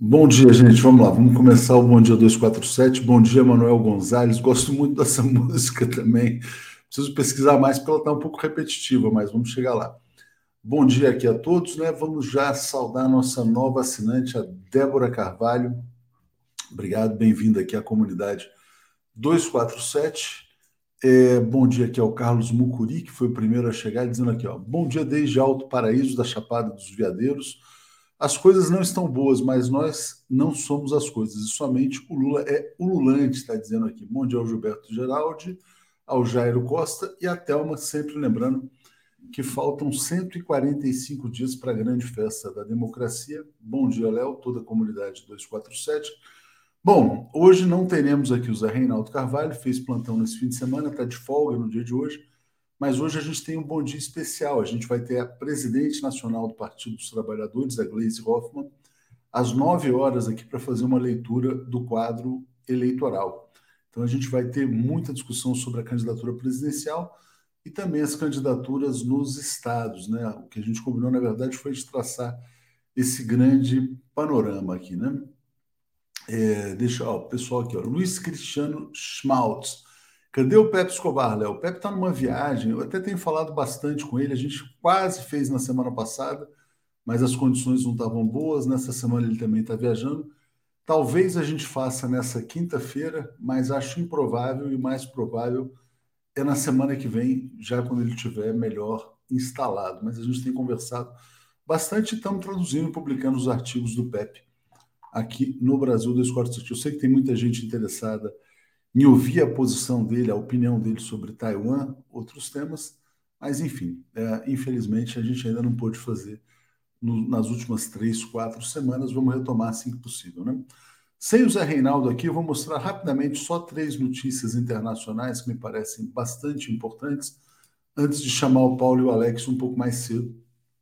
Bom dia, gente. Vamos lá, vamos começar o Bom Dia 247. Bom dia, Manuel Gonzalez. Gosto muito dessa música também. Preciso pesquisar mais porque ela está um pouco repetitiva, mas vamos chegar lá. Bom dia aqui a todos, né? Vamos já saudar a nossa nova assinante, a Débora Carvalho. Obrigado, bem-vinda aqui à comunidade 247. Bom dia aqui ao Carlos Mucuri, que foi o primeiro a chegar, dizendo aqui, ó, bom dia desde Alto Paraíso, da Chapada dos Veadeiros. As coisas não estão boas, mas nós não somos as coisas, e somente o Lula é ululante, está dizendo aqui. Bom dia ao Gilberto Geraldi, ao Jairo Costa e à Thelma, sempre lembrando que faltam 145 dias para a grande festa da democracia. Bom dia, Léo, toda a comunidade 247. Bom, hoje não teremos aqui o Zé Reinaldo Carvalho, fez plantão nesse fim de semana, está de folga no dia de hoje, mas hoje a gente tem um bom dia especial. A gente vai ter a presidente nacional do Partido dos Trabalhadores, a Gleisi Hoffmann, às 9 horas aqui para fazer uma leitura do quadro eleitoral. Então a gente vai ter muita discussão sobre a candidatura presidencial e também as candidaturas nos estados, né? O que a gente combinou, na verdade, foi de traçar esse grande panorama aqui, né? Deixa, ó, o pessoal aqui, ó, Luiz Cristiano Schmaltz. Cadê o Pepe Escobar, Léo? O Pepe está numa viagem, eu até tenho falado bastante com ele, a gente quase fez na semana passada, mas as condições não estavam boas, nessa semana ele também está viajando. Talvez a gente faça nessa quinta-feira, mas acho improvável e mais provável é na semana que vem, já quando ele estiver melhor instalado. Mas a gente tem conversado bastante e estamos traduzindo e publicando os artigos do Pepe aqui no Brasil 247. Eu sei que tem muita gente interessada em ouvir a posição dele, a opinião dele sobre Taiwan, outros temas, mas enfim, infelizmente a gente ainda não pôde fazer nas últimas 3, 4 semanas. Vamos retomar assim que possível, né? Sem o Zé Reinaldo aqui, eu vou mostrar rapidamente só 3 notícias internacionais que me parecem bastante importantes, antes de chamar o Paulo e o Alex um pouco mais cedo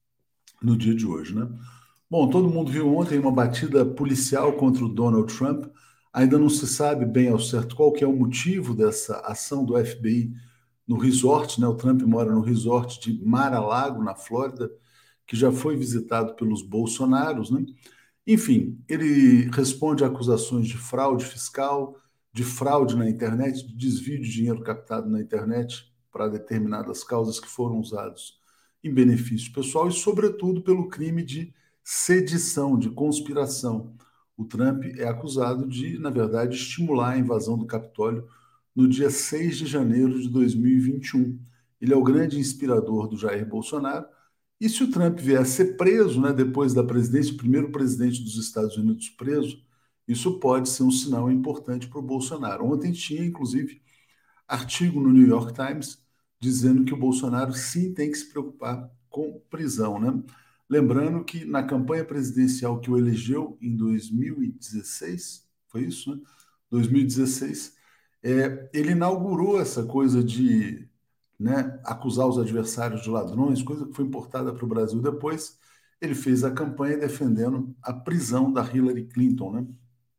no dia de hoje, né? Bom, todo mundo viu ontem uma batida policial contra o Donald Trump. Ainda não se sabe bem ao certo qual que é o motivo dessa ação do FBI no resort, né? O Trump mora no resort de Mar-a-Lago, na Flórida, que já foi visitado pelos Bolsonaros, né? Enfim, ele responde a acusações de fraude fiscal, de fraude na internet, de desvio de dinheiro captado na internet para determinadas causas que foram usados em benefício pessoal e, sobretudo, pelo crime de sedição, de conspiração. O Trump é acusado de, na verdade, estimular a invasão do Capitólio no dia 6 de janeiro de 2021. Ele é o grande inspirador do Jair Bolsonaro. E se o Trump vier a ser preso, né, depois da presidência, o primeiro presidente dos Estados Unidos preso, isso pode ser um sinal importante para o Bolsonaro. Ontem tinha, inclusive, artigo no New York Times dizendo que o Bolsonaro sim tem que se preocupar com prisão, né? Lembrando que na campanha presidencial que o elegeu em 2016, foi isso, né? 2016, ele inaugurou essa coisa de, né, acusar os adversários de ladrões, coisa que foi importada para o Brasil depois. Ele fez a campanha defendendo a prisão da Hillary Clinton, né?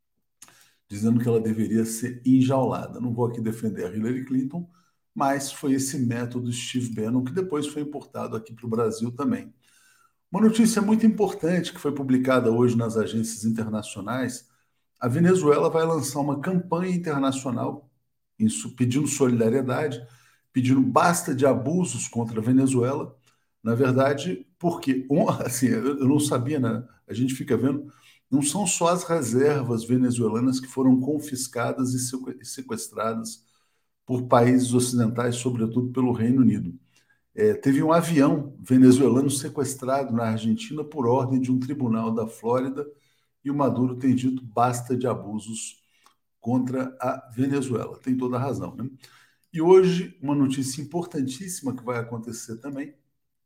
Dizendo que ela deveria ser enjaulada. Não vou aqui defender a Hillary Clinton, mas foi esse método Steve Bannon que depois foi importado aqui para o Brasil também. Uma notícia muito importante que foi publicada hoje nas agências internacionais: a Venezuela vai lançar uma campanha internacional pedindo solidariedade, pedindo basta de abusos contra a Venezuela. Na verdade, porque, assim, eu não sabia, né? A gente fica vendo, não são só as reservas venezuelanas que foram confiscadas e sequestradas por países ocidentais, sobretudo pelo Reino Unido. Teve um avião venezuelano sequestrado na Argentina por ordem de um tribunal da Flórida, e o Maduro tem dito basta de abusos contra a Venezuela. Tem toda a razão, né? E hoje, uma notícia importantíssima que vai acontecer também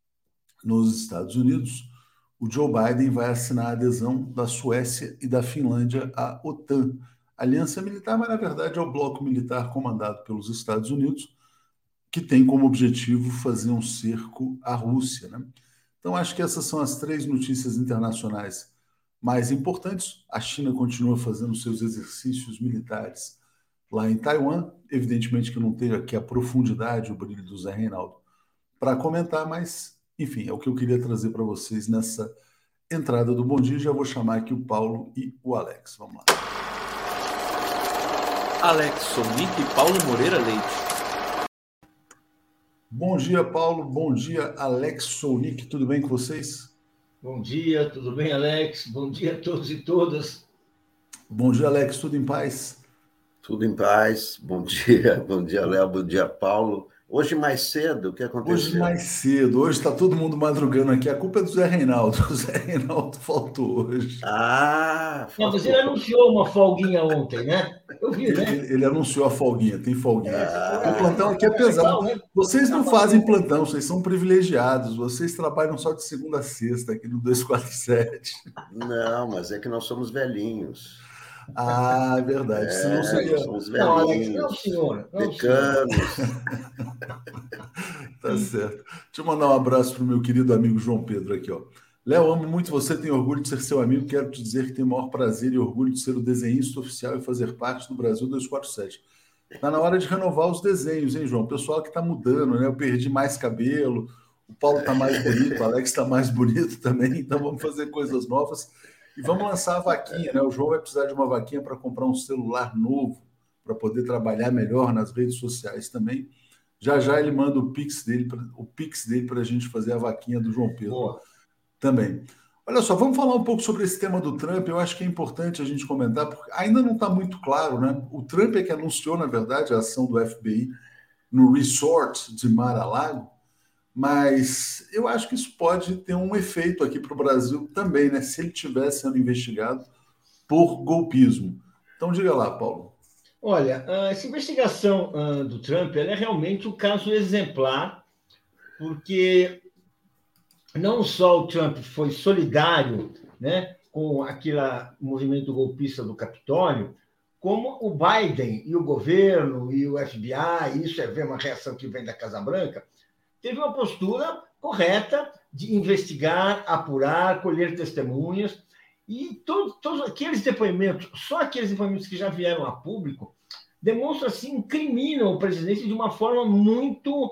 nos Estados Unidos: o Joe Biden vai assinar a adesão da Suécia e da Finlândia à OTAN, aliança militar, mas na verdade é o bloco militar comandado pelos Estados Unidos, que tem como objetivo fazer um cerco à Rússia, né? Então, acho que essas são as 3 notícias internacionais mais importantes. A China continua fazendo seus exercícios militares lá em Taiwan. Evidentemente que eu não tenho aqui a profundidade, o brilho do Zé Reinaldo para comentar, mas, enfim, é o que eu queria trazer para vocês nessa entrada do Bom Dia. Já vou chamar aqui o Paulo e o Alex. Vamos lá. Alex Sonic e Paulo Moreira Leite. Bom dia, Paulo. Bom dia, Alex Sonic. Tudo bem com vocês? Bom dia, tudo bem, Alex? Bom dia a todos e todas. Bom dia, Alex. Tudo em paz? Tudo em paz. Bom dia, Léo. Bom dia, Paulo. Hoje mais cedo, o que aconteceu? Hoje mais cedo. Hoje está todo mundo madrugando aqui. A culpa é do Zé Reinaldo. O Zé Reinaldo faltou hoje. Não, mas ele anunciou uma folguinha ontem, né? Eu vi, né? Ele anunciou a folguinha. Tem folguinha. O plantão aqui é pesado. Vocês não fazem plantão, vocês são privilegiados. Vocês trabalham só de segunda a sexta aqui no 247. Não, mas é que nós somos velhinhos. Ah, é verdade. Senão seria... Somos velhinhos. Não, Alex, não, senhor. Não, decanos. Tá certo. Deixa eu mandar um abraço para o meu querido amigo João Pedro aqui, ó. Léo, amo muito você, tenho orgulho de ser seu amigo. Quero te dizer que tenho o maior prazer e orgulho de ser o desenhista oficial e fazer parte do Brasil 247. Tá na hora de renovar os desenhos, hein, João? O pessoal que tá mudando, né? Eu perdi mais cabelo, o Paulo tá mais bonito, o Alex tá mais bonito também, então vamos fazer coisas novas. E vamos lançar a vaquinha, né? O João vai precisar de uma vaquinha para comprar um celular novo, para poder trabalhar melhor nas redes sociais também. Já já ele manda o Pix dele para a gente fazer a vaquinha do João Pedro. Boa. Também. Olha só, vamos falar um pouco sobre esse tema do Trump. Eu acho que é importante a gente comentar, porque ainda não está muito claro, né? O Trump é que anunciou, na verdade, a ação do FBI no resort de Mar-a-Lago, mas eu acho que isso pode ter um efeito aqui para o Brasil também, né? Se ele estiver sendo investigado por golpismo. Então, diga lá, Paulo. Olha, essa investigação do Trump ela é realmente um caso exemplar, porque não só o Trump foi solidário, né, com aquele movimento golpista do Capitólio, como o Biden e o governo e o FBI, isso é ver uma reação que vem da Casa Branca, teve uma postura correta de investigar, apurar, colher testemunhas, e todos aqueles depoimentos, só aqueles depoimentos que já vieram a público, demonstram, assim, incriminam o presidente de uma forma muito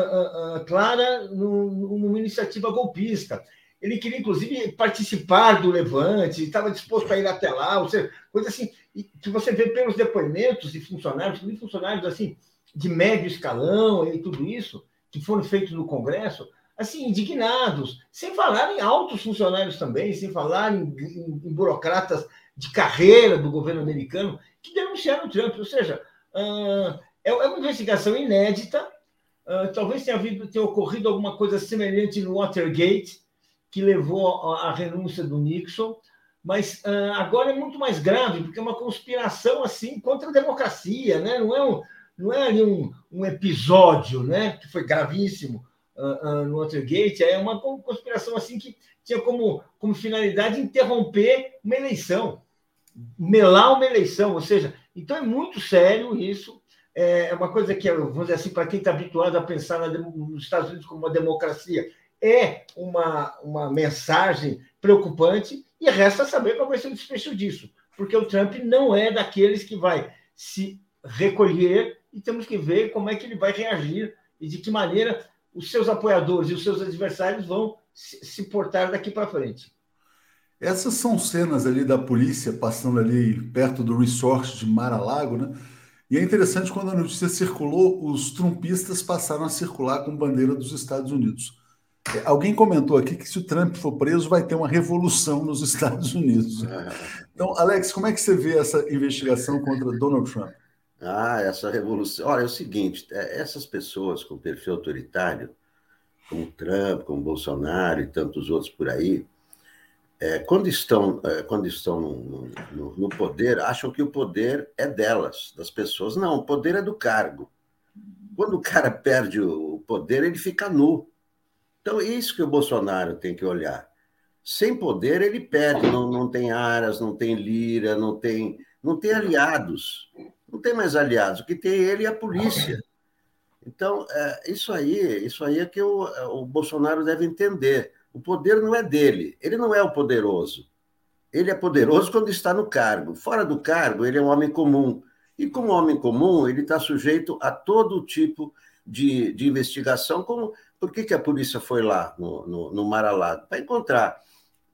clara numa iniciativa golpista. Ele queria, inclusive, participar do levante, estava disposto a ir até lá, ou seja, coisa assim, que você vê pelos depoimentos de funcionários assim, de médio escalão e tudo isso, que foram feitos no Congresso, assim, indignados, sem falar em altos funcionários também, sem falar em burocratas de carreira do governo americano, que denunciaram o Trump. Ou seja, é uma investigação inédita. Talvez tenha ocorrido alguma coisa semelhante no Watergate, que levou à renúncia do Nixon, mas agora é muito mais grave, porque é uma conspiração assim contra a democracia, né? Não é ali um episódio, né, que foi gravíssimo no Watergate, é uma conspiração assim que tinha como finalidade interromper uma eleição, melar uma eleição, ou seja, então é muito sério isso. É uma coisa que, vamos dizer assim, para quem está habituado a pensar nos Estados Unidos como uma democracia, é uma mensagem preocupante, e resta saber qual vai ser o desfecho disso, porque o Trump não é daqueles que vai se recolher, e temos que ver como é que ele vai reagir e de que maneira os seus apoiadores e os seus adversários vão se portar daqui para frente. Essas são cenas ali da polícia passando ali perto do resort de Mar-a-Lago, né? E é interessante, quando a notícia circulou, os trumpistas passaram a circular com bandeira dos Estados Unidos. Alguém comentou aqui que se o Trump for preso, vai ter uma revolução nos Estados Unidos. Então, Alex, como é que você vê essa investigação contra Donald Trump? Essa revolução... Olha, é o seguinte, essas pessoas com perfil autoritário, como Trump, como Bolsonaro e tantos outros por aí, quando estão no poder, acham que o poder é delas, das pessoas. Não, o poder é do cargo. Quando o cara perde o poder, ele fica nu. Então, é isso que o Bolsonaro tem que olhar. Sem poder, ele perde, não tem aras, não tem lira, não tem aliados. Não tem mais aliados. O que tem ele é a polícia. Então, isso aí é que o Bolsonaro deve entender. O poder não é dele, ele não é o poderoso. Ele é poderoso quando está no cargo. Fora do cargo, ele é um homem comum. E como homem comum, ele está sujeito a todo tipo de investigação. Por que a polícia foi lá no Mar-a-Lago? Para encontrar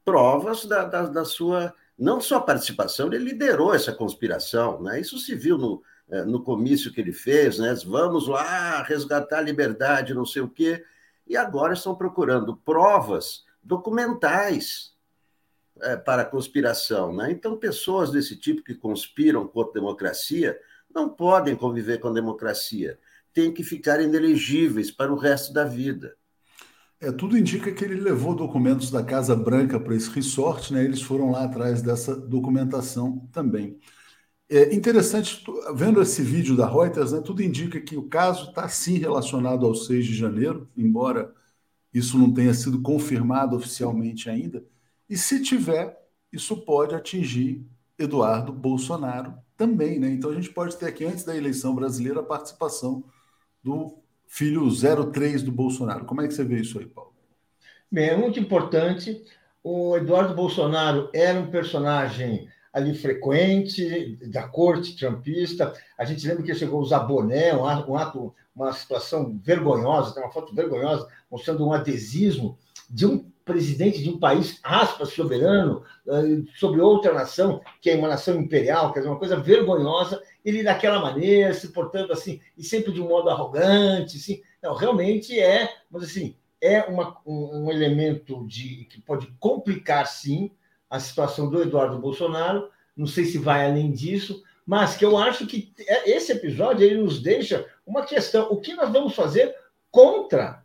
provas da sua, não sua participação, ele liderou essa conspiração, né? Isso se viu no comício que ele fez, né? Vamos lá resgatar a liberdade, não sei o quê, e agora estão procurando provas documentais para a conspiração, né? Então, pessoas desse tipo que conspiram contra a democracia não podem conviver com a democracia, têm que ficar inelegíveis para o resto da vida. Tudo indica que ele levou documentos da Casa Branca para esse resort, né? Eles foram lá atrás dessa documentação também. É interessante, vendo esse vídeo da Reuters, né, tudo indica que o caso está sim relacionado ao 6 de janeiro, embora isso não tenha sido confirmado oficialmente ainda. E se tiver, isso pode atingir Eduardo Bolsonaro também, né? Então a gente pode ter aqui, antes da eleição brasileira, a participação do filho 03 do Bolsonaro. Como é que você vê isso aí, Paulo? Bem, é muito importante. O Eduardo Bolsonaro era um personagem ali frequente da corte trumpista. A gente lembra que ele chegou a usar boné, uma situação vergonhosa, tem uma foto vergonhosa mostrando um adesismo de um presidente de um país, aspas, soberano, sobre outra nação, que é uma nação imperial, quer dizer, uma coisa vergonhosa, ele daquela maneira, se portando assim, e sempre de um modo arrogante, assim. Não, realmente mas assim, um elemento que pode complicar, sim, a situação do Eduardo Bolsonaro. Não sei se vai além disso, mas que eu acho que esse episódio ele nos deixa uma questão. O que nós vamos fazer contra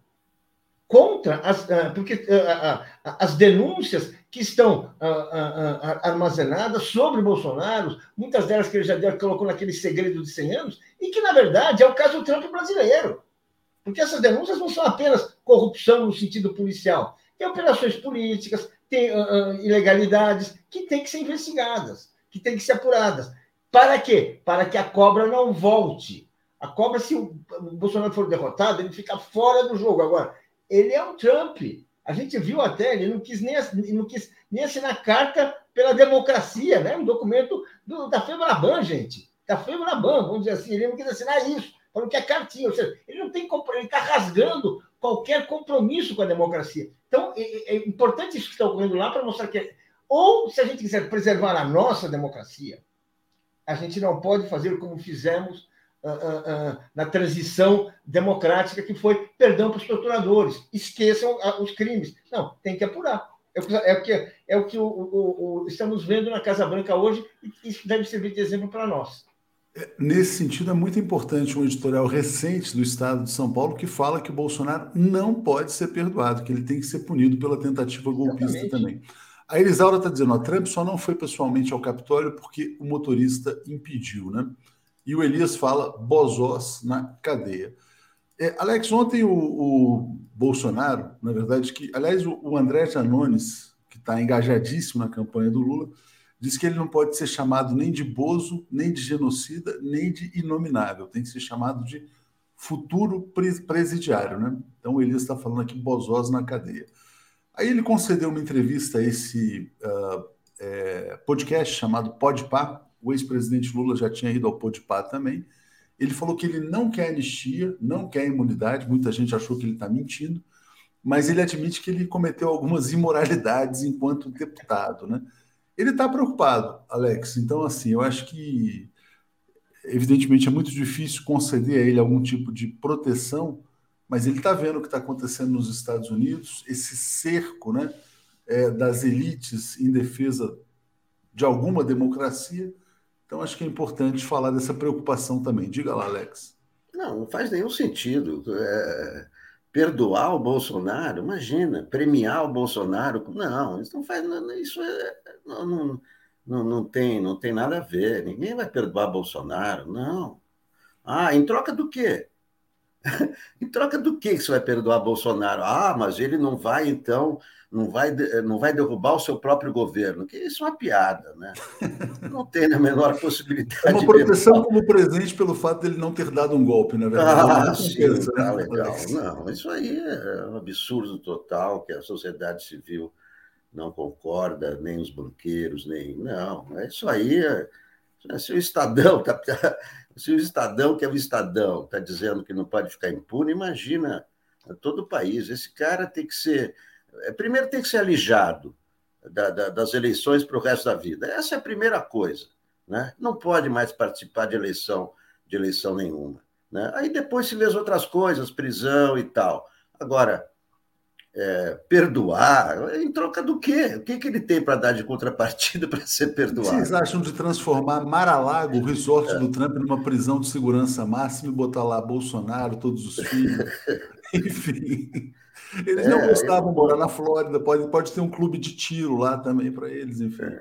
porque as denúncias que estão armazenadas sobre Bolsonaro, muitas delas que ele já colocou naquele segredo de 100 anos, e que, na verdade, é o caso do Trump brasileiro. Porque essas denúncias não são apenas corrupção no sentido policial. Tem operações políticas, tem ilegalidades que têm que ser investigadas, que têm que ser apuradas. Para quê? Para que a cobra não volte. A cobra, se o Bolsonaro for derrotado, ele fica fora do jogo. Agora, ele é um Trump. A gente viu até, ele não quis nem assinar carta pela democracia, né? Um documento da FEBRABAN, gente. Da FEBRABAN, vamos dizer assim. Ele não quis assinar isso. Falou que é cartinha, ou seja, ele está rasgando qualquer compromisso com a democracia. Então, é importante isso que está ocorrendo lá para mostrar que, ou se a gente quiser preservar a nossa democracia, a gente não pode fazer como fizemos na transição democrática, que foi perdão para os torturadores, esqueçam os crimes. Não, tem que apurar. É o que estamos vendo na Casa Branca hoje, e isso deve servir de exemplo para nós. Nesse sentido, é muito importante um editorial recente do Estado de São Paulo que fala que o Bolsonaro não pode ser perdoado, que ele tem que ser punido pela tentativa golpista. Exatamente. Também. A Elisaura está dizendo, Trump só não foi pessoalmente ao Capitólio porque o motorista impediu, né? E o Elias fala bozós na cadeia. Alex, ontem o Bolsonaro, na verdade, aliás, o André Janones, que está engajadíssimo na campanha do Lula, diz que ele não pode ser chamado nem de bozo, nem de genocida, nem de inominável. Tem que ser chamado de futuro presidiário, né? Então o Elias está falando aqui bozós na cadeia. Aí ele concedeu uma entrevista a esse podcast chamado Podpah. O ex-presidente Lula já tinha ido ao Podpah também. Ele falou que ele não quer anistia, não quer imunidade. Muita gente achou que ele está mentindo, mas ele admite que ele cometeu algumas imoralidades enquanto deputado, né? Ele está preocupado, Alex. Então, assim, eu acho que, evidentemente, é muito difícil conceder a ele algum tipo de proteção, mas ele está vendo o que está acontecendo nos Estados Unidos, esse cerco, né, das elites em defesa de alguma democracia. Então, acho que é importante falar dessa preocupação também. Diga lá, Alex. Não faz nenhum sentido. Perdoar o Bolsonaro, imagina, premiar o Bolsonaro. Não, isso não faz. Isso não tem nada a ver. Ninguém vai perdoar Bolsonaro, não. Em troca do quê? Em troca do que você vai perdoar Bolsonaro? Mas ele não vai, então, não vai derrubar o seu próprio governo. Que isso é uma piada, né? Não tem a menor possibilidade. É uma proteção como presente pelo fato dele não ter dado um golpe, na verdade. Sim, tá legal. Não, isso aí é um absurdo total, que a sociedade civil não concorda, nem os banqueiros, nem... Não, isso aí... Se o Estadão, que é o Estadão, está dizendo que não pode ficar impune, imagina todo o país. Esse cara tem que ser... Primeiro tem que ser alijado das eleições para o resto da vida. Essa é a primeira coisa, né? Não pode mais participar de eleição nenhuma, né? Aí depois se vê as outras coisas, prisão e tal. Agora, perdoar, em troca do quê? O que ele tem para dar de contrapartida para ser O que vocês perdoado? acham de transformar Mar-a-Lago, o resort do Trump, numa prisão de segurança máxima e botar lá Bolsonaro, todos os filhos? Enfim, eles não Aí gostavam não de morar pode. na Flórida, pode ter um clube de tiro lá também para eles, enfim.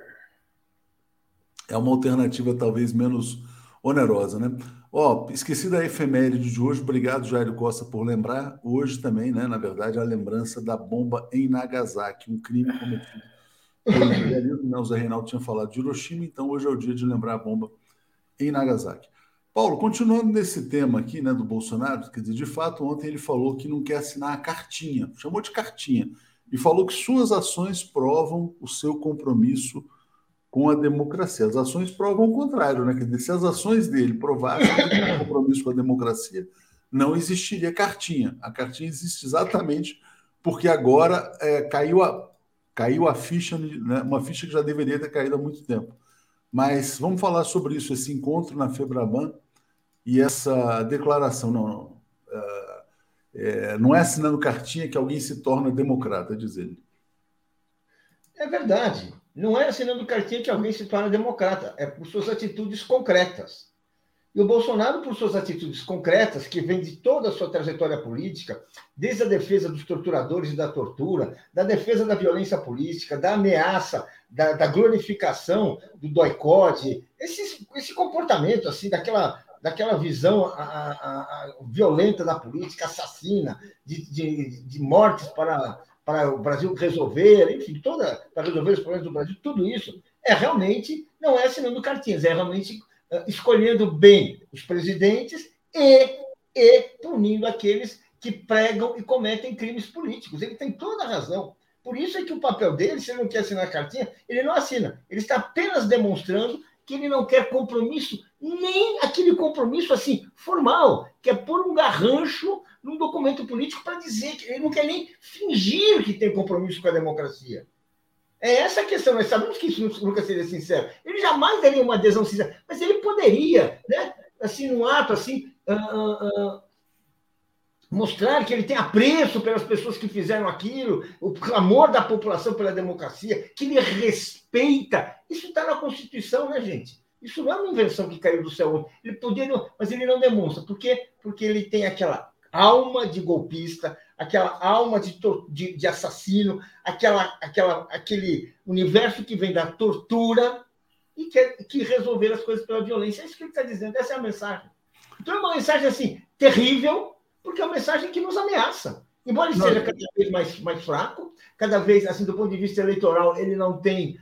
É uma alternativa talvez menos onerosa, né? Ó, esqueci da efeméride de hoje, obrigado, Jair Costa, por lembrar. Hoje também, né, na verdade, a lembrança da bomba em Nagasaki, um crime cometido pelo imperialismo, né? O Zé Reinaldo tinha falado de Hiroshima, então hoje é o dia de lembrar a bomba em Nagasaki. Paulo, continuando nesse tema aqui, né, do Bolsonaro, quer dizer, de fato, ontem ele falou que não quer assinar a cartinha, chamou de cartinha, e falou que suas ações provam o seu compromisso com a democracia. As ações provam o contrário, né? Quer dizer, se as ações dele provassem que ele tem compromisso com a democracia, não existiria cartinha. A cartinha existe exatamente porque agora caiu a ficha, né? Uma ficha que já deveria ter caído há muito tempo. Mas vamos falar sobre isso, esse encontro na Febraban e essa declaração. Não. Não é assinando cartinha que alguém se torna democrata, diz ele. É verdade. Não é assinando cartinha que alguém se torna democrata, é por suas atitudes concretas. E o Bolsonaro, por suas atitudes concretas, que vem de toda a sua trajetória política, desde a defesa dos torturadores e da tortura, da defesa da violência política, da ameaça, da glorificação do doicode, esse comportamento assim, daquela visão violenta da política, assassina, de mortes para o Brasil resolver, enfim, para resolver os problemas do Brasil, tudo isso não é assinando cartinhas, é realmente escolhendo bem os presidentes e punindo aqueles que pregam e cometem crimes políticos. Ele tem toda a razão. Por isso é que o papel dele, se ele não quer assinar a cartinha, ele não assina. Ele está apenas demonstrando que ele não quer compromisso, nem aquele compromisso assim formal, que é pôr um garrancho num documento político para dizer que ele não quer nem fingir que tem compromisso com a democracia. É essa a questão. Nós sabemos que isso nunca seria sincero. Ele jamais daria uma adesão sincera, mas ele poderia, né? Assim, num ato assim, mostrar que ele tem apreço pelas pessoas que fizeram aquilo, o clamor da população pela democracia, que ele respeita. Isso está na Constituição, né, gente? Isso não é uma invenção que caiu do céu. Ele poderia, mas ele não demonstra. Por quê? Porque ele tem aquela alma de golpista, aquela alma de assassino, aquele universo que vem da tortura e quer resolver as coisas pela violência. É isso que ele está dizendo, essa é a mensagem. Então é uma mensagem assim, terrível, porque é uma mensagem que nos ameaça. Embora ele seja cada vez mais fraco, cada vez, assim, do ponto de vista eleitoral, ele não tem...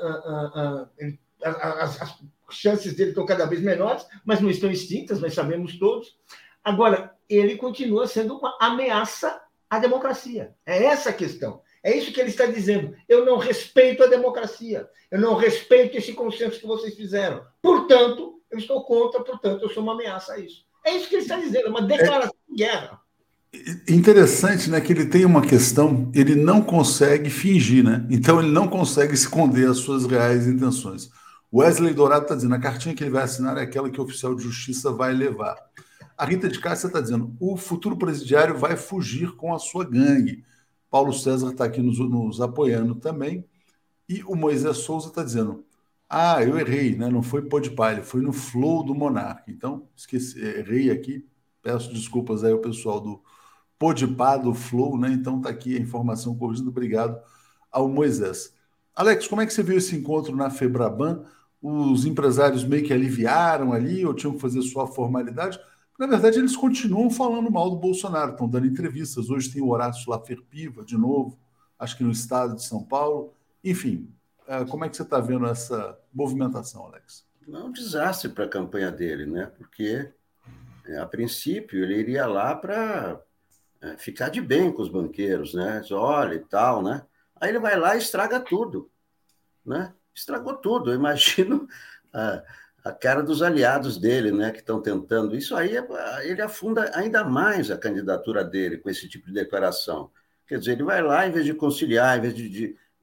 as chances dele estão cada vez menores, mas não estão extintas, nós sabemos todos. Agora, ele continua sendo uma ameaça à democracia. É essa a questão. É isso que ele está dizendo. Eu não respeito a democracia. Eu não respeito esse consenso que vocês fizeram. Portanto, eu estou contra, portanto, eu sou uma ameaça a isso. É isso que ele está dizendo, é uma declaração de guerra. Interessante, né, que ele tem uma questão, ele não consegue fingir, né? Então ele não consegue esconder as suas reais intenções. Wesley Dourado está dizendo, a cartinha que ele vai assinar é aquela que o oficial de justiça vai levar. A Rita de Cássia está dizendo, o futuro presidiário vai fugir com a sua gangue. Paulo César está aqui nos apoiando também. E o Moisés Souza está dizendo, eu errei, né? Não foi pô de palha, foi no flow do Monarca. Então, errei aqui, peço desculpas aí ao pessoal do Podpah, do Flow, né? Então tá aqui a informação corrigida. Obrigado ao Moisés. Alex, como é que você viu esse encontro na Febraban? Os empresários meio que aliviaram ali ou tinham que fazer só a formalidade? Na verdade, eles continuam falando mal do Bolsonaro, estão dando entrevistas. Hoje tem o Horácio Lafer-Piva, de novo, acho que no estado de São Paulo. Enfim, como é que você está vendo essa movimentação, Alex? É um desastre para a campanha dele, né? Porque, a princípio, ele iria lá para ficar de bem com os banqueiros, né? Olha e tal, né? Aí ele vai lá e estraga tudo, né? Estragou tudo. Eu imagino a cara dos aliados dele, né? Que estão tentando. Isso aí, ele afunda ainda mais a candidatura dele com esse tipo de declaração. Quer dizer, ele vai lá, em vez de conciliar, em vez de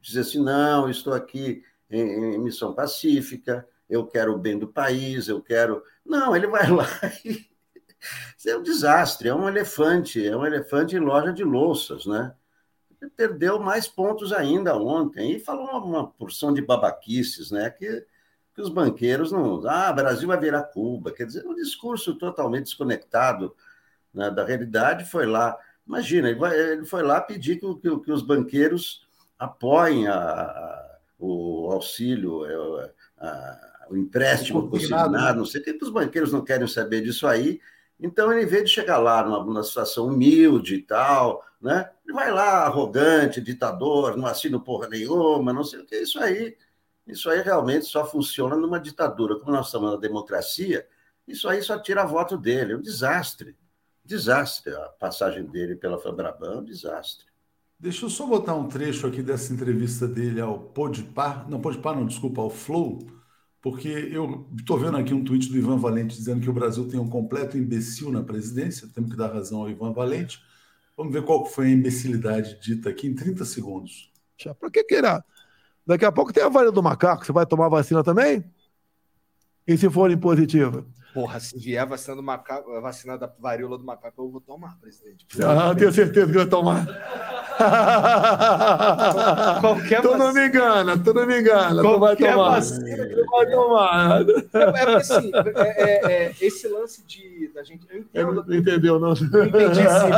dizer assim, não, eu estou aqui em missão pacífica, eu quero o bem do país, eu quero... Não, ele vai lá e... Isso é um desastre, é um elefante em loja de louças, né? Ele perdeu mais pontos ainda ontem, e falou uma porção de babaquices, né? Que os banqueiros não... Ah, Brasil vai virar Cuba, quer dizer, um discurso totalmente desconectado, né, da realidade. Foi lá, imagina, ele foi lá pedir que os banqueiros apoiem o auxílio, o empréstimo consignado, não sei o que os banqueiros não querem saber disso aí. Então, ele, em vez de chegar lá numa situação humilde e tal, né, ele vai lá arrogante, ditador, não assina porra nenhuma, não sei o que, isso aí realmente só funciona numa ditadura. Como nós estamos na democracia, isso aí só tira voto dele, é um desastre. Desastre, a passagem dele pela Febraban, um desastre. Deixa eu só botar um trecho aqui dessa entrevista dele ao Podpah, não, desculpa, ao Flow, porque eu estou vendo aqui um tweet do Ivan Valente dizendo que o Brasil tem um completo imbecil na presidência, temos que dar razão ao Ivan Valente. Vamos ver qual foi a imbecilidade dita aqui em 30 segundos. Para que irá? Daqui a pouco tem a varíola do macaco, você vai tomar vacina também? E se for positiva? Porra, se vier a vacina do macaco, a vacina da varíola do macaco, eu vou tomar, presidente. Tenho certeza que vai tomar. Qualquer tu não me engana. Tu vai tomar. Vacina que tu vai tomar. Porque assim, esse lance da gente... Eu não entendeu, não? Não entendi sim,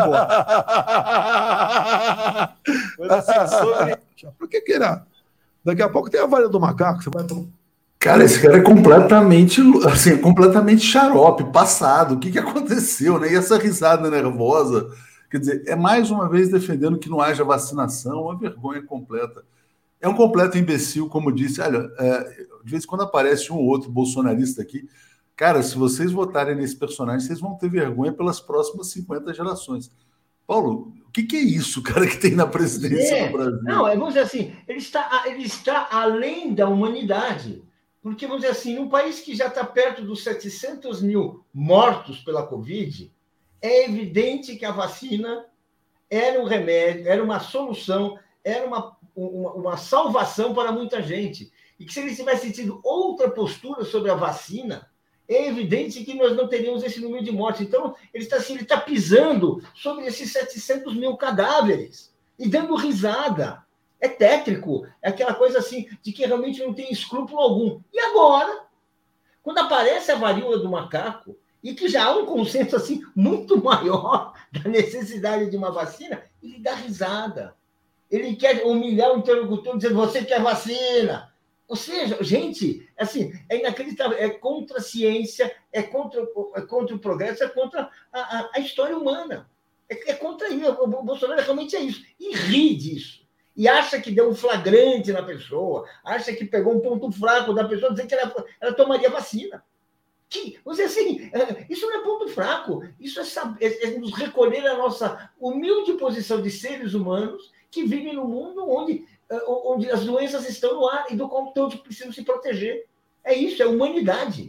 porra. Mas assim, sobre... Por que irá? Daqui a pouco tem a varíola do macaco, você vai tomar. Cara, esse cara é completamente xarope, passado. O que aconteceu, né? E essa risada nervosa, quer dizer, é mais uma vez defendendo que não haja vacinação, uma vergonha completa. É um completo imbecil, como disse. Olha, de vez em quando aparece um ou outro bolsonarista aqui. Cara, se vocês votarem nesse personagem, vocês vão ter vergonha pelas próximas 50 gerações. Paulo, o que é isso, cara, que tem na presidência do Brasil? Não, vamos dizer assim, ele está além da humanidade. Porque, vamos dizer assim, num país que já está perto dos 700 mil mortos pela Covid, é evidente que a vacina era um remédio, era uma solução, era uma salvação para muita gente. E que se ele tivesse tido outra postura sobre a vacina, é evidente que nós não teríamos esse número de mortes. Então, ele está pisando sobre esses 700 mil cadáveres e dando risada. É tétrico, é aquela coisa assim, de que realmente não tem escrúpulo algum. E agora, quando aparece a varíola do macaco, e que já há um consenso assim, muito maior da necessidade de uma vacina, ele dá risada. Ele quer humilhar o interlocutor, dizendo, você quer vacina. Ou seja, gente, assim, é inacreditável, é contra a ciência, é contra o progresso, é contra a história humana. É contra isso, o Bolsonaro realmente é isso. E ri disso. E acha que deu um flagrante na pessoa, acha que pegou um ponto fraco da pessoa, dizendo que ela tomaria vacina. Vamos dizer assim, isso não é ponto fraco, isso é nos recolher a nossa humilde posição de seres humanos que vivem num mundo onde as doenças estão no ar e do qual todos precisam se proteger. É isso, é humanidade.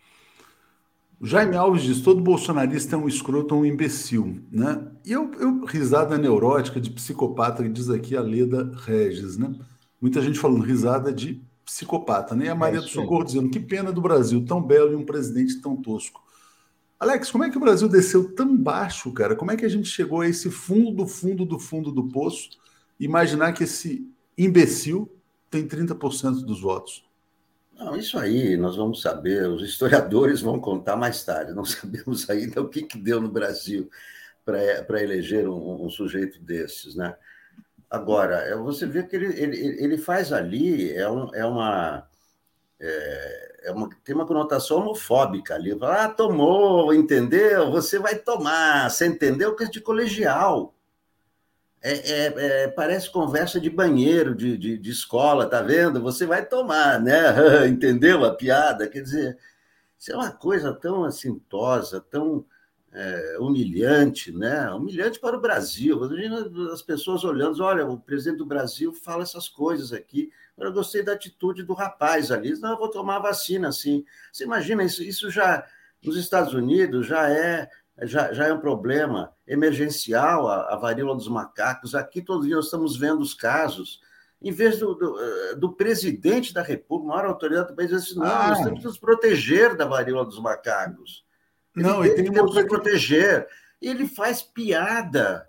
O Jaime Alves diz, todo bolsonarista é um escroto ou um imbecil, né? E risada neurótica de psicopata, que diz aqui a Leda Regis, né? Muita gente falando risada de psicopata, né? E a Maria do Socorro dizendo, que pena do Brasil, tão belo e um presidente tão tosco. Alex, como é que o Brasil desceu tão baixo, cara? Como é que a gente chegou a esse fundo do poço e imaginar que esse imbecil tem 30% dos votos? Não, isso aí nós vamos saber, os historiadores vão contar mais tarde, não sabemos ainda o que deu no Brasil para eleger um sujeito desses, né? Agora, você vê que ele faz ali, tem uma conotação homofóbica ali, fala, tomou, entendeu? Você vai tomar, você entendeu? Coisa de colegial. Parece conversa de banheiro, de escola, tá vendo? Você vai tomar, né? Entendeu a piada? Quer dizer, isso é uma coisa tão assintosa, tão humilhante, né? Humilhante para o Brasil. Imagina as pessoas olhando, olha, o presidente do Brasil fala essas coisas aqui. Eu gostei da atitude do rapaz ali. Não, eu vou tomar a vacina, assim. Você imagina, isso já, nos Estados Unidos, já é um problema emergencial, a varíola dos macacos. Aqui todos os dias nós estamos vendo os casos. em vez do presidente da República, maior autoridade do país, ele disse, não, nós temos que nos proteger da varíola dos macacos. Não, e tem uma outra proteger. Ele faz piada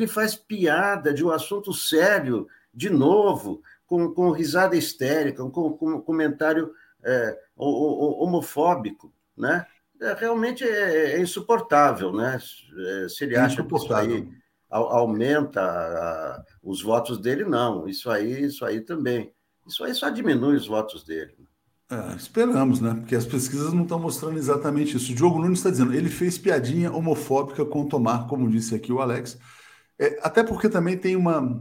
de um assunto sério, de novo, com risada histérica, com comentário homofóbico, né? Realmente é insuportável, né? Se ele acha que isso aí aumenta os votos dele, não. Isso aí também. Isso aí só diminui os votos dele. Esperamos, né? Porque as pesquisas não estão mostrando exatamente isso. O Diogo Nunes está dizendo, ele fez piadinha homofóbica com o Tomar, como disse aqui o Alex. Até porque também tem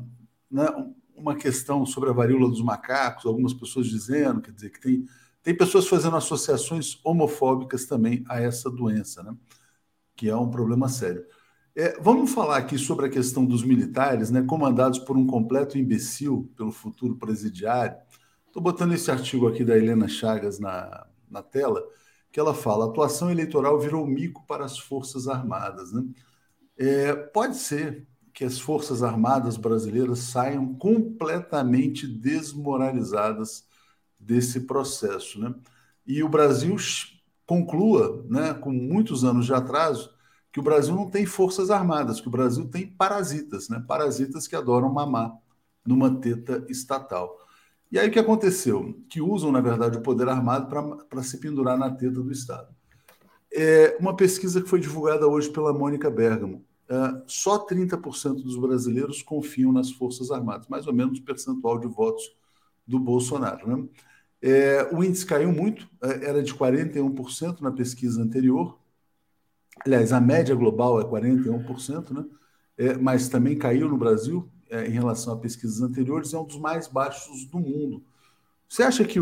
uma questão sobre a varíola dos macacos, algumas pessoas dizendo, quer dizer, que tem pessoas fazendo associações homofóbicas também a essa doença, né? Que é um problema sério. Vamos falar aqui sobre a questão dos militares, né, comandados por um completo imbecil, pelo futuro presidiário. Estou botando esse artigo aqui da Helena Chagas na tela, que ela fala, a atuação eleitoral virou mico para as Forças Armadas, né? Pode ser que as Forças Armadas brasileiras saiam completamente desmoralizadas desse processo, né? E o Brasil conclua, né, com muitos anos de atraso, que o Brasil não tem forças armadas, que o Brasil tem parasitas, né? Parasitas que adoram mamar numa teta estatal. E aí o que aconteceu? Que usam, na verdade, o poder armado para se pendurar na teta do Estado. Uma pesquisa que foi divulgada hoje pela Mônica Bergamo. Só 30% dos brasileiros confiam nas Forças Armadas, mais ou menos o percentual de votos do Bolsonaro, né? O índice caiu muito, era de 41% na pesquisa anterior. Aliás, a média global é 41%, né? Mas também caiu no Brasil em relação a pesquisas anteriores, é um dos mais baixos do mundo. Você acha que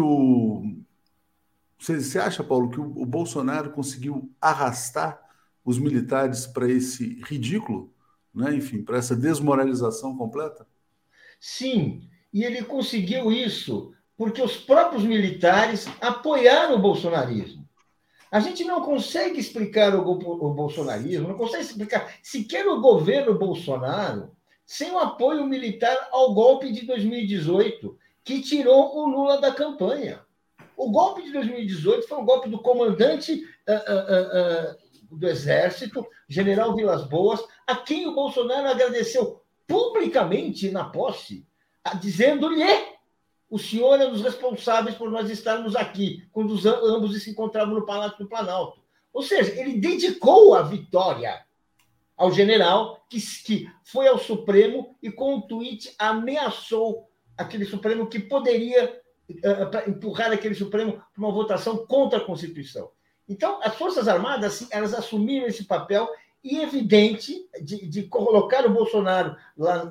Você acha, Paulo, que o Bolsonaro conseguiu arrastar os militares para esse ridículo, né? Enfim, para essa desmoralização completa? Sim, e ele conseguiu isso porque os próprios militares apoiaram o bolsonarismo. A gente não consegue explicar o bolsonarismo, não consegue explicar sequer o governo Bolsonaro sem o apoio militar ao golpe de 2018, que tirou o Lula da campanha. O golpe de 2018 foi um golpe do comandante do Exército, general Vilas Boas, a quem o Bolsonaro agradeceu publicamente na posse, dizendo-lhe: o senhor é um dos responsáveis por nós estarmos aqui, quando ambos se encontravam no Palácio do Planalto. Ou seja, ele dedicou a vitória ao general, que foi ao Supremo e, com um tweet, ameaçou aquele Supremo que poderia empurrar aquele Supremo para uma votação contra a Constituição. Então, as Forças Armadas, elas assumiram esse papel e evidente de colocar o Bolsonaro lá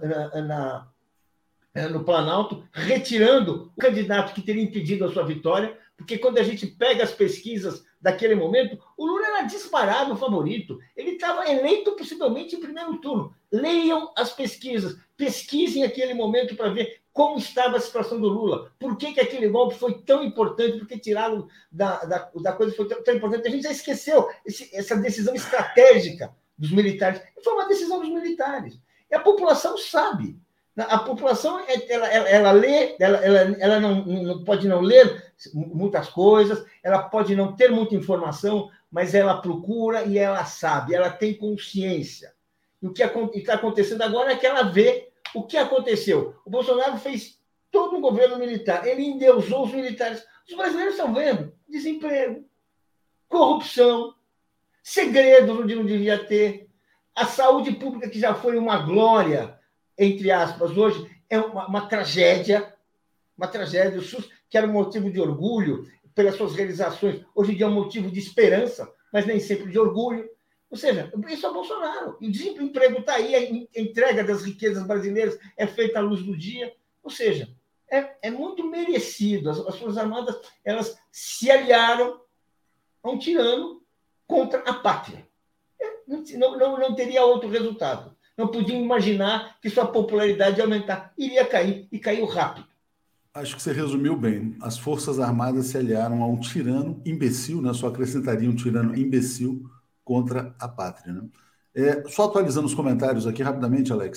no Planalto, retirando o candidato que teria impedido a sua vitória, porque quando a gente pega as pesquisas daquele momento, o Lula era disparado o favorito. Ele estava eleito possivelmente em primeiro turno. Leiam as pesquisas, pesquisem aquele momento para ver como estava a situação do Lula, por que aquele golpe foi tão importante, por que tiraram da coisa foi tão importante. A gente já esqueceu essa decisão estratégica dos militares. Foi uma decisão dos militares. E a população sabe. A população, ela lê, ela não pode não ler muitas coisas, ela pode não ter muita informação, mas ela procura e ela sabe, ela tem consciência. E o que está acontecendo agora é que ela vê o que aconteceu. O Bolsonaro fez todo um governo militar, ele endeusou os militares. Os brasileiros estão vendo desemprego, corrupção, segredos onde não devia ter, a saúde pública que já foi uma glória, entre aspas, hoje é uma tragédia, o SUS, que era um motivo de orgulho pelas suas realizações, hoje em dia é um motivo de esperança, mas nem sempre de orgulho. Ou seja, isso é Bolsonaro. E o desemprego está aí, a entrega das riquezas brasileiras é feita à luz do dia. Ou seja, é muito merecido. As Forças Armadas, elas se aliaram a um tirano contra a pátria. Não teria outro resultado. Não podiam imaginar que sua popularidade ia aumentar. Iria cair, e caiu rápido. Acho que você resumiu bem. As Forças Armadas se aliaram a um tirano imbecil, né? Só acrescentaria um tirano imbecil contra a pátria, né? Só atualizando os comentários aqui rapidamente, Alex.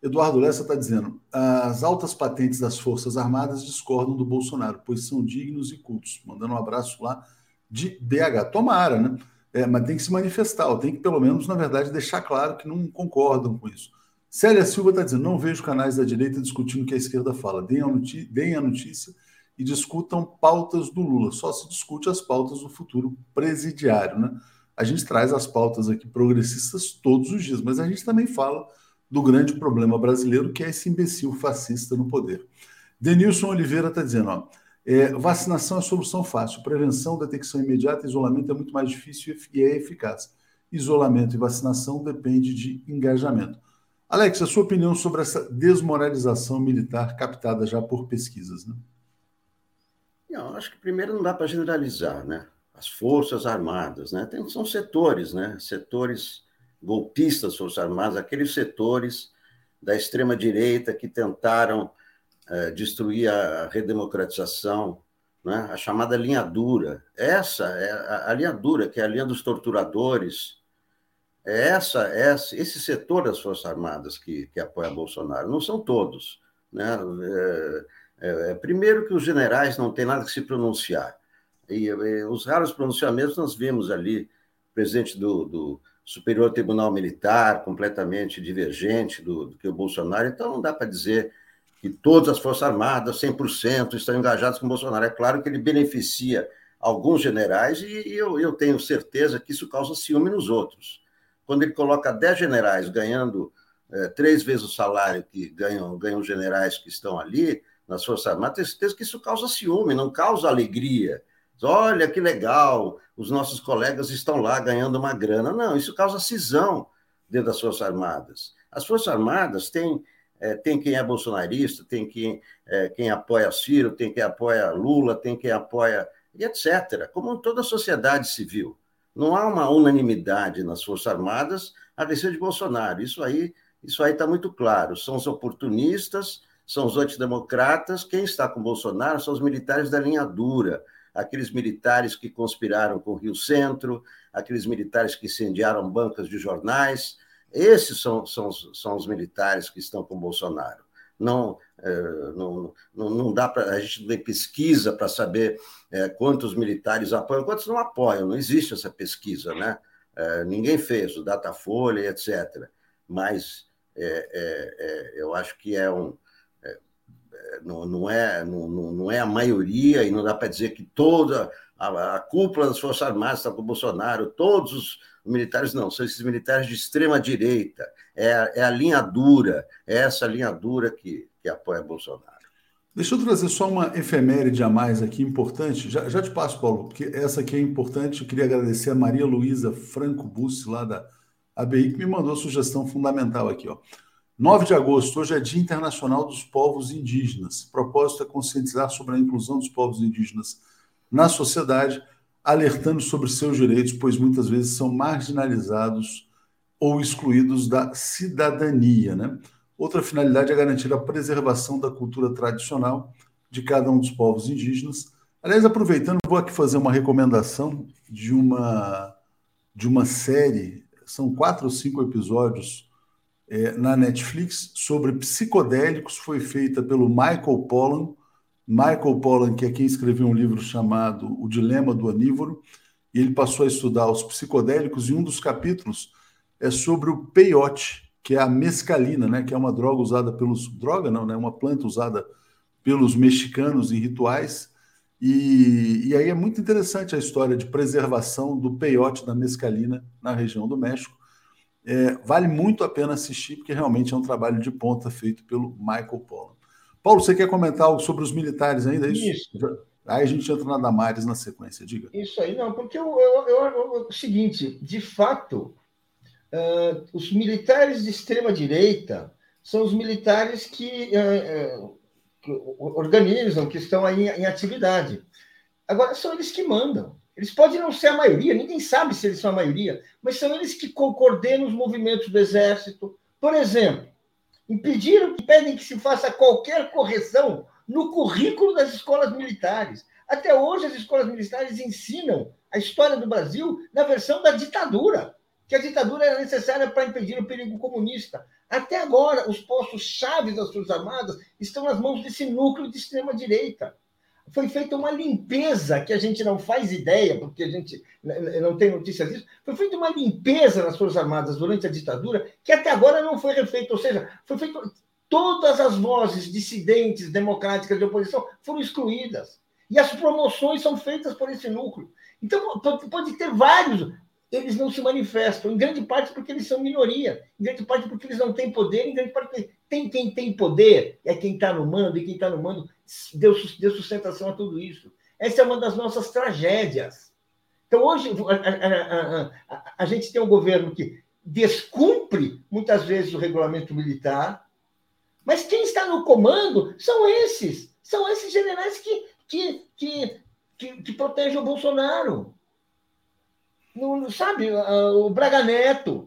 Eduardo Lessa está dizendo: as altas patentes das Forças Armadas discordam do Bolsonaro, pois são dignos e cultos. Mandando um abraço lá de BH. Tomara, né? Mas tem que se manifestar, tem que, pelo menos, na verdade, deixar claro que não concordam com isso. Célia Silva está dizendo: não vejo canais da direita discutindo o que a esquerda fala. Deem a notícia e discutam pautas do Lula. Só se discute as pautas do futuro presidiário, né? A gente traz as pautas aqui progressistas todos os dias, mas a gente também fala do grande problema brasileiro, que é esse imbecil fascista no poder. Denilson Oliveira está dizendo: vacinação é solução fácil, prevenção, detecção imediata, isolamento é muito mais difícil e é eficaz. Isolamento e vacinação depende de engajamento. Alex, a sua opinião sobre essa desmoralização militar captada já por pesquisas, né? Não, acho que primeiro não dá para generalizar, né? As Forças Armadas, né? São setores, né? Setores golpistas, Forças Armadas, aqueles setores da extrema-direita que tentaram destruir a redemocratização, né? A chamada linha dura. Essa é a linha dura, que é a linha dos torturadores. Esse setor das Forças Armadas que apoia Bolsonaro. Não são todos, né? Primeiro que os generais não têm nada que se pronunciar. E os raros pronunciamentos nós vimos ali, o presidente do Superior Tribunal Militar, completamente divergente do que o Bolsonaro. Então, não dá para dizer que todas as Forças Armadas, 100%, estão engajadas com o Bolsonaro. É claro que ele beneficia alguns generais e eu tenho certeza que isso causa ciúme nos outros. Quando ele coloca 10 generais ganhando 3 vezes o salário que ganham os generais que estão ali nas Forças Armadas, tenho certeza que isso causa ciúme, não causa alegria. Olha que legal, os nossos colegas estão lá ganhando uma grana. Não, isso causa cisão dentro das Forças Armadas. As Forças Armadas têm quem é bolsonarista, tem quem apoia Ciro, tem quem apoia Lula, tem quem apoia, e etc., como toda a sociedade civil. Não há uma unanimidade nas Forças Armadas a respeito de Bolsonaro. Isso aí está muito claro. São os oportunistas, são os antidemocratas. Quem está com Bolsonaro são os militares da linha dura, aqueles militares que conspiraram com o Rio Centro, aqueles militares que incendiaram bancas de jornais. Esses são os militares que estão com Bolsonaro. Não dá para a gente não tem pesquisa para saber quantos militares apoiam, quantos não apoiam. Não existe essa pesquisa, né? Ninguém fez, o Datafolha, etc. Mas eu acho que não é a maioria, e não dá para dizer que toda a cúpula das Forças Armadas está com o Bolsonaro, todos os militares não, são esses militares de extrema-direita, é a linha dura, é essa linha dura que apoia Bolsonaro. Deixa eu trazer só uma efeméride a mais aqui, importante, já te passo, Paulo, porque essa aqui é importante. Eu queria agradecer a Maria Luísa Franco Bussi, lá da ABI, que me mandou a sugestão fundamental aqui, ó. 9 de agosto, hoje é Dia Internacional dos Povos Indígenas. O propósito é conscientizar sobre a inclusão dos povos indígenas na sociedade, alertando sobre seus direitos, pois muitas vezes são marginalizados ou excluídos da cidadania, né? Outra finalidade é garantir a preservação da cultura tradicional de cada um dos povos indígenas. Aliás, aproveitando, vou aqui fazer uma recomendação de uma série, são 4 ou 5 episódios na Netflix, sobre psicodélicos, foi feita pelo Michael Pollan. Michael Pollan, que é quem escreveu um livro chamado O Dilema do Onívoro, e ele passou a estudar os psicodélicos, e um dos capítulos é sobre o peyote, que é a mescalina, né, que é uma droga usada uma planta usada pelos mexicanos em rituais, e aí é muito interessante a história de preservação do peyote, da mescalina, na região do México. Vale muito a pena assistir, porque realmente é um trabalho de ponta feito pelo Michael Pollan. Paulo, você quer comentar algo sobre os militares ainda? Isso. Aí a gente entra na Damares na sequência, diga. Isso aí, não, porque o seguinte, de fato, os militares de extrema-direita são os militares que organizam, que estão aí em atividade. Agora, são eles que mandam. Eles podem não ser a maioria, ninguém sabe se eles são a maioria, mas são eles que coordenam os movimentos do Exército. Por exemplo, pedem que se faça qualquer correção no currículo das escolas militares. Até hoje, as escolas militares ensinam a história do Brasil na versão da ditadura, que a ditadura era necessária para impedir o perigo comunista. Até agora, os postos-chave das Forças Armadas estão nas mãos desse núcleo de extrema-direita. Foi feita uma limpeza, que a gente não faz ideia, porque a gente não tem notícia disso. Foi feita uma limpeza nas Forças Armadas durante a ditadura, que até agora não foi refeita. Ou seja, foi feito, todas as vozes dissidentes, democráticas de oposição foram excluídas. E as promoções são feitas por esse núcleo. Então, pode ter vários. Eles não se manifestam, em grande parte porque eles são minoria, em grande parte porque eles não têm poder, em grande parte porque quem tem poder é quem está no mando, e quem está no mando deu sustentação a tudo isso. Essa é uma das nossas tragédias. Então, hoje, a gente tem um governo que descumpre, muitas vezes, o regulamento militar, mas quem está no comando são esses generais que protegem o Bolsonaro. Não, sabe, o Braga Neto.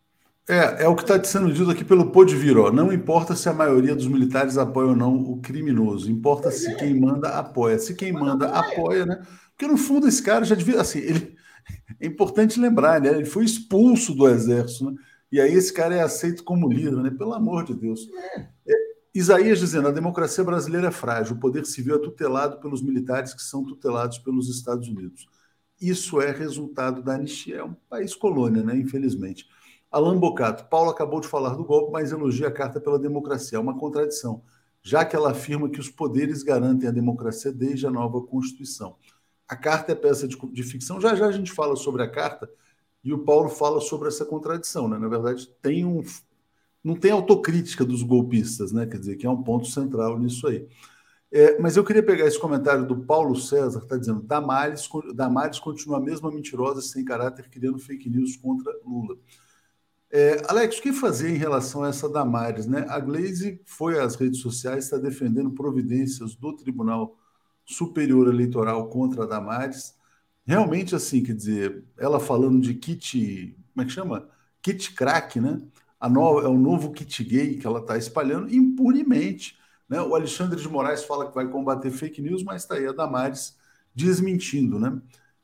É o que está sendo dito aqui pelo Pode Vir, ó. Não importa se a maioria dos militares apoia ou não o criminoso, importa se quem manda apoia. Se quem manda apoia, né? Porque no fundo esse cara já devia, assim, é importante lembrar, né? Ele foi expulso do exército, né? E aí esse cara é aceito como líder, né? Pelo amor de Deus. Isaías dizendo, a democracia brasileira é frágil, o poder civil é tutelado pelos militares que são tutelados pelos Estados Unidos. Isso é resultado da anistia. É um país colônia, né? Infelizmente. Alan Bocato, Paulo acabou de falar do golpe, mas elogia a Carta pela Democracia. É uma contradição, já que ela afirma que os poderes garantem a democracia desde a nova Constituição. A Carta é peça de ficção. Já já a gente fala sobre a Carta e o Paulo fala sobre essa contradição, né? Na verdade, não tem autocrítica dos golpistas, né? Quer dizer, que é um ponto central nisso aí. Mas eu queria pegar esse comentário do Paulo César, que está dizendo Damares continua a mesma mentirosa, sem caráter, criando fake news contra Lula. Alex, o que fazer em relação a essa Damares, né? A Glaze foi às redes sociais, está defendendo providências do Tribunal Superior Eleitoral contra a Damares. Realmente, assim, quer dizer, ela falando de kit, como é que chama? Kit crack, né? É o novo kit gay que ela está espalhando impunemente. Né? O Alexandre de Moraes fala que vai combater fake news, mas está aí a Damares desmentindo, né?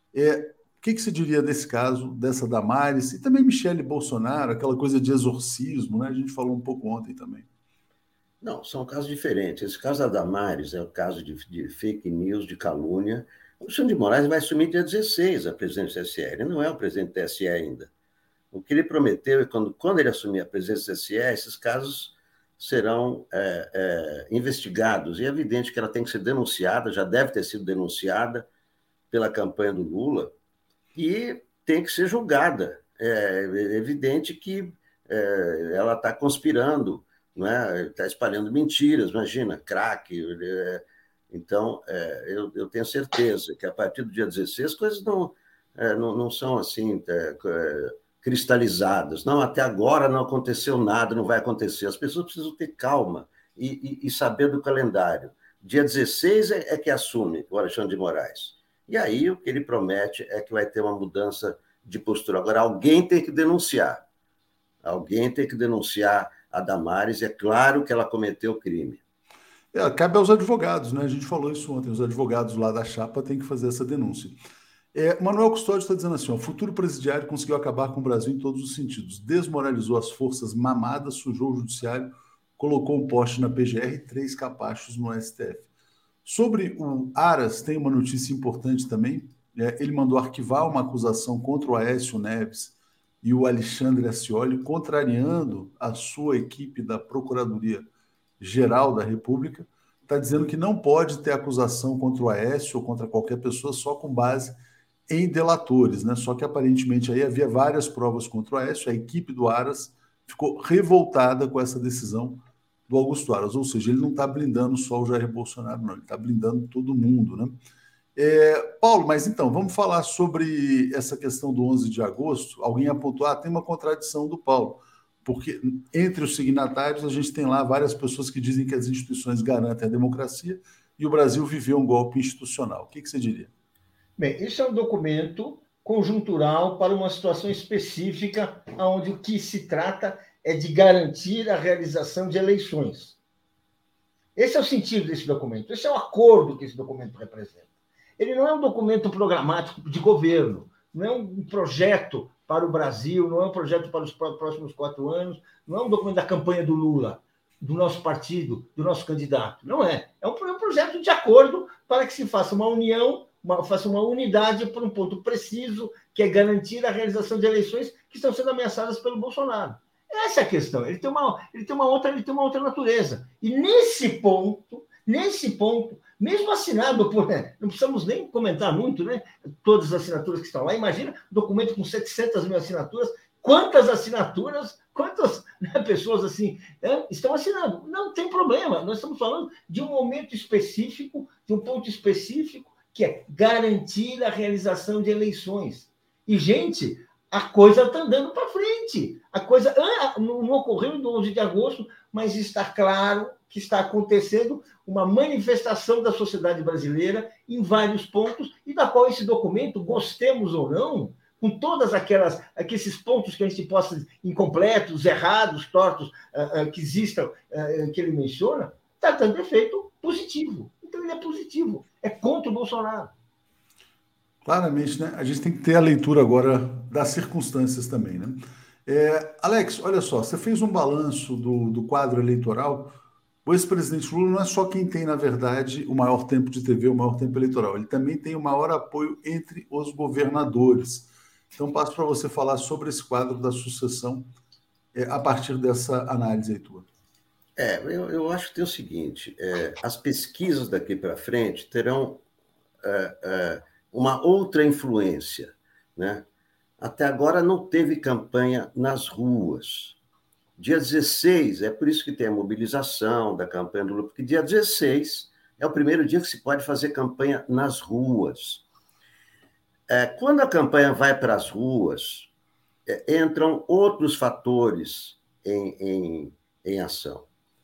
O que se diria desse caso, dessa Damares, e também Michele Bolsonaro, aquela coisa de exorcismo, né? A gente falou um pouco ontem também. Não, são casos diferentes. Esse caso da Damares é o caso de fake news, de calúnia. O Alexandre de Moraes vai assumir dia 16 a presidência do TSE. Ele não é o presidente do TSE ainda. O que ele prometeu é que quando ele assumir a presidência do TSE, esses casos serão investigados. E é evidente que ela tem que ser denunciada, já deve ter sido denunciada pela campanha do Lula, e tem que ser julgada. É evidente que ela está conspirando, está espalhando mentiras, imagina, crack. Então, eu tenho certeza que a partir do dia 16 as coisas não são assim cristalizadas. Não, até agora não aconteceu nada, não vai acontecer. As pessoas precisam ter calma e saber do calendário. Dia 16 é que assume o Alexandre de Moraes. E aí o que ele promete é que vai ter uma mudança de postura. Agora, alguém tem que denunciar. Alguém tem que denunciar a Damares. É claro que ela cometeu crime. Cabe aos advogados, né? A gente falou isso ontem. Os advogados lá da chapa têm que fazer essa denúncia. Manuel Custódio está dizendo assim, o futuro presidiário conseguiu acabar com o Brasil em todos os sentidos. Desmoralizou as forças mamadas, sujou o judiciário, colocou um poste na PGR e 3 capachos no STF. Sobre o Aras, tem uma notícia importante também. Ele mandou arquivar uma acusação contra o Aécio Neves e o Alexandre Ascioli, contrariando a sua equipe da Procuradoria-Geral da República. Está dizendo que não pode ter acusação contra o Aécio ou contra qualquer pessoa só com base em delatores, né? Só que aparentemente aí havia várias provas contra o Aécio, a equipe do Aras ficou revoltada com essa decisão do Augusto Aras, ou seja, ele não está blindando só o Jair Bolsonaro, não, ele está blindando todo mundo, né? Paulo, mas então, vamos falar sobre essa questão do 11 de agosto. Alguém apontou, tem uma contradição do Paulo, porque entre os signatários a gente tem lá várias pessoas que dizem que as instituições garantem a democracia e o Brasil viveu um golpe institucional. O que você diria? Bem, isso é um documento conjuntural para uma situação específica, onde o que se trata é de garantir a realização de eleições. Esse é o sentido desse documento, esse é o acordo que esse documento representa. Ele não é um documento programático de governo, não é um projeto para o Brasil, não é um projeto para os próximos 4 anos, não é um documento da campanha do Lula, do nosso partido, do nosso candidato. Não é. É um projeto de acordo para que se faça uma união, faça uma unidade para um ponto preciso, que é garantir a realização de eleições que estão sendo ameaçadas pelo Bolsonaro. Essa é a questão. Ele tem uma outra natureza. E nesse ponto, mesmo assinado por... Não precisamos nem comentar muito, né? Todas as assinaturas que estão lá. Imagina um documento com 700 mil assinaturas. Quantas assinaturas, quantas pessoas assim estão assinando? Não tem problema. Nós estamos falando de um momento específico, de um ponto específico, que é garantir a realização de eleições. E, gente, a coisa está andando para frente. A coisa não ocorreu no 11 de agosto, mas está claro que está acontecendo uma manifestação da sociedade brasileira em vários pontos, e da qual esse documento, gostemos ou não, com todas aqueles pontos que a gente possa, incompletos, errados, tortos, que existam, que ele menciona, está dando efeito positivo. Então, ele é positivo. É contra o Bolsonaro. Claramente, né? A gente tem que ter a leitura agora das circunstâncias também, né? Alex, olha só, você fez um balanço do quadro eleitoral. O ex-presidente Lula não é só quem tem, na verdade, o maior tempo de TV, o maior tempo eleitoral. Ele também tem o maior apoio entre os governadores. Então, passo para você falar sobre esse quadro da sucessão a partir dessa análise aí tua. Eu acho que tem o seguinte, as pesquisas daqui para frente terão uma outra influência, né? Até agora não teve campanha nas ruas. Dia 16, é por isso que tem a mobilização da campanha do Lula, porque dia 16 é o primeiro dia que se pode fazer campanha nas ruas. Quando a campanha vai para as ruas, entram outros fatores em ação.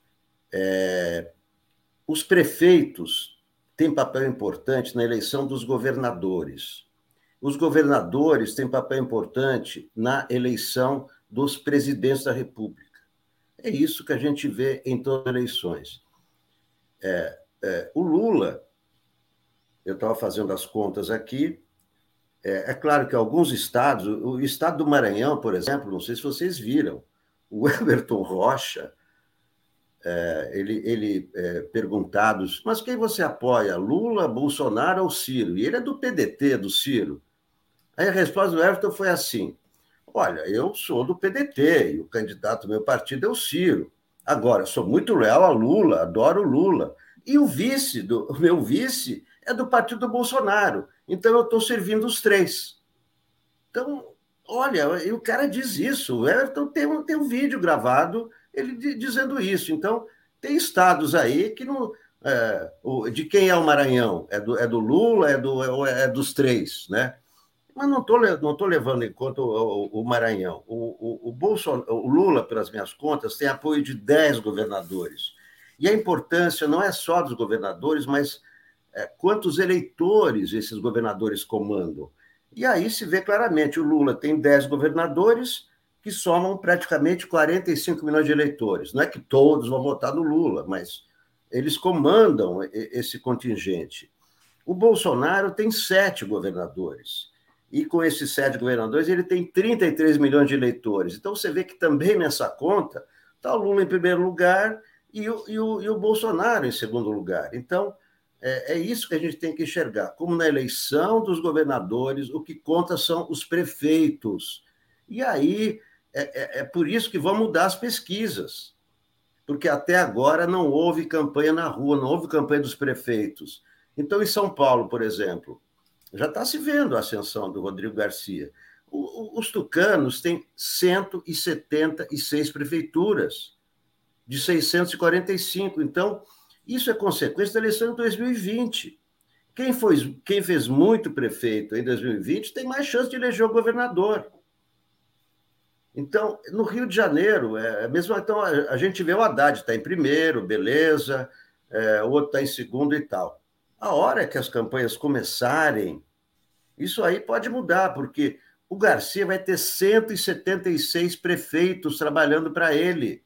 Os prefeitos têm papel importante na eleição dos governadores. Os governadores têm papel importante na eleição dos presidentes da República. É isso que a gente vê em todas as eleições. O Lula, eu estava fazendo as contas aqui, é claro que alguns estados, o estado do Maranhão, por exemplo, não sei se vocês viram, o Everton Rocha, ele perguntado, mas quem você apoia, Lula, Bolsonaro ou Ciro? E ele é do PDT, do Ciro. Aí a resposta do Everton foi assim, olha, eu sou do PDT e o candidato do meu partido é o Ciro. Agora, sou muito leal a Lula, adoro Lula. E o meu vice é do partido do Bolsonaro. Então, eu estou servindo os três. Então, olha, e o cara diz isso. O Everton tem um vídeo gravado ele dizendo isso. Então, tem estados aí que não... de quem é o Maranhão? É do Lula? É dos três, né? Mas não estou levando em conta o Maranhão. O Lula, pelas minhas contas, tem apoio de 10 governadores. E a importância não é só dos governadores, mas quantos eleitores esses governadores comandam. E aí se vê claramente, o Lula tem 10 governadores que somam praticamente 45 milhões de eleitores. Não é que todos vão votar no Lula, mas eles comandam esse contingente. O Bolsonaro tem 7 governadores. E com esses 7 governadores, ele tem 33 milhões de eleitores. Então, você vê que também nessa conta está o Lula em primeiro lugar e o Bolsonaro em segundo lugar. Então, é isso que a gente tem que enxergar. Como na eleição dos governadores, o que conta são os prefeitos. E aí, é por isso que vão mudar as pesquisas. Porque até agora não houve campanha na rua, não houve campanha dos prefeitos. Então, em São Paulo, por exemplo, já está se vendo a ascensão do Rodrigo Garcia. Os tucanos têm 176 prefeituras, de 645. Então, isso é consequência da eleição de 2020. Quem fez muito prefeito em 2020 tem mais chance de eleger o governador. Então, no Rio de Janeiro, então, a gente vê o Haddad está em primeiro, beleza, o outro está em segundo e tal. A hora que as campanhas começarem, isso aí pode mudar, porque o Garcia vai ter 176 prefeitos trabalhando para ele.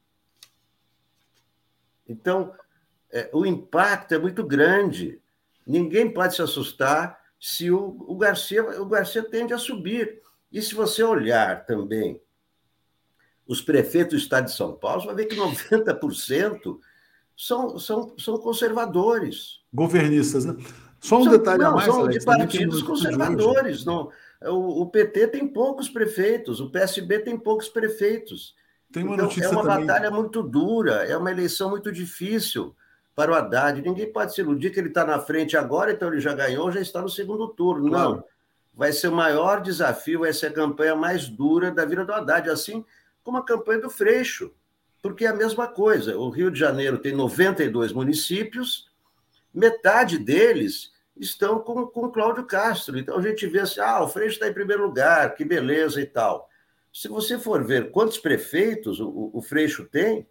Então, o impacto é muito grande. Ninguém pode se assustar se o Garcia tende a subir. E se você olhar também os prefeitos do estado de São Paulo, você vai ver que 90% são conservadores. Governistas, né? Só um detalhe a mais, são Alex, de também tem partidos uma notícia de hoje. conservadores. Não, o PT tem poucos prefeitos, o PSB tem poucos prefeitos. Tem uma então, notícia é uma também. batalha muito dura, é uma eleição muito difícil para o Haddad. Ninguém pode se iludir que ele está na frente agora, então ele já ganhou, já está no segundo turno. Claro. Não. Vai ser o maior desafio, vai ser a campanha mais dura da vida do Haddad, assim como a campanha do Freixo, porque é a mesma coisa. O Rio de Janeiro tem 92 municípios, metade deles estão com o Cláudio Castro. Então a gente vê assim, o Freixo está em primeiro lugar, que beleza e tal. Se você for ver quantos prefeitos o Freixo tem,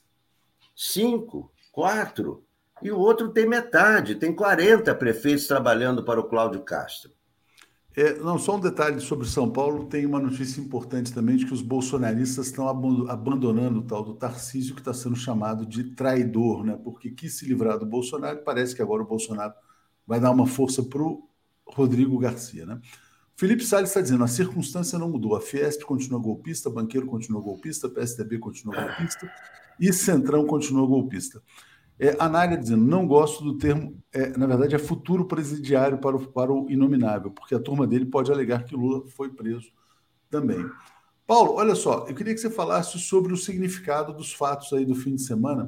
5, 4, e o outro tem metade, tem 40 prefeitos trabalhando para o Cláudio Castro. Não, só um detalhe sobre São Paulo, tem uma notícia importante também de que os bolsonaristas estão abandonando o tal do Tarcísio, que está sendo chamado de traidor, né? Porque quis se livrar do Bolsonaro e parece que agora o Bolsonaro vai dar uma força para o Rodrigo Garcia, né? Felipe Salles está dizendo, a circunstância não mudou, a Fiesp continua golpista, Banqueiro continua golpista, PSDB continua golpista e Centrão continua golpista. A Nália dizendo, não gosto do termo, na verdade é futuro presidiário para o inominável, porque a turma dele pode alegar que Lula foi preso também. Paulo, olha só, eu queria que você falasse sobre o significado dos fatos aí do fim de semana,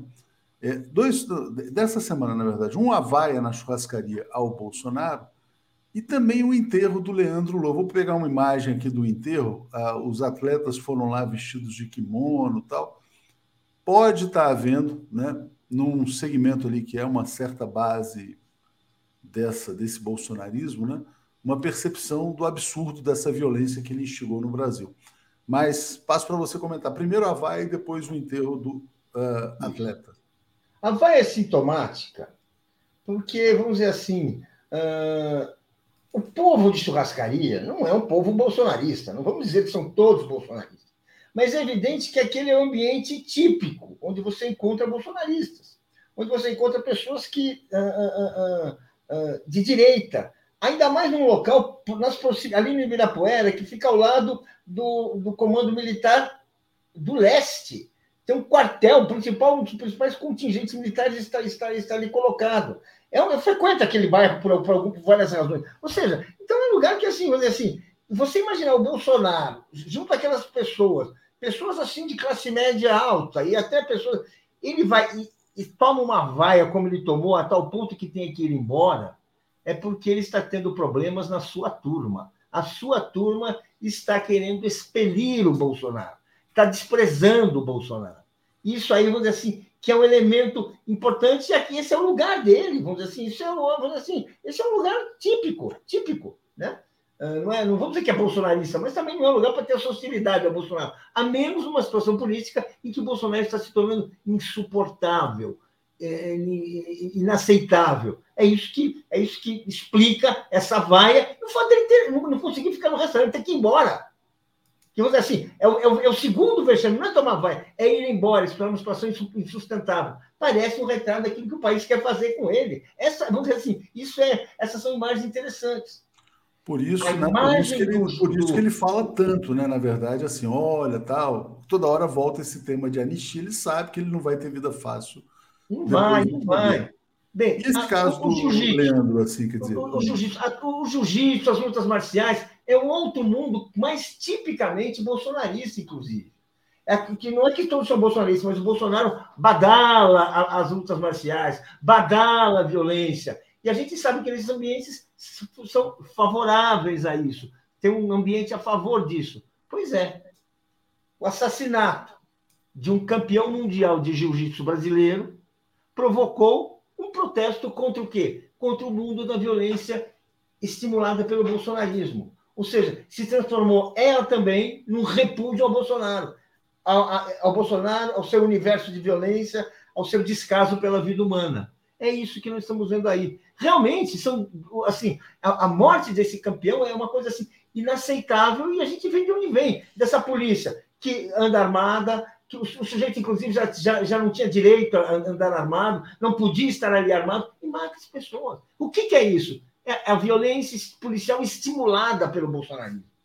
dessa semana, na verdade, uma vaia na churrascaria ao Bolsonaro e também o enterro do Leandro Lula. Vou pegar uma imagem aqui do enterro, os atletas foram lá vestidos de kimono e tal, pode estar havendo, né, num segmento ali que é uma certa base desse bolsonarismo, né, uma percepção do absurdo dessa violência que ele instigou no Brasil. Mas passo para você comentar. Primeiro a vaia e depois o enterro do atleta. A vaia é sintomática porque, vamos dizer assim, o povo de churrascaria não é um povo bolsonarista. Não vamos dizer que são todos bolsonaristas. Mas é evidente que aquele é um ambiente típico, onde você encontra bolsonaristas, onde você encontra pessoas que de direita, ainda mais num local, ali no Ibirapuera, que fica ao lado do Comando Militar do Leste. Tem um quartel, um dos principais contingentes militares está ali colocado. Eu frequento aquele bairro por várias razões. Ou seja, então é um lugar que, assim, vamos dizer assim, você imaginar o Bolsonaro, junto àquelas pessoas assim de classe média alta, e até pessoas. Ele vai e toma uma vaia como ele tomou, a tal ponto que tem que ir embora, é porque ele está tendo problemas na sua turma. A sua turma está querendo expelir o Bolsonaro, está desprezando o Bolsonaro. Isso aí, vamos dizer assim, que é um elemento importante, e aqui esse é o lugar dele, vamos dizer assim, esse é um lugar típico, né? Não vamos dizer que é bolsonarista, mas também não é um lugar para ter essa hostilidade ao Bolsonaro, a menos uma situação política em que o Bolsonaro está se tornando insuportável, inaceitável. É isso que explica essa vaia, e o fato dele não conseguir ficar no restaurante, ter que ir embora. Que, vamos dizer assim, é o segundo vexame, não é tomar vaia, é ir embora, isso é uma situação insustentável. Parece um retrato daquilo que o país quer fazer com ele. Vamos dizer assim, essas são imagens interessantes. Por isso que ele fala tanto, né? Na verdade, assim, olha, tal, toda hora volta esse tema de anistia, ele sabe que ele não vai ter vida fácil. Não vai. Bem, e esse caso do Leandro, assim, quer dizer... O jiu-jitsu, as lutas marciais, é um outro mundo mais tipicamente bolsonarista, inclusive. Que não é que todos são bolsonaristas, mas o Bolsonaro badala as lutas marciais, badala a violência. E a gente sabe que esses ambientes são favoráveis a isso. Tem um ambiente a favor disso. Pois é. O assassinato de um campeão mundial de jiu-jitsu brasileiro provocou um protesto contra o quê? Contra o mundo da violência estimulada pelo bolsonarismo. Ou seja, se transformou ela também num repúdio ao Bolsonaro. Ao Bolsonaro, ao seu universo de violência, ao seu descaso pela vida humana. É isso que nós estamos vendo aí. Realmente, a morte desse campeão é uma coisa assim, inaceitável, e a gente vê de onde vem, dessa polícia que anda armada, que o sujeito, inclusive, já não tinha direito a andar armado, não podia estar ali armado, e mata as pessoas. O que é isso? É a violência policial estimulada pelo bolsonarismo.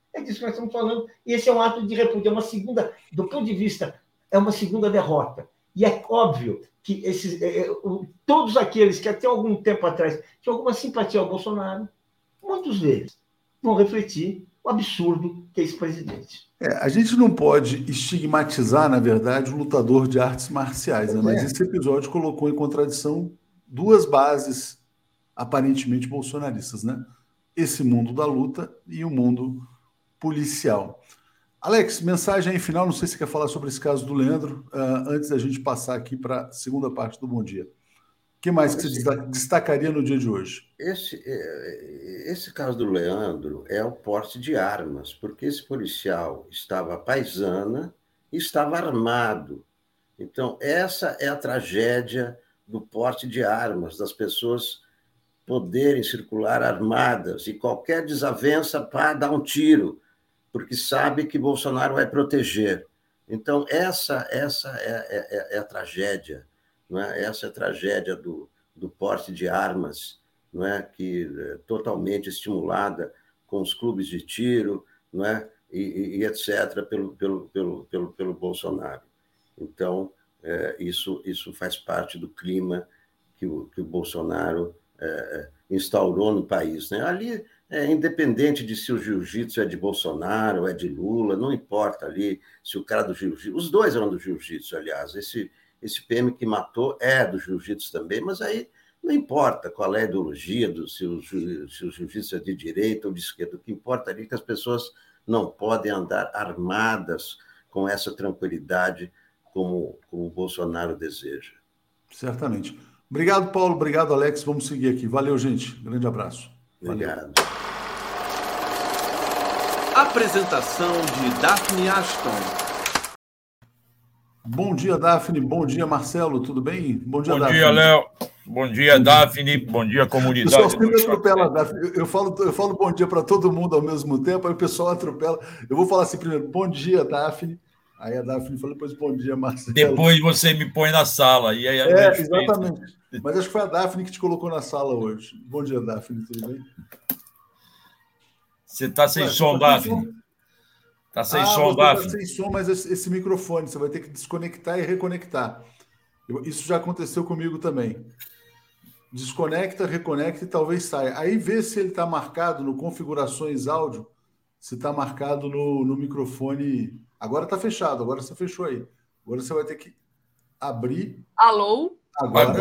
É disso que nós estamos falando. E esse é um ato de repúdio, é uma segunda, do ponto de vista, é uma segunda derrota. E é óbvio que todos aqueles que até algum tempo atrás tinham alguma simpatia ao Bolsonaro, muitos deles vão refletir o absurdo que é esse presidente. A gente não pode estigmatizar, na verdade, o lutador de artes marciais, né? Mas esse episódio colocou em contradição duas bases aparentemente bolsonaristas, né? Esse mundo da luta e o mundo policial. Alex, mensagem aí final, não sei se você quer falar sobre esse caso do Leandro, antes da gente passar aqui para a segunda parte do Bom Dia. O que mais que você destacaria no dia de hoje? Esse caso do Leandro é o porte de armas, porque esse policial estava à paisana e estava armado. Então, essa é a tragédia do porte de armas, das pessoas poderem circular armadas e qualquer desavença para dar um tiro, porque sabe que Bolsonaro vai proteger. Então, essa é a tragédia. Não é? Essa é a tragédia do porte de armas, não é? Que é totalmente estimulada com os clubes de tiro, não é? e etc., pelo Bolsonaro. Então, isso faz parte do clima que o Bolsonaro instaurou no país. Né? Ali, independente de se o jiu-jitsu é de Bolsonaro, é de Lula, não importa ali se o cara do jiu-jitsu... Os dois eram do jiu-jitsu, aliás. Esse PM que matou é do jiu-jitsu também, mas aí não importa qual é a ideologia, se o jiu-jitsu é de direita ou de esquerda. O que importa ali é que as pessoas não podem andar armadas com essa tranquilidade como o Bolsonaro deseja. Certamente. Obrigado, Paulo. Obrigado, Alex. Vamos seguir aqui. Valeu, gente. Grande abraço. Obrigado. Valeu. Apresentação de Daphne Ashton. Bom dia, Daphne. Bom dia, Marcelo. Tudo bem? Bom dia, Daphne. Bom dia, Léo. Bom dia, Daphne. Bom dia, comunidade. O pessoal sempre atropela, Daphne. Eu falo bom dia para todo mundo ao mesmo tempo, aí o pessoal atropela. Eu vou falar assim primeiro, bom dia, Daphne. Aí a Daphne fala depois, bom dia, Marcelo. Depois você me põe na sala. E aí exatamente. Mas acho que foi a Daphne que te colocou na sala hoje. Bom dia, Daphne. Tudo bem? Você está sem som, Daphne. Está sem som, Daphne. Está sem som, mas esse microfone, você vai ter que desconectar e reconectar. Isso já aconteceu comigo também. Desconecta, reconecta e talvez saia. Aí vê se ele está marcado no configurações áudio, se está marcado no microfone. Agora está fechado, agora você fechou aí. Agora você vai ter que abrir. Alô? Agora.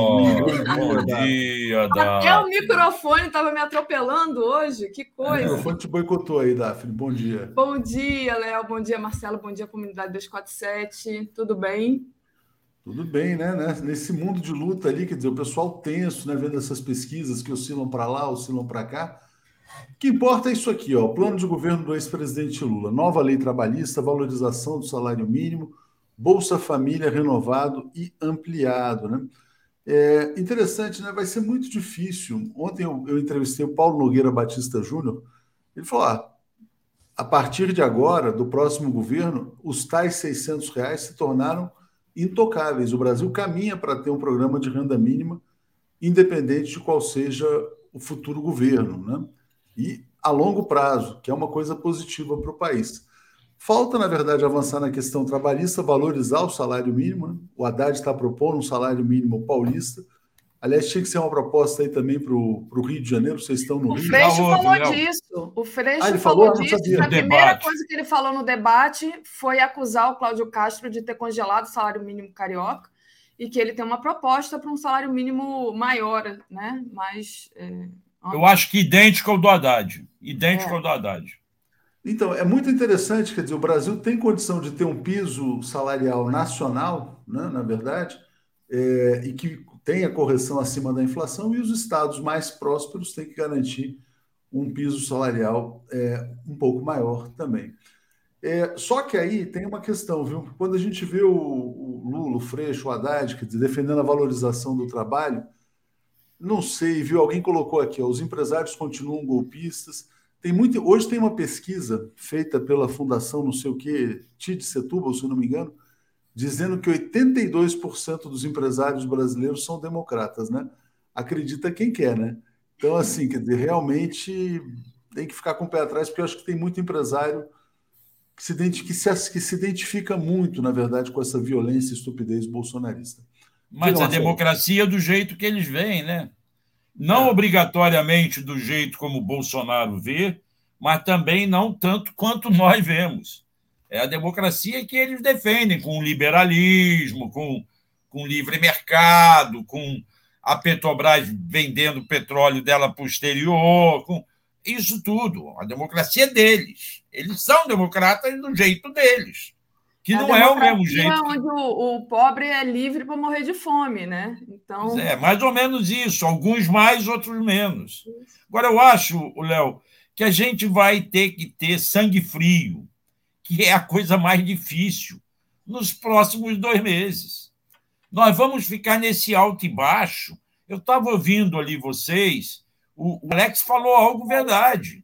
Bom dia, Daphne. Até o microfone estava me atropelando hoje, que coisa. O microfone te boicotou aí, Daphne. Bom dia. Bom dia, Léo. Bom dia, Marcelo. Bom dia, comunidade 247. Tudo bem? Tudo bem, né? Nesse mundo de luta ali, quer dizer, o pessoal tenso, né? Vendo essas pesquisas que oscilam para lá, oscilam para cá. O que importa é isso aqui, ó, o plano de governo do ex-presidente Lula, nova lei trabalhista, valorização do salário mínimo, Bolsa Família renovado e ampliado, né? Interessante, né? Vai ser muito difícil. Ontem eu entrevistei o Paulo Nogueira Batista Júnior, ele falou, a partir de agora, do próximo governo, os tais R$600 se tornaram intocáveis. O Brasil caminha para ter um programa de renda mínima, independente de qual seja o futuro governo, né? E a longo prazo, que é uma coisa positiva para o país. Falta, na verdade, avançar na questão trabalhista, valorizar o salário mínimo, né? O Haddad está propondo um salário mínimo paulista. Aliás, tinha que ser uma proposta aí também para o Rio de Janeiro, vocês estão no Rio. O Freixo falou disso. O Freixo falou disso. A primeira coisa que ele falou no debate foi acusar o Cláudio Castro de ter congelado o salário mínimo carioca e que ele tem uma proposta para um salário mínimo maior, né? Mas... Eu acho que idêntico ao do Haddad. Idêntico ao do Haddad. Então, é muito interessante, quer dizer, o Brasil tem condição de ter um piso salarial nacional, né, na verdade, e que tenha correção acima da inflação, e os estados mais prósperos têm que garantir um piso salarial um pouco maior também. Só que aí tem uma questão, viu? Quando a gente vê o Lula, o Freixo, o Haddad, quer dizer, defendendo a valorização do trabalho, não sei, viu? Alguém colocou aqui, ó, os empresários continuam golpistas. Hoje tem uma pesquisa feita pela Fundação não sei o quê, TID Setúbal, se eu não me engano, dizendo que 82% dos empresários brasileiros são democratas, né? Acredita quem quer, né? Então, assim, quer dizer, realmente tem que ficar com o pé atrás, porque eu acho que tem muito empresário que se identifica muito, na verdade, com essa violência e estupidez bolsonarista. Mas a democracia é do jeito que eles veem, né? Não obrigatoriamente do jeito como o Bolsonaro vê, mas também não tanto quanto nós vemos. É a democracia que eles defendem, com liberalismo, com livre mercado, com a Petrobras vendendo petróleo dela para o exterior, com isso tudo. A democracia é deles. Eles são democratas do jeito deles, que não é o mesmo jeito. Onde o pobre é livre para morrer de fome, né? Então... mais ou menos isso. Alguns mais, outros menos. Agora, eu acho, Léo, que a gente vai ter que ter sangue frio, que é a coisa mais difícil, nos próximos 2 meses. Nós vamos ficar nesse alto e baixo. Eu estava ouvindo ali vocês, o Alex falou algo verdade.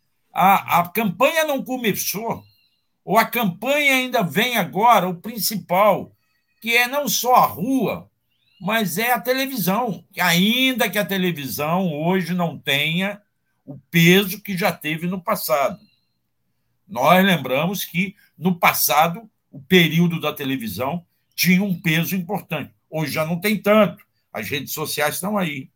A campanha não começou, ou a campanha ainda vem agora, o principal, que é não só a rua, mas é a televisão. Ainda que a televisão hoje não tenha o peso que já teve no passado. Nós lembramos que, no passado, o período da televisão tinha um peso importante. Hoje já não tem tanto. As redes sociais estão aí.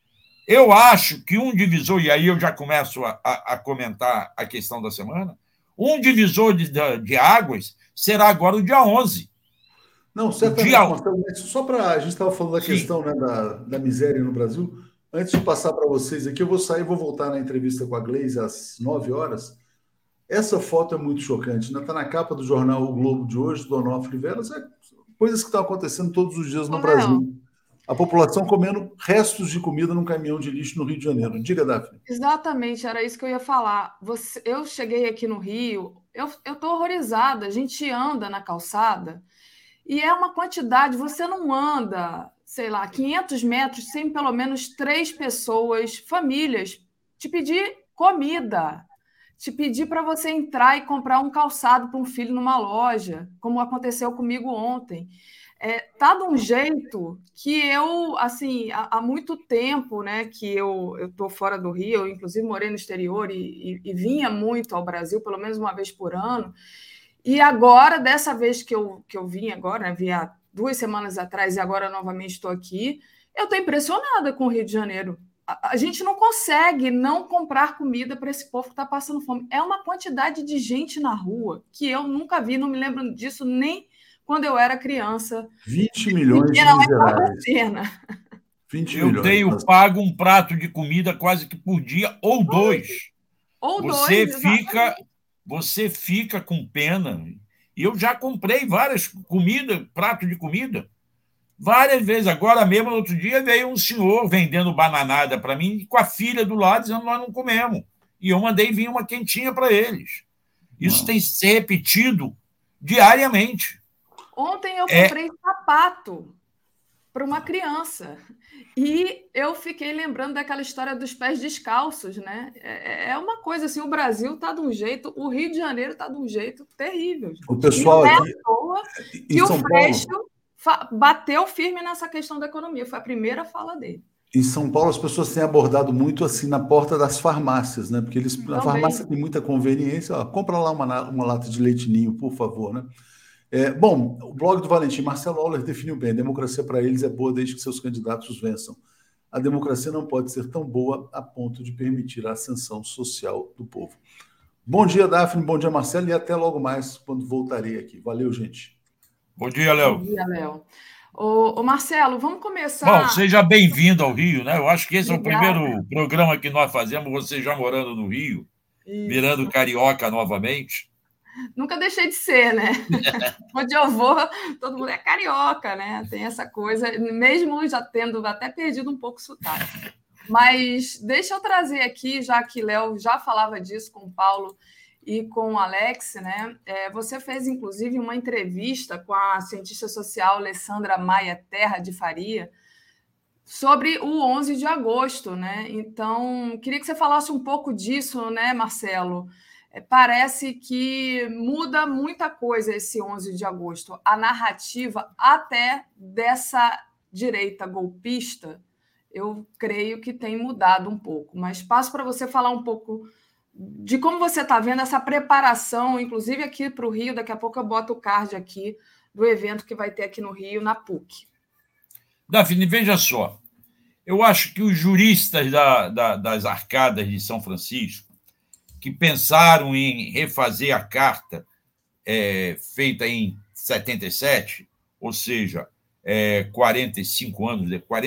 Eu acho que um divisor, e aí eu já começo a comentar a questão da semana, um divisor de águas será agora o dia 11. Não, certamente, só para... A gente estava falando da questão, né, da miséria no Brasil. Antes de passar para vocês aqui, eu vou sair e vou voltar na entrevista com a Gleisi às 9 horas. Essa foto é muito chocante, né? Está na capa do jornal O Globo de hoje, do Onofre Veras. Coisas que estão acontecendo todos os dias no Brasil. A população comendo restos de comida num caminhão de lixo no Rio de Janeiro. Diga, Daphne. Exatamente, era isso que eu ia falar. Eu cheguei aqui no Rio, eu estou horrorizada. A gente anda na calçada e é uma quantidade, você não anda, sei lá, 500 metros sem pelo menos 3 pessoas, famílias, te pedir comida, te pedir para você entrar e comprar um calçado para um filho numa loja, como aconteceu comigo ontem. Tá de um jeito que eu, assim, há muito tempo, né, que eu estou fora do Rio, eu inclusive morei no exterior e vinha muito ao Brasil, pelo menos uma vez por ano, e agora, dessa vez que eu vim agora, né, vi há 2 semanas atrás e agora novamente estou aqui, eu estou impressionada com o Rio de Janeiro. A gente não consegue não comprar comida para esse povo que está passando fome. É uma quantidade de gente na rua que eu nunca vi, não me lembro disso nem quando eu era criança. 20 milhões de miseráveis. 20 milhões. Eu tenho pago um prato de comida quase que por dia, ou 2. Ou Você fica com pena. Eu já comprei várias prato de comida, várias vezes. Agora mesmo, no outro dia, veio um senhor vendendo bananada para mim, com a filha do lado, dizendo que nós não comemos. E eu mandei vir uma quentinha para eles. Isso tem que ser repetido diariamente. Ontem eu comprei sapato para uma criança e eu fiquei lembrando daquela história dos pés descalços, né? É uma coisa assim, o Brasil está de um jeito, o Rio de Janeiro está de um jeito terrível. O pessoal aqui, não é à toa que o Freixo bateu firme nessa questão da economia, foi a primeira fala dele. Em São Paulo, as pessoas têm abordado muito assim na porta das farmácias, né? Porque a farmácia tem muita conveniência. Ó, compra lá uma lata de leite ninho, por favor, né? Bom, o blog do Valentim, Marcelo Auler definiu bem: a democracia para eles é boa desde que seus candidatos vençam. A democracia não pode ser tão boa a ponto de permitir a ascensão social do povo. Bom dia, Daphne, bom dia, Marcelo, e até logo mais, quando voltarei aqui. Valeu, gente. Bom dia, Léo. Bom dia, Léo. Ô, Marcelo, vamos começar... Bom, seja bem-vindo ao Rio, né? Eu acho que esse é o primeiro programa que nós fazemos, você já morando no Rio, virando carioca novamente. Nunca deixei de ser, né? Onde eu vou, todo mundo é carioca, né? Tem essa coisa, mesmo já tendo até perdido um pouco o sotaque. Mas deixa eu trazer aqui, já que Léo já falava disso com o Paulo e com o Alex, né? Você fez, inclusive, uma entrevista com a cientista social Alessandra Maia Terra de Faria sobre o 11 de agosto, né? Então, queria que você falasse um pouco disso, né, Marcelo? Parece que muda muita coisa esse 11 de agosto. A narrativa até dessa direita golpista, eu creio que tem mudado um pouco. Mas passo para você falar um pouco de como você está vendo essa preparação, inclusive aqui para o Rio. Daqui a pouco eu boto o card aqui do evento que vai ter aqui no Rio, na PUC. Daphne, veja só. Eu acho que os juristas das arcadas de São Francisco, que pensaram em refazer a carta feita em 77, ou seja, 45 anos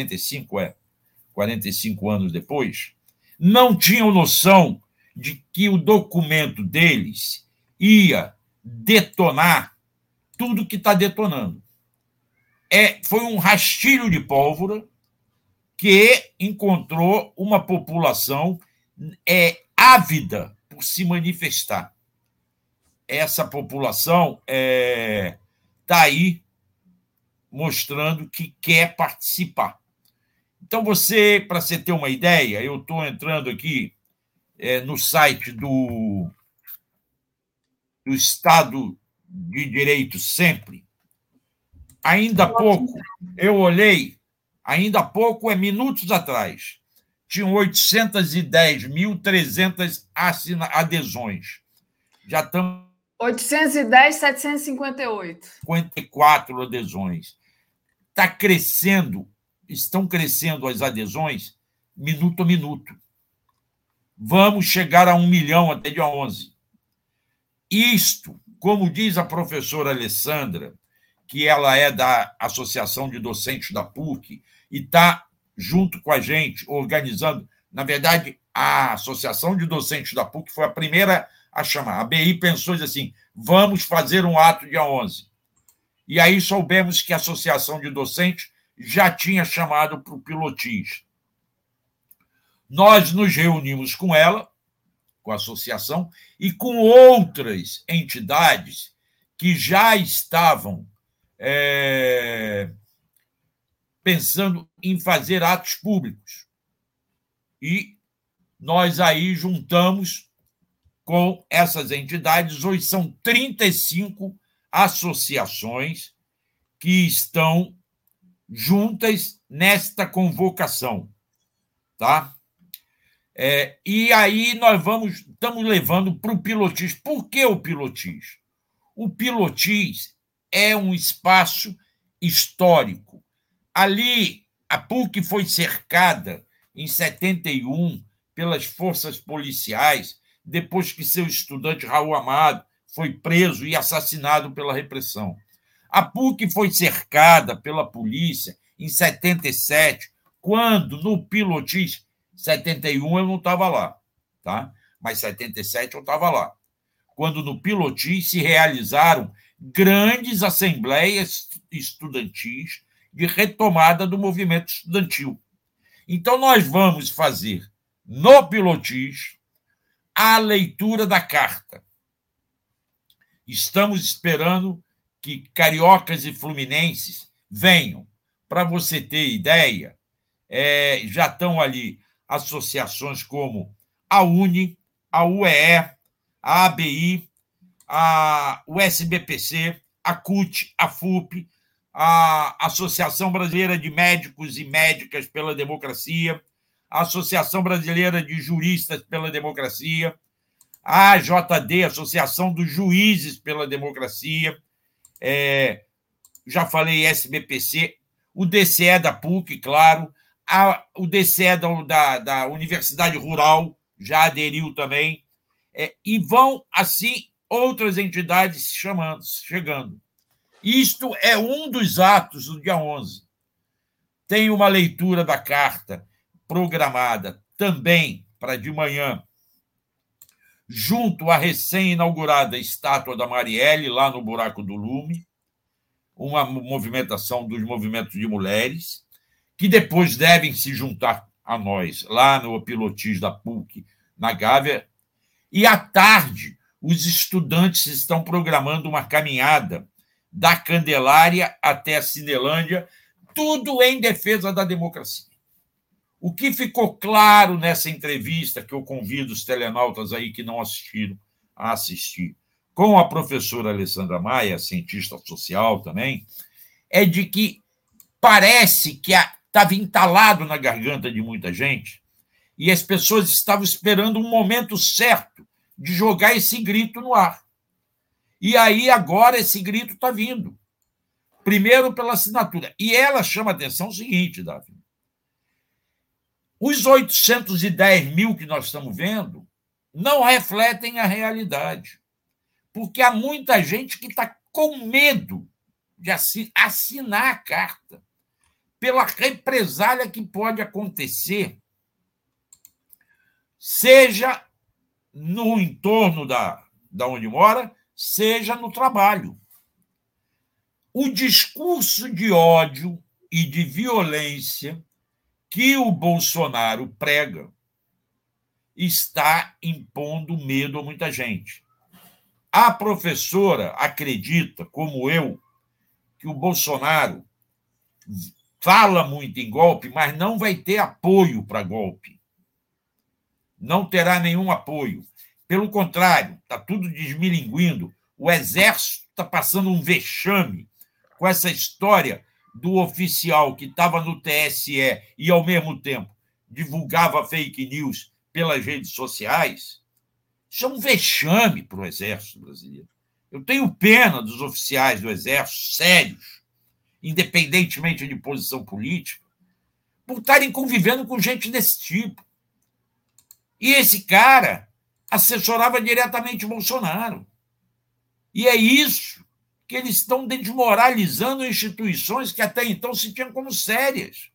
depois, não tinham noção de que o documento deles ia detonar tudo que está detonando. Foi um rastilho de pólvora que encontrou uma população ávida por se manifestar. Essa população está aí mostrando que quer participar. Então, para você ter uma ideia, eu estou entrando aqui no site do Estado de Direito Sempre. Ainda há pouco, eu olhei, minutos atrás, tinham 810.300 adesões. Já estamos... 810.758. 54 adesões. Estão crescendo as adesões minuto a minuto. Vamos chegar a 1 milhão até dia 11. Isto, como diz a professora Alessandra, que ela é da Associação de Docentes da PUC e está junto com a gente organizando. Na verdade, a Associação de Docentes da PUC foi a primeira a chamar. A BI pensou assim, vamos fazer um ato dia 11. E aí soubemos que a Associação de Docentes já tinha chamado para o pilotis. Nós nos reunimos com ela, com a associação, e com outras entidades que já estavam pensando em fazer atos públicos. E nós aí juntamos com essas entidades. Hoje são 35 associações que estão juntas nesta convocação, tá? E aí nós estamos levando para o pilotis. Por que o pilotis? O pilotis é um espaço histórico. Ali, a PUC foi cercada em 71 pelas forças policiais, depois que seu estudante Raul Amado foi preso e assassinado pela repressão. A PUC foi cercada pela polícia em 77, quando no pilotis, 71 eu não estava lá, tá? Mas 77 eu estava lá. Quando no pilotis se realizaram grandes assembleias estudantis de retomada do movimento estudantil. Então, nós vamos fazer no pilotis a leitura da carta. Estamos esperando que cariocas e fluminenses venham. Para você ter ideia, já estão ali associações como a UNE, a UEE, a ABI, o SBPC, a CUT, a FUP, a Associação Brasileira de Médicos e Médicas pela Democracia, a Associação Brasileira de Juristas pela Democracia, a AJD, Associação dos Juízes pela Democracia, já falei SBPC, o DCE da PUC, claro, o DCE da Universidade Rural já aderiu também, e vão, assim, outras entidades chegando. Isto é um dos atos do dia 11. Tem uma leitura da carta programada também para de manhã, junto à recém-inaugurada estátua da Marielle, lá no Buraco do Lume, uma movimentação dos movimentos de mulheres, que depois devem se juntar a nós, lá no pilotis da PUC, na Gávea. E, à tarde, os estudantes estão programando uma caminhada da Candelária até a Cinelândia, tudo em defesa da democracia. O que ficou claro nessa entrevista, que eu convido os telenautas aí que não assistiram a assistir, com a professora Alessandra Maia, cientista social também, é de que parece que estava entalado na garganta de muita gente e as pessoas estavam esperando um momento certo de jogar esse grito no ar. E aí, agora, esse grito está vindo. Primeiro, pela assinatura. E ela chama a atenção o seguinte, Davi. Os 810 mil que nós estamos vendo não refletem a realidade. Porque há muita gente que está com medo de assinar a carta pela represália que pode acontecer, seja no entorno da onde mora, seja no trabalho. O discurso de ódio e de violência que o Bolsonaro prega está impondo medo a muita gente. A professora acredita, como eu, que o Bolsonaro fala muito em golpe, mas não vai ter apoio para golpe. Não terá nenhum apoio. Pelo contrário, está tudo desmilinguindo. O Exército está passando um vexame com essa história do oficial que estava no TSE e, ao mesmo tempo, divulgava fake news pelas redes sociais. Isso é um vexame para o Exército brasileiro. Eu tenho pena dos oficiais do Exército, sérios, independentemente de posição política, por estarem convivendo com gente desse tipo. E esse cara assessorava diretamente o Bolsonaro. E é isso que eles estão desmoralizando instituições que até então se tinham como sérias.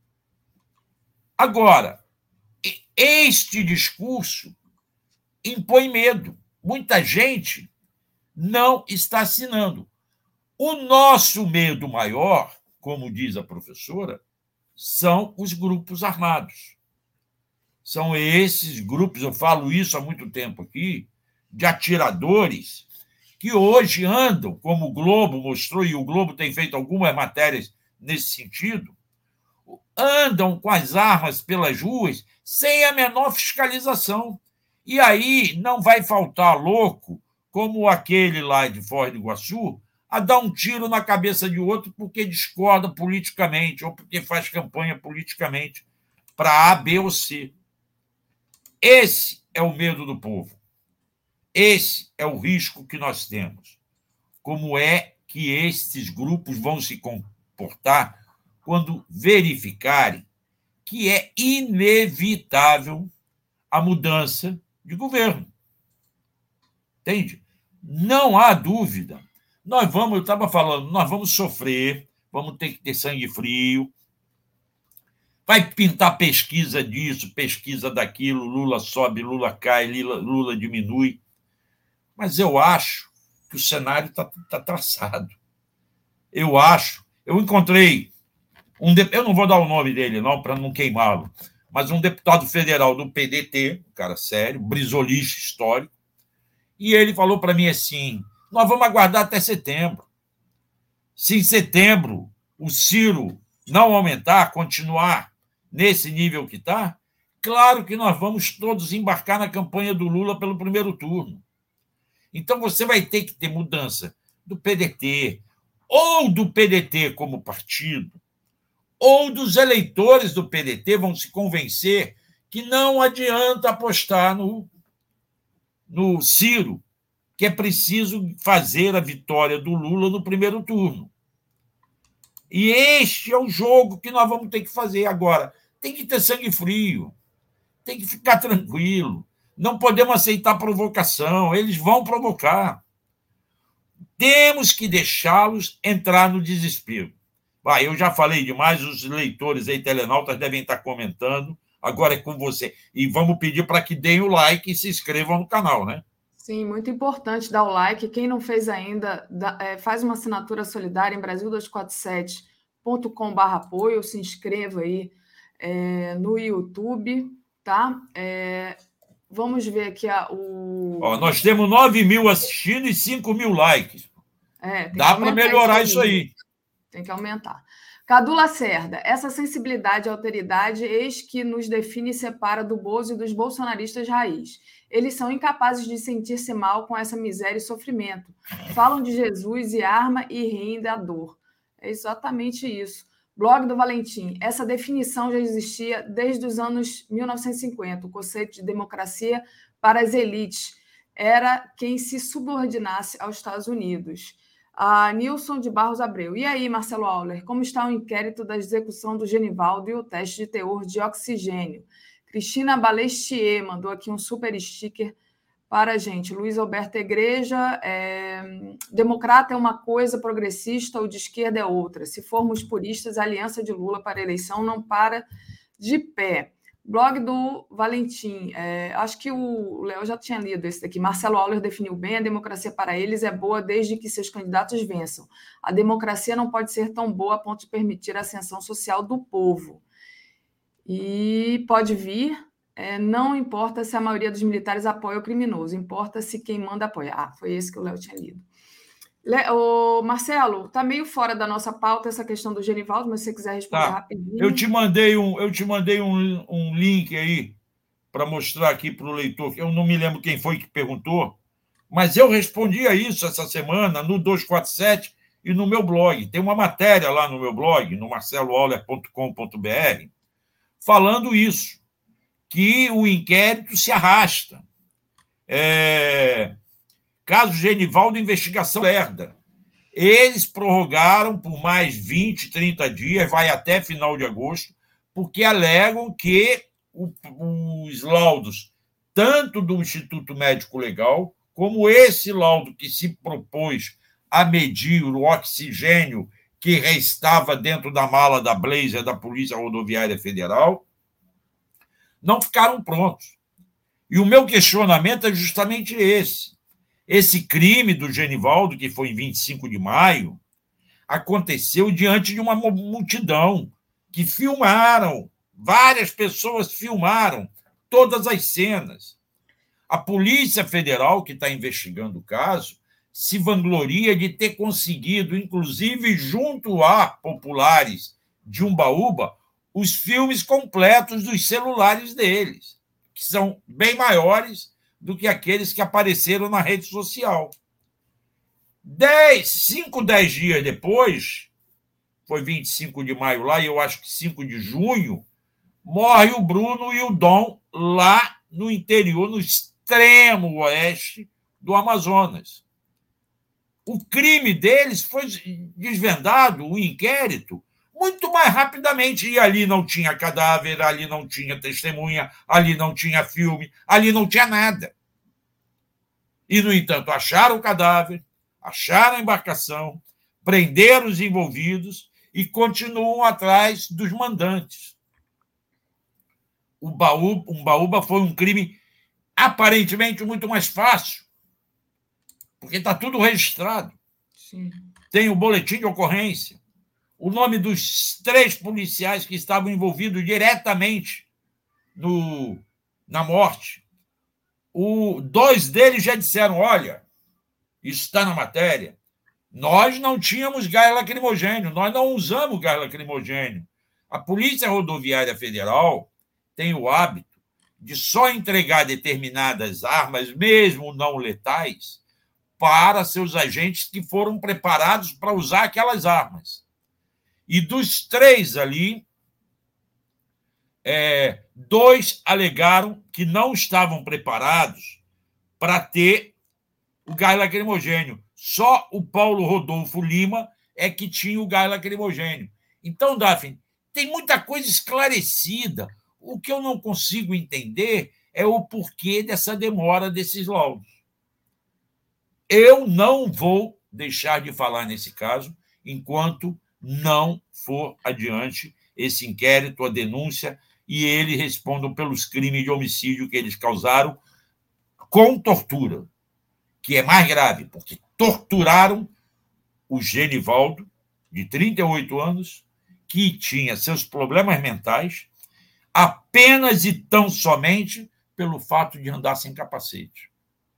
Agora, este discurso impõe medo. Muita gente não está assinando. O nosso medo maior, como diz a professora, são os grupos armados. São esses grupos, eu falo isso há muito tempo aqui, de atiradores, que hoje andam, como o Globo mostrou, e o Globo tem feito algumas matérias nesse sentido, andam com as armas pelas ruas sem a menor fiscalização. E aí não vai faltar louco, como aquele lá de Foz do Iguaçu, a dar um tiro na cabeça de outro porque discorda politicamente ou porque faz campanha politicamente para A, B ou C. Esse é o medo do povo. Esse é o risco que nós temos. Como é que estes grupos vão se comportar quando verificarem que é inevitável a mudança de governo? Entende? Não há dúvida. Eu estava falando, nós vamos sofrer, vamos ter que ter sangue frio, vai pintar pesquisa disso, pesquisa daquilo, Lula sobe, Lula cai, Lula diminui. Mas eu acho que o cenário está traçado. Eu encontrei, eu não vou dar o nome dele, não, para não queimá-lo, mas um deputado federal do PDT, um cara sério, brisolista histórico, e ele falou para mim assim, nós vamos aguardar até setembro. Se em setembro o Ciro não aumentar, continuar nesse nível que está, claro que nós vamos todos embarcar na campanha do Lula pelo primeiro turno. Então você vai ter que ter mudança do PDT, ou do PDT como partido, ou dos eleitores do PDT vão se convencer que não adianta apostar no Ciro, que é preciso fazer a vitória do Lula no primeiro turno. E este é o jogo que nós vamos ter que fazer agora. Tem que ter sangue frio, tem que ficar tranquilo, não podemos aceitar provocação, eles vão provocar. Temos que deixá-los entrar no desespero. Eu já falei demais, os leitores aí, telenautas, devem estar comentando, agora é com você. E vamos pedir para que deem o like e se inscrevam no canal, né? Sim, muito importante dar o like. Quem não fez ainda, faz uma assinatura solidária em Brasil247.com/apoio, se inscreva aí no YouTube, tá? Vamos ver aqui nós temos 9.000 assistindo e 5.000 likes. Dá para melhorar isso aí. Tem que aumentar. Cadu Lacerda, essa sensibilidade e alteridade eis que nos define e separa do Bozo e dos bolsonaristas raiz. Eles são incapazes de sentir-se mal com essa miséria e sofrimento. Falam de Jesus e arma e riem da dor. É exatamente isso. Blog do Valentim. Essa definição já existia desde os anos 1950, o conceito de democracia para as elites. era quem se subordinasse aos Estados Unidos. A Nilson de Barros Abreu. E aí, Marcelo Auler, como está o inquérito da execução do Genivaldo e o teste de teor de oxigênio? Cristina Balestier mandou aqui um super sticker para a gente. Luiz Alberto Igreja, democrata é uma coisa, progressista ou de esquerda é outra. Se formos puristas, a aliança de Lula para a eleição não para de pé. Blog do Valentim. Acho que o Léo já tinha lido esse daqui. Marcelo Auler definiu bem: a democracia para eles é boa desde que seus candidatos vençam. A democracia não pode ser tão boa a ponto de permitir a ascensão social do povo. E pode vir, não importa se a maioria dos militares apoia o criminoso, importa se quem manda apoia. Foi esse que o Léo tinha lido. Marcelo, está meio fora da nossa pauta essa questão do Genivaldo, mas se você quiser responder rapidinho. Eu te mandei um link aí para mostrar aqui para o leitor, que eu não me lembro quem foi que perguntou, mas eu respondi a isso essa semana no 247 e no meu blog. Tem uma matéria lá no meu blog, no marceloauler.com.br, falando isso, que o inquérito se arrasta. Caso Genivaldo, investigação lerda. Eles prorrogaram por mais 20, 30 dias, vai até final de agosto, porque alegam que os laudos, tanto do Instituto Médico Legal, como esse laudo que se propôs a medir o oxigênio que restava dentro da mala da Blazer da Polícia Rodoviária Federal, não ficaram prontos. E o meu questionamento é justamente esse. Esse crime do Genivaldo, que foi em 25 de maio, aconteceu diante de uma multidão que filmaram, várias pessoas filmaram todas as cenas. A Polícia Federal, que está investigando o caso, se vangloria de ter conseguido, inclusive junto a populares de Umbaúba, os filmes completos dos celulares deles, que são bem maiores do que aqueles que apareceram na rede social. 5, 10 dias depois, foi 25 de maio lá, e eu acho que 5 de junho, morre o Bruno e o Dom lá no interior, no extremo oeste do Amazonas. O crime deles foi desvendado, o inquérito, muito mais rapidamente. E ali não tinha cadáver, ali não tinha testemunha, ali não tinha filme, ali não tinha nada. E, no entanto, acharam o cadáver, acharam a embarcação, prenderam os envolvidos e continuam atrás dos mandantes. Umbaúba foi um crime aparentemente muito mais fácil, porque está tudo registrado. Sim. Tem o boletim de ocorrência, o nome dos 3 policiais que estavam envolvidos diretamente na morte. 2 deles já disseram: olha, isso está na matéria, nós não tínhamos gás lacrimogênio, nós não usamos gás lacrimogênio. A Polícia Rodoviária Federal tem o hábito de só entregar determinadas armas, mesmo não letais, para seus agentes que foram preparados para usar aquelas armas. E dos 3 ali, 2 alegaram que não estavam preparados para ter o gás lacrimogênio. Só o Paulo Rodolfo Lima é que tinha o gás lacrimogênio. Então, Daphne, tem muita coisa esclarecida. O que eu não consigo entender é o porquê dessa demora desses laudos. Eu não vou deixar de falar nesse caso enquanto não for adiante esse inquérito, a denúncia, e eles respondam pelos crimes de homicídio que eles causaram com tortura, que é mais grave, porque torturaram o Genivaldo, de 38 anos, que tinha seus problemas mentais, apenas e tão somente pelo fato de andar sem capacete.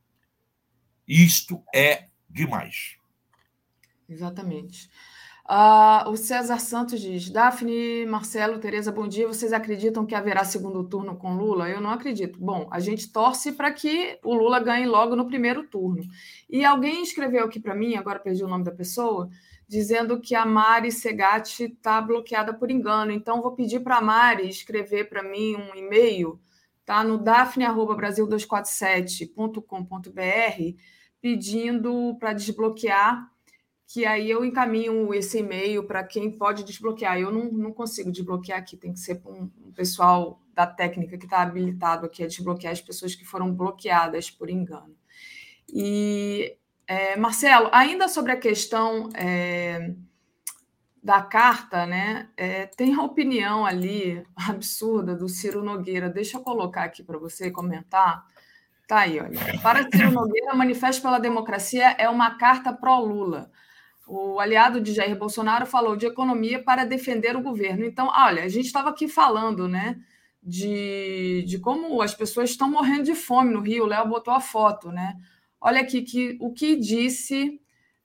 Isto é demais. Exatamente. O César Santos diz: Daphne, Marcelo, Tereza, bom dia. Vocês acreditam que haverá segundo turno com Lula? Eu não acredito. Bom, a gente torce para que o Lula ganhe logo no primeiro turno. E alguém escreveu aqui para mim, agora perdi o nome da pessoa, dizendo que a Mari Segatti está bloqueada por engano. Então, vou pedir para a Mari escrever para mim um e-mail, tá? No dafne@brasil247.com.br, pedindo para desbloquear, que aí eu encaminho esse e-mail para quem pode desbloquear. Eu não consigo desbloquear aqui, tem que ser para um pessoal da técnica que está habilitado aqui a desbloquear as pessoas que foram bloqueadas por engano. E, Marcelo, ainda sobre a questão da carta, né? Tem a opinião ali absurda do Ciro Nogueira. Deixa eu colocar aqui para você comentar. Tá aí, olha. Para Ciro Nogueira, Manifesto pela Democracia é uma carta pró-Lula. O aliado de Jair Bolsonaro falou de economia para defender o governo. Então, olha, a gente estava aqui falando, né, de como as pessoas estão morrendo de fome no Rio. O Léo botou a foto, né? Olha aqui o que disse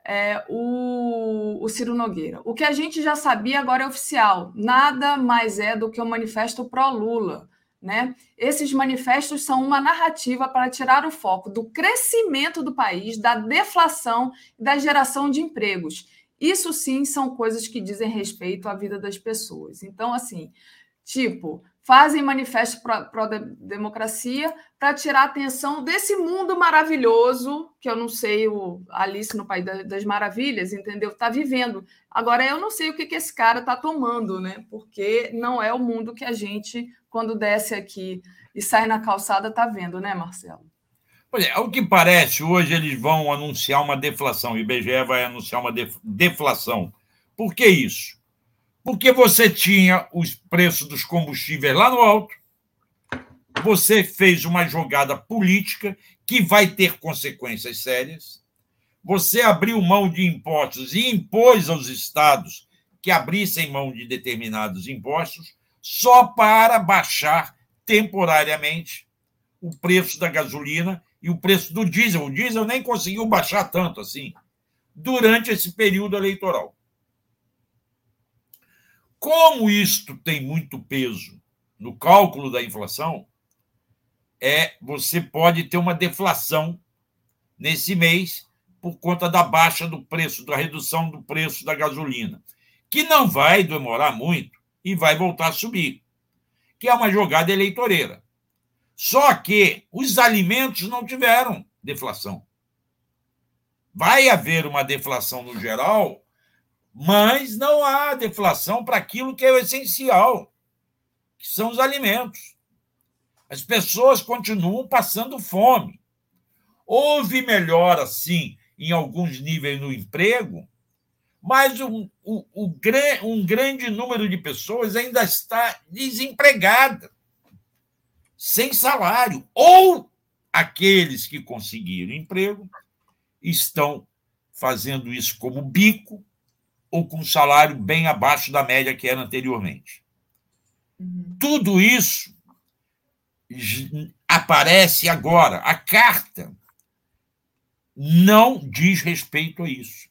o Ciro Nogueira. O que a gente já sabia agora é oficial. Nada mais é do que um manifesto pró-Lula, né? Esses manifestos são uma narrativa para tirar o foco do crescimento do país, da deflação e da geração de empregos. Isso sim são coisas que dizem respeito à vida das pessoas. Então, assim, fazem manifesto pró-democracia para tirar a atenção desse mundo maravilhoso, que eu não sei, o Alice no País das Maravilhas, entendeu? Está vivendo. Agora, eu não sei o que esse cara está tomando, né? Porque não é o mundo que a gente, quando desce aqui e sai na calçada, está vendo, né, Marcelo? Olha, ao que parece, hoje eles vão anunciar uma deflação, o IBGE vai anunciar uma deflação. Por que isso? Porque você tinha os preços dos combustíveis lá no alto, você fez uma jogada política que vai ter consequências sérias, você abriu mão de impostos e impôs aos estados que abrissem mão de determinados impostos só para baixar temporariamente o preço da gasolina e o preço do diesel. O diesel nem conseguiu baixar tanto assim durante esse período eleitoral. Como isto tem muito peso no cálculo da inflação, você pode ter uma deflação nesse mês por conta da baixa do preço, da redução do preço da gasolina, que não vai demorar muito e vai voltar a subir, que é uma jogada eleitoreira. Só que os alimentos não tiveram deflação. Vai haver uma deflação no geral, mas não há deflação para aquilo que é o essencial, que são os alimentos. As pessoas continuam passando fome. Houve melhora, sim, em alguns níveis no emprego, mas um grande número de pessoas ainda está desempregada, sem salário. Ou aqueles que conseguiram emprego estão fazendo isso como bico, ou com salário bem abaixo da média que era anteriormente. Tudo isso aparece agora. A carta não diz respeito a isso.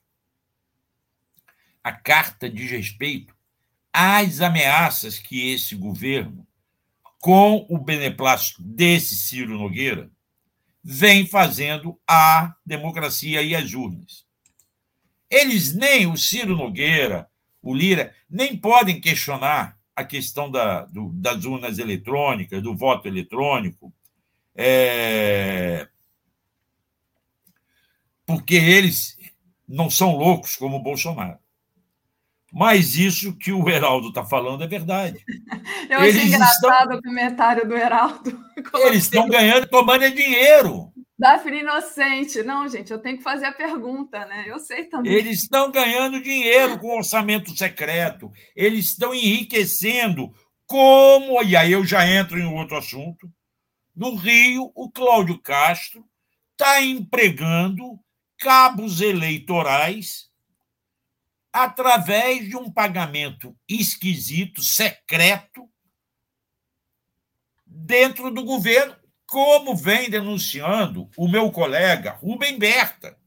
A carta diz respeito às ameaças que esse governo, com o beneplácito desse Ciro Nogueira, vem fazendo à democracia e às urnas. Eles nem, o Ciro Nogueira, o Lira, nem podem questionar a questão das urnas eletrônicas, do voto eletrônico, porque eles não são loucos como o Bolsonaro. Mas isso que o Heraldo está falando é verdade. Eu achei engraçado o comentário do Heraldo. Eles estão ganhando, tomando dinheiro. Dafne inocente. Não, gente, eu tenho que fazer a pergunta, né? Eu sei também. Eles estão ganhando dinheiro com orçamento secreto. Eles estão enriquecendo como... E aí eu já entro em outro assunto. No Rio, o Cláudio Castro está empregando cabos eleitorais através de um pagamento esquisito, secreto, dentro do governo, como vem denunciando o meu colega Rubem Berta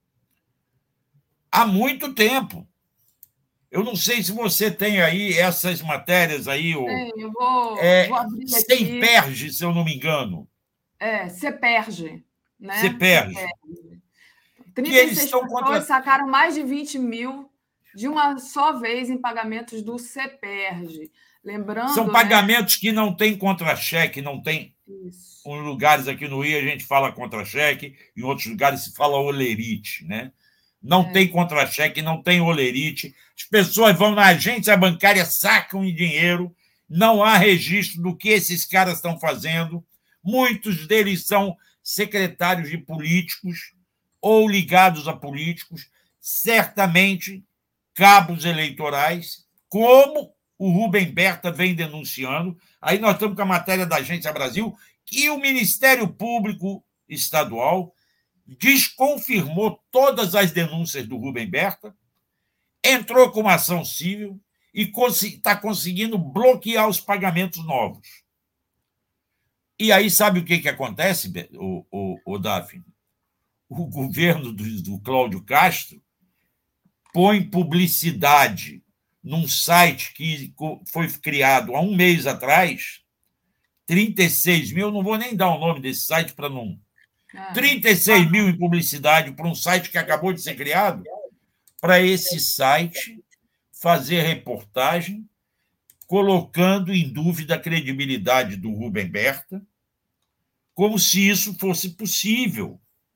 há muito tempo. Eu não sei se você tem aí essas matérias aí. Eu vou abrir aqui. CEPERJ, se eu não me engano. CEPERJ. Né? CEPERJ. 36 pessoas sacaram mais de 20 mil de uma só vez em pagamentos do CEPERJ. Lembrando... São pagamentos que não têm contra-cheque, não tem Em lugares aqui no Rio a gente fala contra-cheque, em outros lugares se fala olerite, né? Não tem contra-cheque, não tem olerite. As pessoas vão na agência bancária, sacam em dinheiro, não há registro do que esses caras estão fazendo. Muitos deles são secretários de políticos ou ligados a políticos, certamente cabos eleitorais, como o Rubem Berta vem denunciando. Aí nós estamos com a matéria da Agência Brasil, que o Ministério Público Estadual desconfirmou todas as denúncias do Rubem Berta, entrou com uma ação civil e está conseguindo bloquear os pagamentos novos. E aí, sabe o que acontece, Daphne? O governo do Cláudio Castro põe publicidade num site que foi criado há um mês atrás, 36 mil, não vou nem dar o nome desse site para não... 36 mil em publicidade para um site que acabou de ser criado, para esse site fazer reportagem, colocando em dúvida a credibilidade do Rubem Berta, como se isso fosse possível.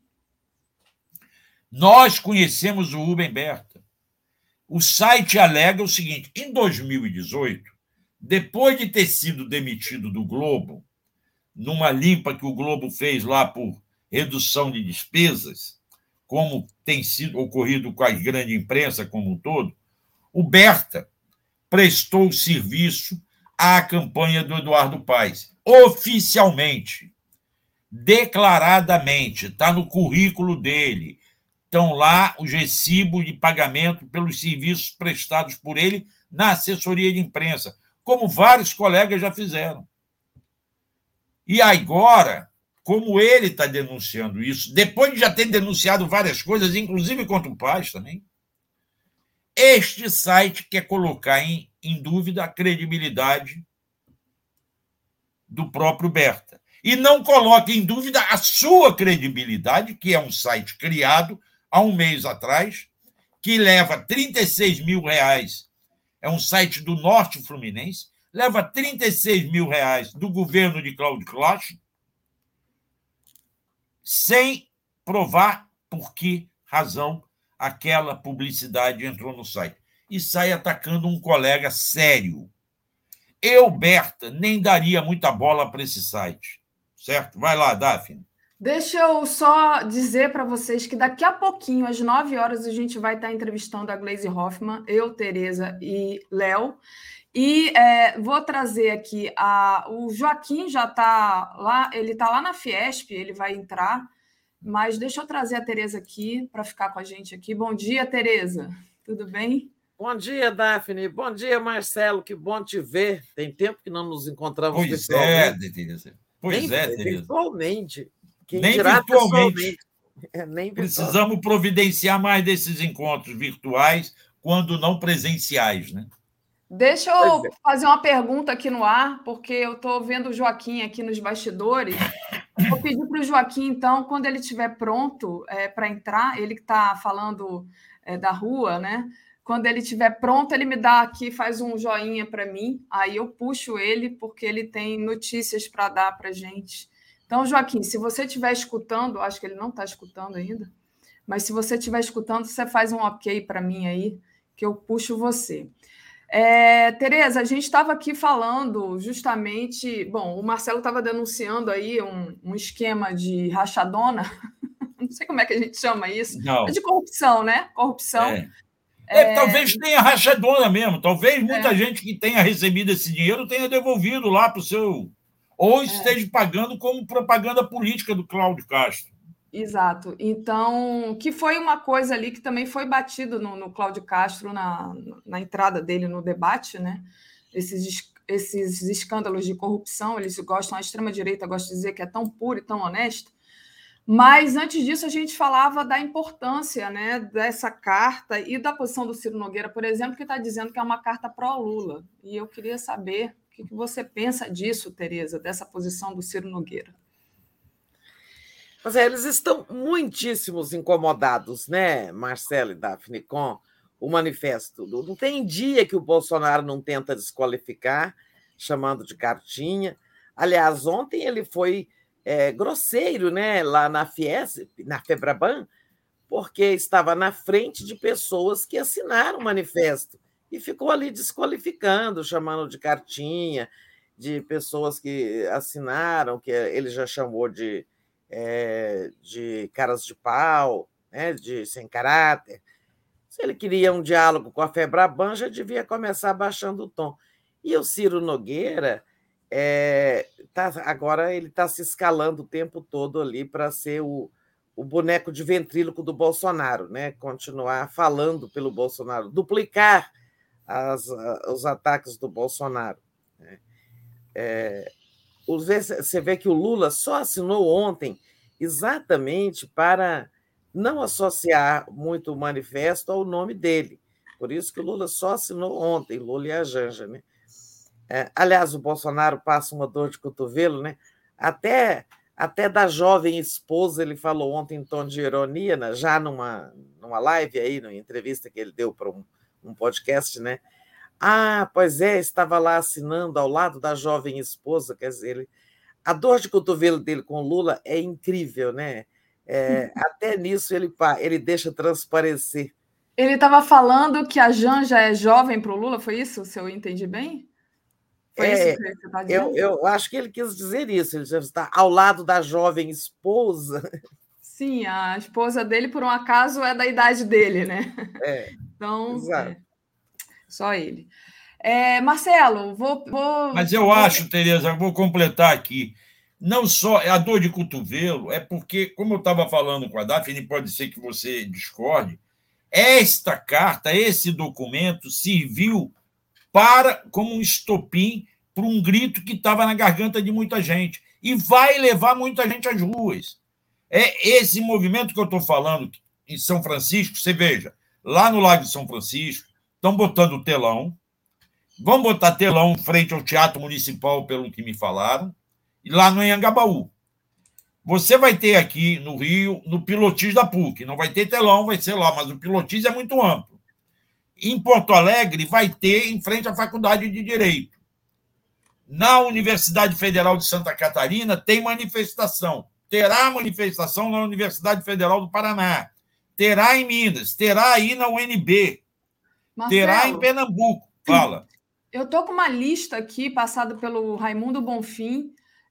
Nós conhecemos o Rubem Berta. O site alega o seguinte: em 2018, depois de ter sido demitido do Globo, numa limpa que o Globo fez lá por redução de despesas, como tem sido ocorrido com a grande imprensa como um todo, o Berta prestou serviço à campanha do Eduardo Paes, oficialmente, declaradamente, está no currículo dele. Estão lá os recibos de pagamento pelos serviços prestados por ele na assessoria de imprensa, como vários colegas já fizeram. E agora, como ele está denunciando isso, depois de já ter denunciado várias coisas, inclusive contra o Paes também, este site quer colocar em dúvida a credibilidade do próprio Berta. E não coloca em dúvida a sua credibilidade, que é um site criado há um mês atrás, que leva 36 mil reais, é um site do Norte Fluminense, leva 36 mil reais do governo de Cláudio Castro, sem provar por que razão aquela publicidade entrou no site. E sai atacando um colega sério. Eu, Berta, nem daria muita bola para esse site. Certo? Vai lá, Daphne. Deixa eu só dizer para vocês que daqui a pouquinho, às 9 horas, a gente vai estar entrevistando a Gleisi Hoffmann, eu, Tereza e Léo. E vou trazer aqui o Joaquim, já está lá, ele está lá na Fiesp, ele vai entrar, mas deixa eu trazer a Tereza aqui para ficar com a gente aqui. Bom dia, Tereza. Tudo bem? Bom dia, Daphne. Bom dia, Marcelo. Que bom te ver. Tem tempo que não nos encontramos pessoalmente. Tereza. Tereza. Virtualmente. Quem nem dirá virtualmente. Nem precisamos providenciar mais desses encontros virtuais quando não presenciais, né? Deixa eu fazer uma pergunta aqui no ar, porque eu estou vendo o Joaquim aqui nos bastidores. Vou pedir para o Joaquim, então, quando ele estiver pronto para entrar, ele que está falando da rua, né? Quando ele estiver pronto, ele me dá aqui, faz um joinha para mim, aí eu puxo ele, porque ele tem notícias para dar para a gente. Então, Joaquim, se você estiver escutando, acho que ele não está escutando ainda, mas se você estiver escutando, você faz um ok para mim aí, que eu puxo você. Tereza, a gente estava aqui falando justamente... Bom, o Marcelo estava denunciando aí um esquema de rachadona, não sei como é que a gente chama isso, não. É de corrupção, né? Corrupção. Talvez tenha rachadona mesmo, talvez muita gente que tenha recebido esse dinheiro tenha devolvido lá para o seu... Ou esteja pagando como propaganda política do Cláudio Castro. Exato. Então, que foi uma coisa ali que também foi batido no Cláudio Castro na entrada dele no debate, né? Esses escândalos de corrupção, eles gostam, a extrema-direita gosta de dizer que é tão puro e tão honesto. Mas, antes disso, a gente falava da importância, né, dessa carta e da posição do Ciro Nogueira, por exemplo, que está dizendo que é uma carta pró-Lula. E eu queria saber o que você pensa disso, Tereza, dessa posição do Ciro Nogueira. Mas eles estão muitíssimos incomodados, né, Marcelo e Daphne, com o manifesto. Não tem dia que o Bolsonaro não tenta desqualificar, chamando de cartinha. Aliás, ontem ele foi grosseiro, né, lá na Fiesp, na Febraban, porque estava na frente de pessoas que assinaram o manifesto e ficou ali desqualificando, chamando de cartinha, de pessoas que assinaram, que ele já chamou de caras de pau, né, de sem caráter. Se ele queria um diálogo com a Febraban, já devia começar baixando o tom. E o Ciro Nogueira, agora ele está se escalando o tempo todo ali para ser o boneco de ventríloco do Bolsonaro, né? Continuar falando pelo Bolsonaro, duplicar os ataques do Bolsonaro. Você vê que o Lula só assinou ontem exatamente para não associar muito o manifesto ao nome dele. Por isso que o Lula só assinou ontem, Lula e a Janja, né? Aliás, o Bolsonaro passa uma dor de cotovelo, né? Até da jovem esposa, ele falou ontem em tom de ironia, né? Já numa live aí, numa entrevista que ele deu para um podcast, né? Pois estava lá assinando ao lado da jovem esposa, quer dizer, a dor de cotovelo dele com o Lula é incrível, né? Até nisso ele deixa transparecer. Ele estava falando que a Janja é jovem para o Lula, foi isso? Se eu entendi bem? Foi isso que você está dizendo? Eu acho que ele quis dizer isso, ele já está ao lado da jovem esposa. Sim, a esposa dele, por um acaso, é da idade dele, né? Então, exato. Só ele. Marcelo, vou. Mas eu acho, Tereza, vou completar aqui. Não só a dor de cotovelo, é porque, como eu estava falando com a Daphne, pode ser que você discorde, esta carta, esse documento, serviu como um estopim para um grito que estava na garganta de muita gente. E vai levar muita gente às ruas. Esse movimento que eu estou falando em São Francisco, você veja, lá no Lago de São Francisco, estão botando telão, vão botar telão frente ao Teatro Municipal, pelo que me falaram, e lá no Anhangabaú. Você vai ter aqui no Rio, no Pilotis da PUC, não vai ter telão, vai ser lá, mas o Pilotis é muito amplo. Em Porto Alegre, vai ter em frente à Faculdade de Direito. Na Universidade Federal de Santa Catarina, tem manifestação. Terá manifestação na Universidade Federal do Paraná. Terá em Minas. Terá aí na UNB. Marcelo, terá em Pernambuco. Fala. Eu estou com uma lista aqui, passada pelo Raimundo Bonfim,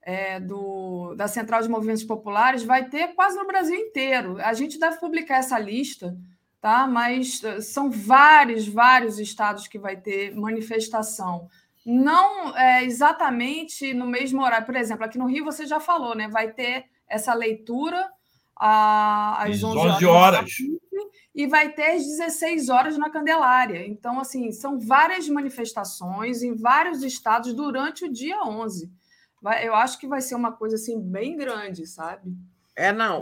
da Central de Movimentos Populares, vai ter quase no Brasil inteiro. A gente deve publicar essa lista, tá? Mas são vários estados que vai ter manifestação. Não exatamente no mesmo horário. Por exemplo, aqui no Rio você já falou, né? Vai ter essa leitura às 11 horas. E vai ter às 16 horas na Candelária. Então, assim, são várias manifestações em vários estados durante o dia 11. Eu acho que vai ser uma coisa assim bem grande, sabe? Não.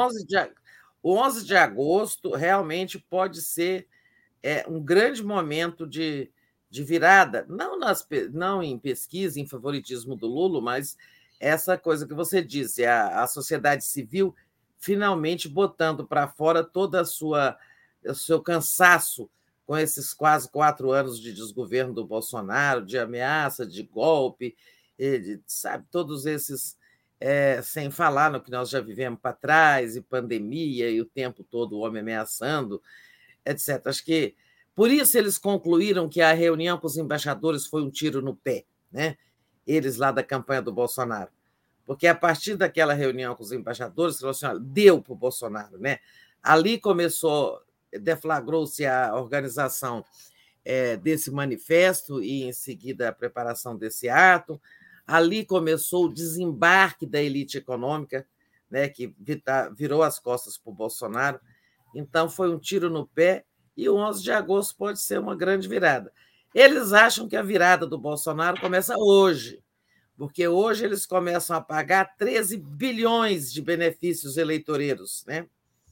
O 11 de agosto realmente pode ser um grande momento de virada, não em pesquisa, em favoritismo do Lula, mas essa coisa que você disse, a sociedade civil finalmente botando para fora todo o seu cansaço com esses quase 4 anos de desgoverno do Bolsonaro, de ameaça, de golpe, sabe, todos esses, sem falar no que nós já vivemos para trás, e pandemia, e o tempo todo o homem ameaçando, etc. Acho que por isso eles concluíram que a reunião com os embaixadores foi um tiro no pé, né? Eles lá da campanha do Bolsonaro. Porque a partir daquela reunião com os embaixadores, deu para o Bolsonaro, né? Ali deflagrou-se a organização desse manifesto e, em seguida, a preparação desse ato. Ali começou o desembarque da elite econômica, né, que virou as costas para o Bolsonaro. Então, foi um tiro no pé, e o 11 de agosto pode ser uma grande virada. Eles acham que a virada do Bolsonaro começa hoje, porque hoje eles começam a pagar 13 bilhões de benefícios eleitoreiros, né?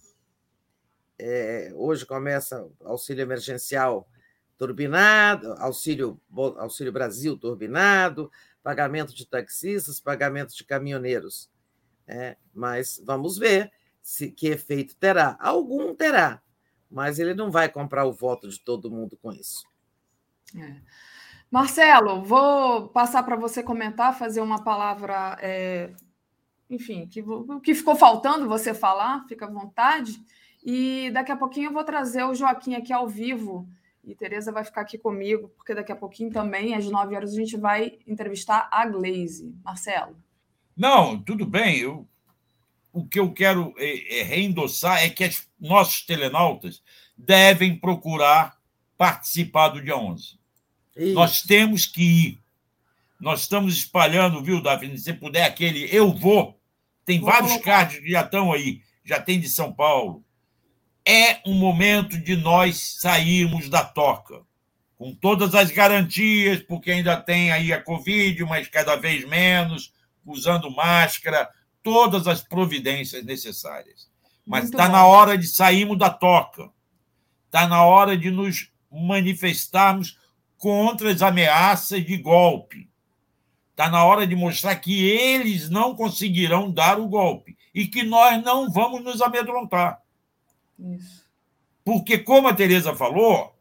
Hoje começa auxílio emergencial turbinado, auxílio Brasil turbinado, pagamento de taxistas, pagamento de caminhoneiros. Mas vamos ver que efeito terá. Algum terá, mas ele não vai comprar o voto de todo mundo com isso. Marcelo, vou passar para você comentar, fazer uma palavra, enfim, o que ficou faltando você falar, fica à vontade. E daqui a pouquinho eu vou trazer o Joaquim aqui ao vivo, e Tereza vai ficar aqui comigo, porque daqui a pouquinho também, às 9 horas, a gente vai entrevistar a Glaze. Marcelo. Não, tudo bem. O que eu quero reendossar é que nossos telenautas devem procurar participar do dia 11. Isso. Nós temos que ir. Nós estamos espalhando, viu, Daphne? Se puder, aquele eu vou. Tem vários cards que já estão aí. Já tem de São Paulo. É um momento de nós sairmos da toca. Com todas as garantias, porque ainda tem aí a Covid, mas cada vez menos, usando máscara, todas as providências necessárias. Mas está na hora de sairmos da toca. Está na hora de nos manifestarmos contra as ameaças de golpe. Está na hora de mostrar que eles não conseguirão dar o golpe e que nós não vamos nos amedrontar. Isso. Porque, como a Tereza falou,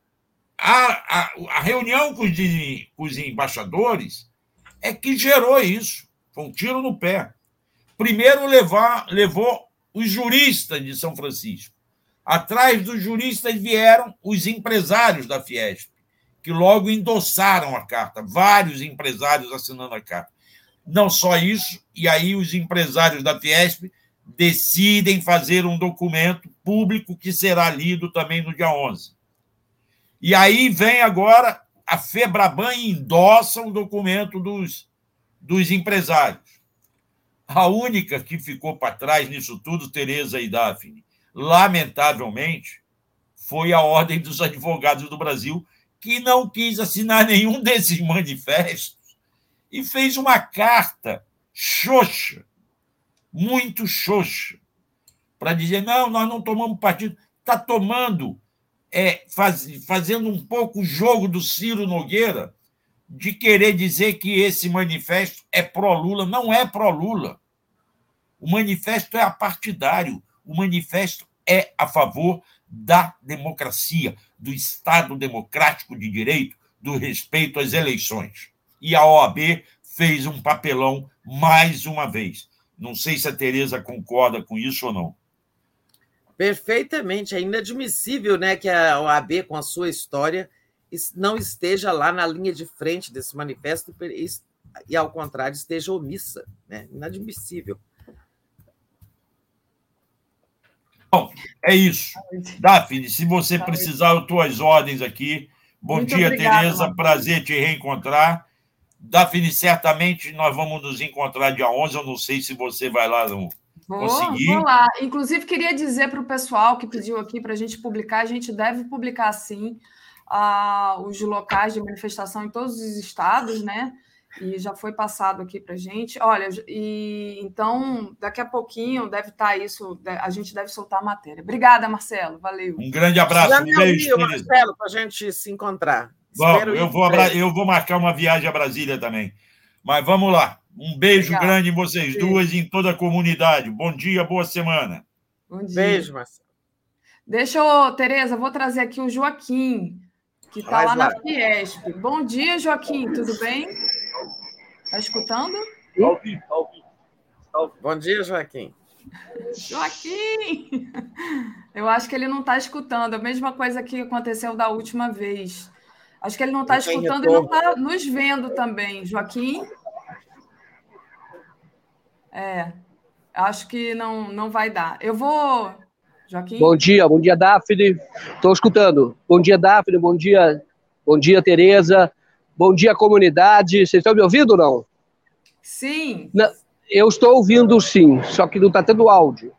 a reunião com os embaixadores é que gerou isso. Foi um tiro no pé. Primeiro levou os juristas de São Francisco. Atrás dos juristas vieram os empresários da Fiesp, que logo endossaram a carta, vários empresários assinando a carta. Não só isso, e aí os empresários da Fiesp decidem fazer um documento público que será lido também no dia 11. E aí vem agora a Febraban e endossa o documento dos empresários. A única que ficou para trás nisso tudo, Tereza e Daphne, lamentavelmente, foi a Ordem dos Advogados do Brasil, que não quis assinar nenhum desses manifestos e fez uma carta xoxa, muito xoxa, para dizer, não, nós não tomamos partido. Está tomando, fazendo um pouco o jogo do Ciro Nogueira, de querer dizer que esse manifesto é pró-Lula. Não é pró-Lula. O manifesto é apartidário. O manifesto é a favor da democracia, do Estado democrático de direito, do respeito às eleições. E a OAB fez um papelão mais uma vez. Não sei se a Tereza concorda com isso ou não. Perfeitamente. É inadmissível, né, que a OAB, com a sua história, não esteja lá na linha de frente desse manifesto e, ao contrário, esteja omissa. Né? Inadmissível. Bom, é isso. Daphne, se você precisar, eu estou às ordens aqui. Bom dia, Tereza. Prazer te reencontrar. Daphne, certamente nós vamos nos encontrar dia 11. Eu não sei se você vai lá conseguir. Vou lá. Inclusive, queria dizer para o pessoal que pediu aqui para a gente publicar, a gente deve publicar, sim, os locais de manifestação em todos os estados, né? E já foi passado aqui para a gente. Olha, então, daqui a pouquinho deve estar isso, a gente deve soltar a matéria. Obrigada, Marcelo. Valeu. Um grande abraço. Um beijo, Marcelo, para a gente se encontrar. Eu vou marcar uma viagem a Brasília também. Mas vamos lá. Um beijo grande em vocês duas e em toda a comunidade. Bom dia, boa semana. Bom dia. Beijo, Marcelo. Tereza, vou trazer aqui o Joaquim, que está lá na Fiesp. Bom dia, Joaquim, tudo bem? Está escutando? Ao vivo. Bom dia, Joaquim. Joaquim! Eu acho que ele não está escutando. A mesma coisa que aconteceu da última vez. Acho que ele não está escutando e não está nos vendo também. Joaquim? Acho que não vai dar. Eu vou... Joaquim? Bom dia, Daphne. Estou escutando. Bom dia, Daphne. Bom dia, Tereza. Bom dia, comunidade. Vocês estão me ouvindo ou não? Sim. Não, eu estou ouvindo, sim, só que não está tendo áudio.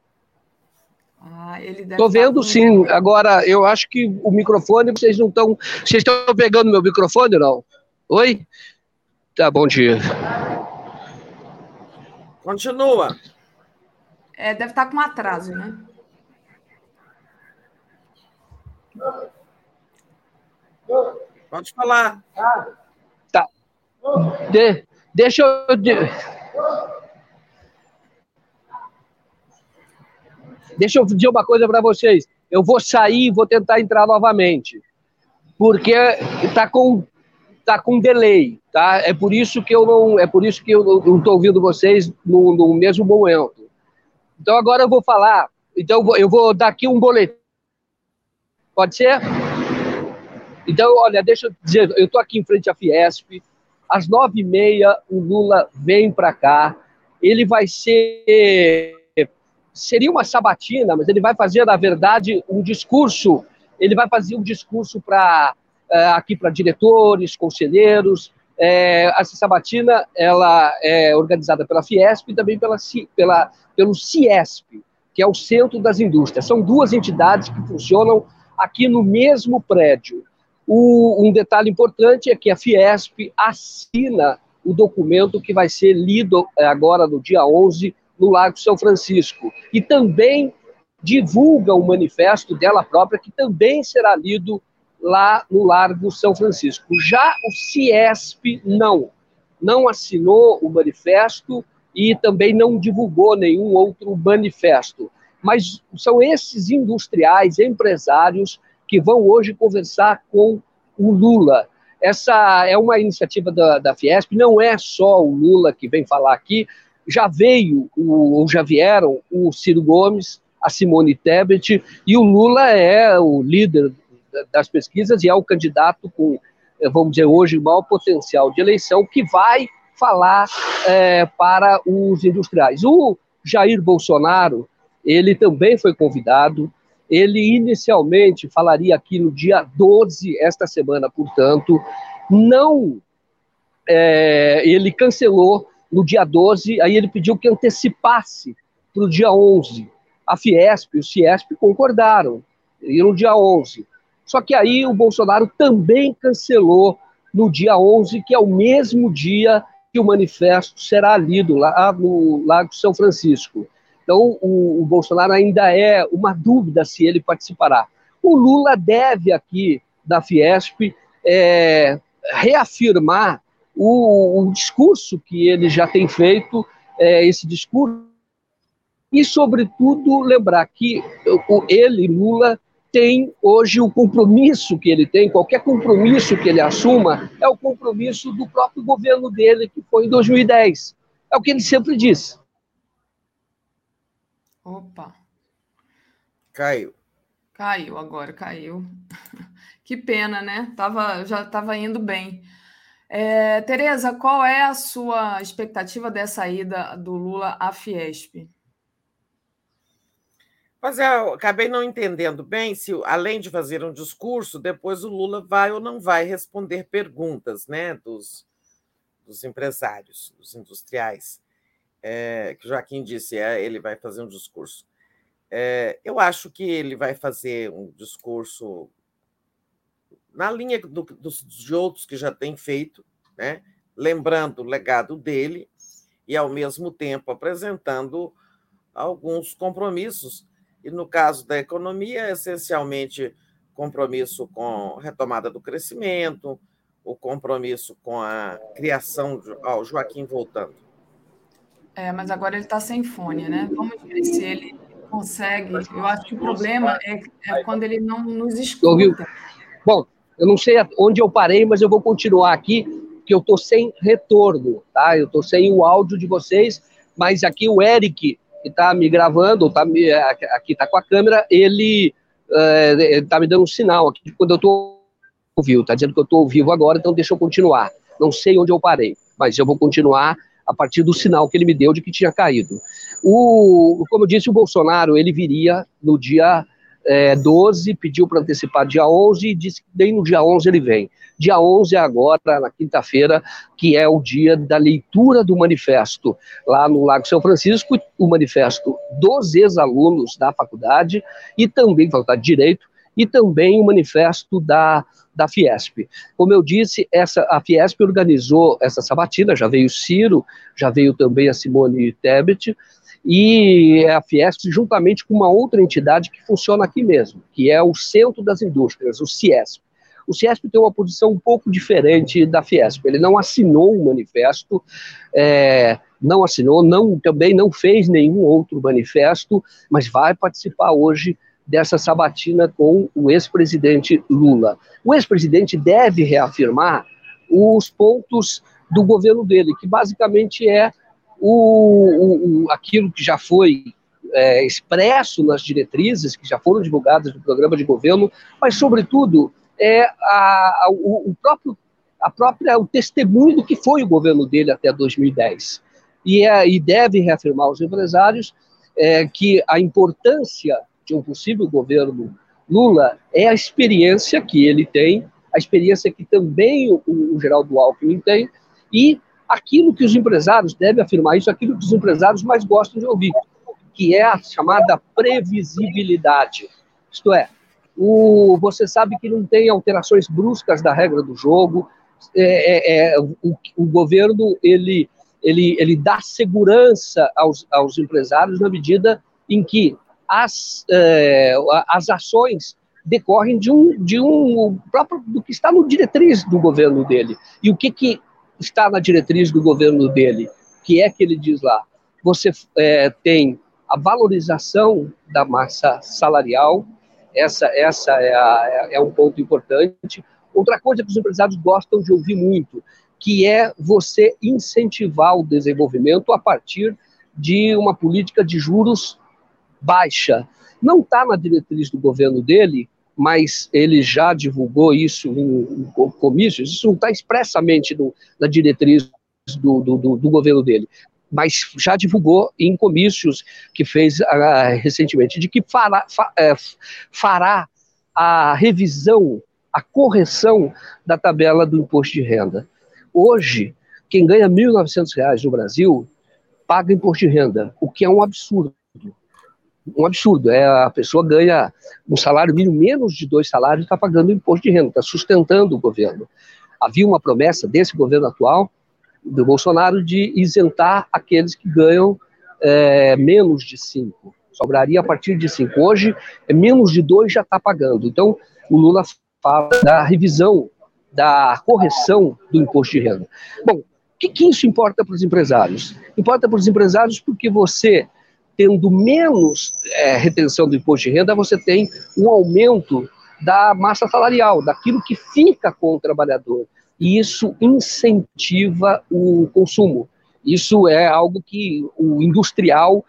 Estou vendo, sim. Agora, eu acho que o microfone, vocês não estão... Vocês estão pegando meu microfone ou não? Oi? Tá, bom dia. Continua. Deve estar com atraso, né? Pode falar. Tá. Deixa eu dizer uma coisa para vocês. Eu vou sair e vou tentar entrar novamente. Porque tá está com delay, tá? É por isso que eu não estou ouvindo vocês no mesmo momento. Então agora eu vou falar. Então eu vou dar aqui um boletim. Pode ser? Então, olha, deixa eu dizer, eu estou aqui em frente à Fiesp. Às 9h30 o Lula vem para cá. Ele vai seria uma sabatina, mas ele vai fazer, na verdade, um discurso. Ele vai fazer um discurso aqui para diretores, conselheiros. Essa sabatina ela é organizada pela Fiesp e também pelo CIESP, que é o Centro das Indústrias. São duas entidades que funcionam aqui no mesmo prédio. Um detalhe importante é que a Fiesp assina o documento que vai ser lido agora no dia 11 no Largo São Francisco e também divulga o manifesto dela própria, que também será lido lá no Largo São Francisco. Já o CIESP não assinou o manifesto e também não divulgou nenhum outro manifesto. Mas são esses industriais, empresários, que vão hoje conversar com o Lula. Essa é uma iniciativa da Fiesp, não é só o Lula que vem falar aqui, já vieram o Ciro Gomes, a Simone Tebet, e o Lula é o líder das pesquisas e é o candidato com, vamos dizer, hoje, o maior potencial de eleição, que vai falar para os industriais. O Jair Bolsonaro, ele também foi convidado. Ele inicialmente falaria aqui no dia 12, esta semana, portanto, ele cancelou no dia 12, aí ele pediu que antecipasse para o dia 11. A Fiesp e o CIESP concordaram, e no dia 11. Só que aí o Bolsonaro também cancelou no dia 11, que é o mesmo dia que o manifesto será lido lá no Lago São Francisco. Então, o Bolsonaro ainda é uma dúvida se ele participará. O Lula deve aqui, da Fiesp, reafirmar o discurso que ele já tem feito, esse discurso, e, sobretudo, lembrar que Lula, tem hoje o compromisso que ele tem, qualquer compromisso que ele assuma, é o compromisso do próprio governo dele, que foi em 2010. É o que ele sempre diz. Opa. Caiu. Caiu agora, caiu. Que pena, né? Já estava indo bem. Tereza, qual é a sua expectativa dessa ida do Lula à Fiesp? Mas eu acabei não entendendo bem se, além de fazer um discurso, depois o Lula vai ou não vai responder perguntas, né, dos empresários, dos industriais. Que o Joaquim disse, ele vai fazer um discurso. Eu acho que ele vai fazer um discurso na linha de outros que já tem feito, né? Lembrando o legado dele e, ao mesmo tempo, apresentando alguns compromissos. E, no caso da economia, essencialmente, compromisso com a retomada do crescimento, o compromisso com a criação... o Joaquim voltando. Mas agora ele está sem fone, né? Vamos ver se ele consegue. Eu acho que o problema é quando ele não nos escuta. Bom, eu não sei onde eu parei, mas eu vou continuar aqui, porque eu estou sem retorno, tá? Eu estou sem o áudio de vocês, mas aqui o Eric, que está me gravando, aqui está com a câmera, ele está me dando um sinal aqui quando eu estou ao vivo, está dizendo que eu estou ao vivo agora, então deixa eu continuar. Não sei onde eu parei, mas eu vou continuar a partir do sinal que ele me deu de que tinha caído. Como eu disse, o Bolsonaro, ele viria no dia 12, pediu para antecipar dia 11 e disse que nem no dia 11 ele vem. Dia 11 é agora, na quinta-feira, que é o dia da leitura do manifesto lá no Lago São Francisco, o manifesto dos ex-alunos da faculdade e também, faculdade de Direito, e também o manifesto da Fiesp. Como eu disse, a Fiesp organizou essa sabatina, já veio o Ciro, já veio também a Simone Tebet, e a Fiesp, juntamente com uma outra entidade que funciona aqui mesmo, que é o Centro das Indústrias, o CIESP. O CIESP tem uma posição um pouco diferente da Fiesp. Ele não assinou um manifesto, também não fez nenhum outro manifesto, mas vai participar hoje dessa sabatina com o ex-presidente Lula. O ex-presidente deve reafirmar os pontos do governo dele, que basicamente é aquilo que já foi expresso nas diretrizes, que já foram divulgadas no programa de governo, mas, sobretudo, o testemunho do que foi o governo dele até 2010. E deve reafirmar aos empresários que a importância de um possível governo Lula é a experiência que ele tem, a experiência que também o Geraldo Alckmin tem, e aquilo que os empresários devem afirmar, isso é aquilo que os empresários mais gostam de ouvir, que é a chamada previsibilidade. Isto é, você sabe que não tem alterações bruscas da regra do jogo, o governo ele dá segurança aos empresários na medida em que as ações decorrem do que está no diretriz do governo dele. E o que está na diretriz do governo dele? Que é que ele diz lá? Você tem a valorização da massa salarial, essa é um ponto importante. Outra coisa que os empresários gostam de ouvir muito, que é você incentivar o desenvolvimento a partir de uma política de juros baixa. Não está na diretriz do governo dele, mas ele já divulgou isso em comícios, isso não está expressamente na diretriz do governo dele, mas já divulgou em comícios que fez recentemente, de que fará a revisão, a correção da tabela do imposto de renda. Hoje, quem ganha R$ 1.900 no Brasil paga imposto de renda, o que é um absurdo. Um absurdo. A pessoa ganha um salário mínimo, menos de 2 salários, está pagando imposto de renda, está sustentando o governo. Havia uma promessa desse governo atual, do Bolsonaro, de isentar aqueles que ganham menos de 5. Sobraria a partir de 5. Hoje, menos de 2 já está pagando. Então, o Lula fala da revisão, da correção do imposto de renda. Bom, o que isso importa para os empresários? Importa para os empresários porque você, tendo menos retenção do imposto de renda, você tem um aumento da massa salarial, daquilo que fica com o trabalhador. E isso incentiva o consumo. Isso é algo que o industrial,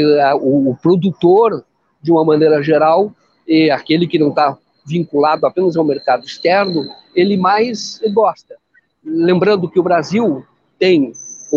o produtor, de uma maneira geral, e aquele que não está vinculado apenas ao mercado externo, ele mais gosta. Lembrando que o Brasil tem,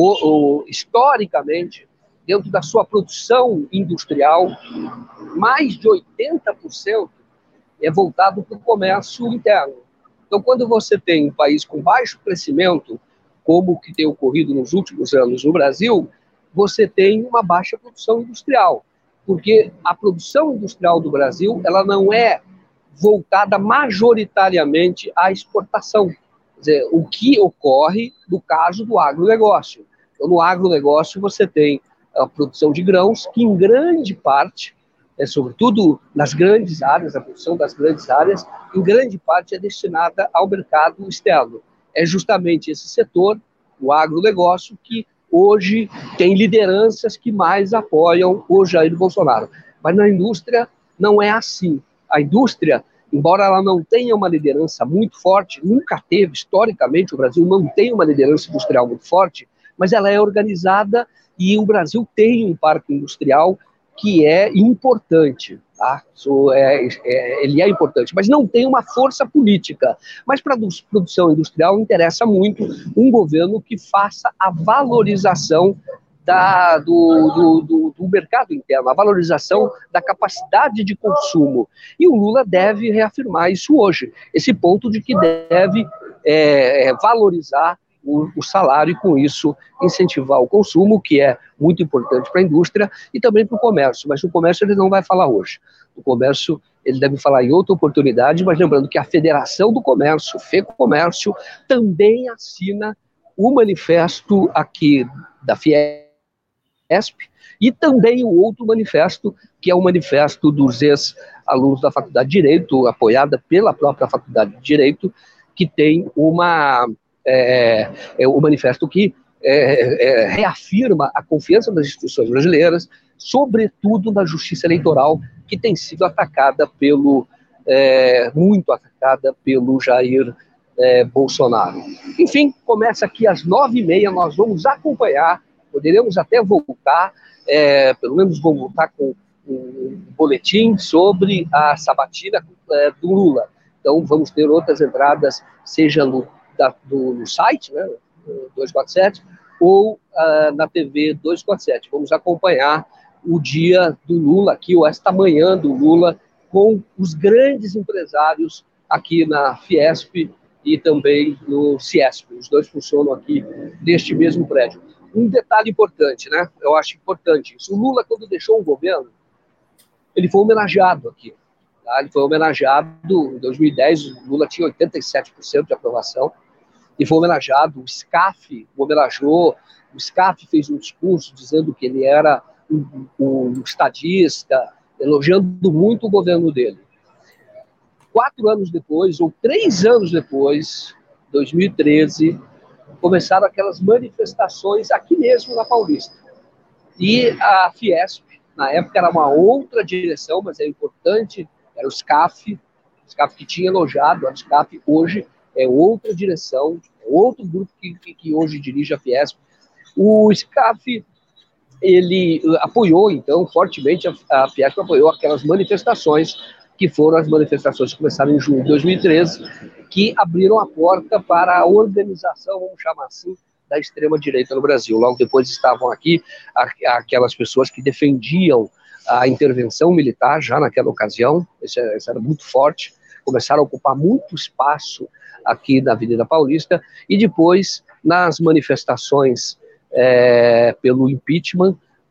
historicamente, dentro da sua produção industrial, mais de 80% é voltado para o comércio interno. Então, quando você tem um país com baixo crescimento, como o que tem ocorrido nos últimos anos no Brasil, você tem uma baixa produção industrial, porque a produção industrial do Brasil ela não é voltada majoritariamente à exportação. Quer dizer, o que ocorre no caso do agronegócio. Então, no agronegócio você tem a produção de grãos, que em grande parte, sobretudo nas grandes áreas, a produção das grandes áreas, em grande parte é destinada ao mercado externo. É justamente esse setor, o agronegócio, que hoje tem lideranças que mais apoiam o Jair Bolsonaro. Mas na indústria não é assim. A indústria, embora ela não tenha uma liderança muito forte, nunca teve, historicamente, o Brasil não tem uma liderança industrial muito forte, mas ela é organizada e o Brasil tem um parque industrial que é importante, tá? Ele é importante, mas não tem uma força política. Mas para a produção industrial interessa muito um governo que faça a valorização do mercado interno, a valorização da capacidade de consumo. E o Lula deve reafirmar isso hoje, esse ponto de que deve valorizar o salário e, com isso, incentivar o consumo, que é muito importante para a indústria e também para o comércio. Mas o comércio ele não vai falar hoje. O comércio ele deve falar em outra oportunidade, mas lembrando que a Federação do Comércio, FEComércio, também assina o manifesto aqui da Fiesp e também o outro manifesto, que é o manifesto dos ex-alunos da Faculdade de Direito, apoiada pela própria Faculdade de Direito, que tem o manifesto que reafirma a confiança das instituições brasileiras, sobretudo na justiça eleitoral, que tem sido atacada muito atacada pelo Jair Bolsonaro. Enfim, começa aqui às 9h30, nós vamos acompanhar, poderemos até voltar, pelo menos vou voltar com um boletim sobre a sabatina do Lula. Então, vamos ter outras entradas, seja no site, né, 247, ou na TV 247. Vamos acompanhar o dia do Lula aqui, ou esta manhã do Lula, com os grandes empresários aqui na Fiesp e também no Ciesp. Os dois funcionam aqui neste mesmo prédio. Um detalhe importante, né? Eu acho importante isso. O Lula, quando deixou o governo, ele foi homenageado aqui. Tá? Ele foi homenageado em 2010, o Lula tinha 87% de aprovação, e foi homenageado. O SCAF o homenageou, o SCAF fez um discurso dizendo que ele era um estadista, elogiando muito o governo dele. 4 anos depois, ou 3 anos depois, 2013, começaram aquelas manifestações aqui mesmo na Paulista. E a Fiesp, na época era uma outra direção, mas é importante, era o SCAF que tinha elogiado, a SCAF hoje é outra direção, é outro grupo que hoje dirige a Fiesp. O SCAF, ele apoiou, então, fortemente, a Fiesp apoiou aquelas manifestações, que foram as manifestações que começaram em junho de 2013, que abriram a porta para a organização, vamos chamar assim, da extrema-direita no Brasil. Logo depois estavam aqui aquelas pessoas que defendiam a intervenção militar, já naquela ocasião, isso era muito forte, começaram a ocupar muito espaço aqui na Avenida Paulista, e depois, nas manifestações pelo impeachment,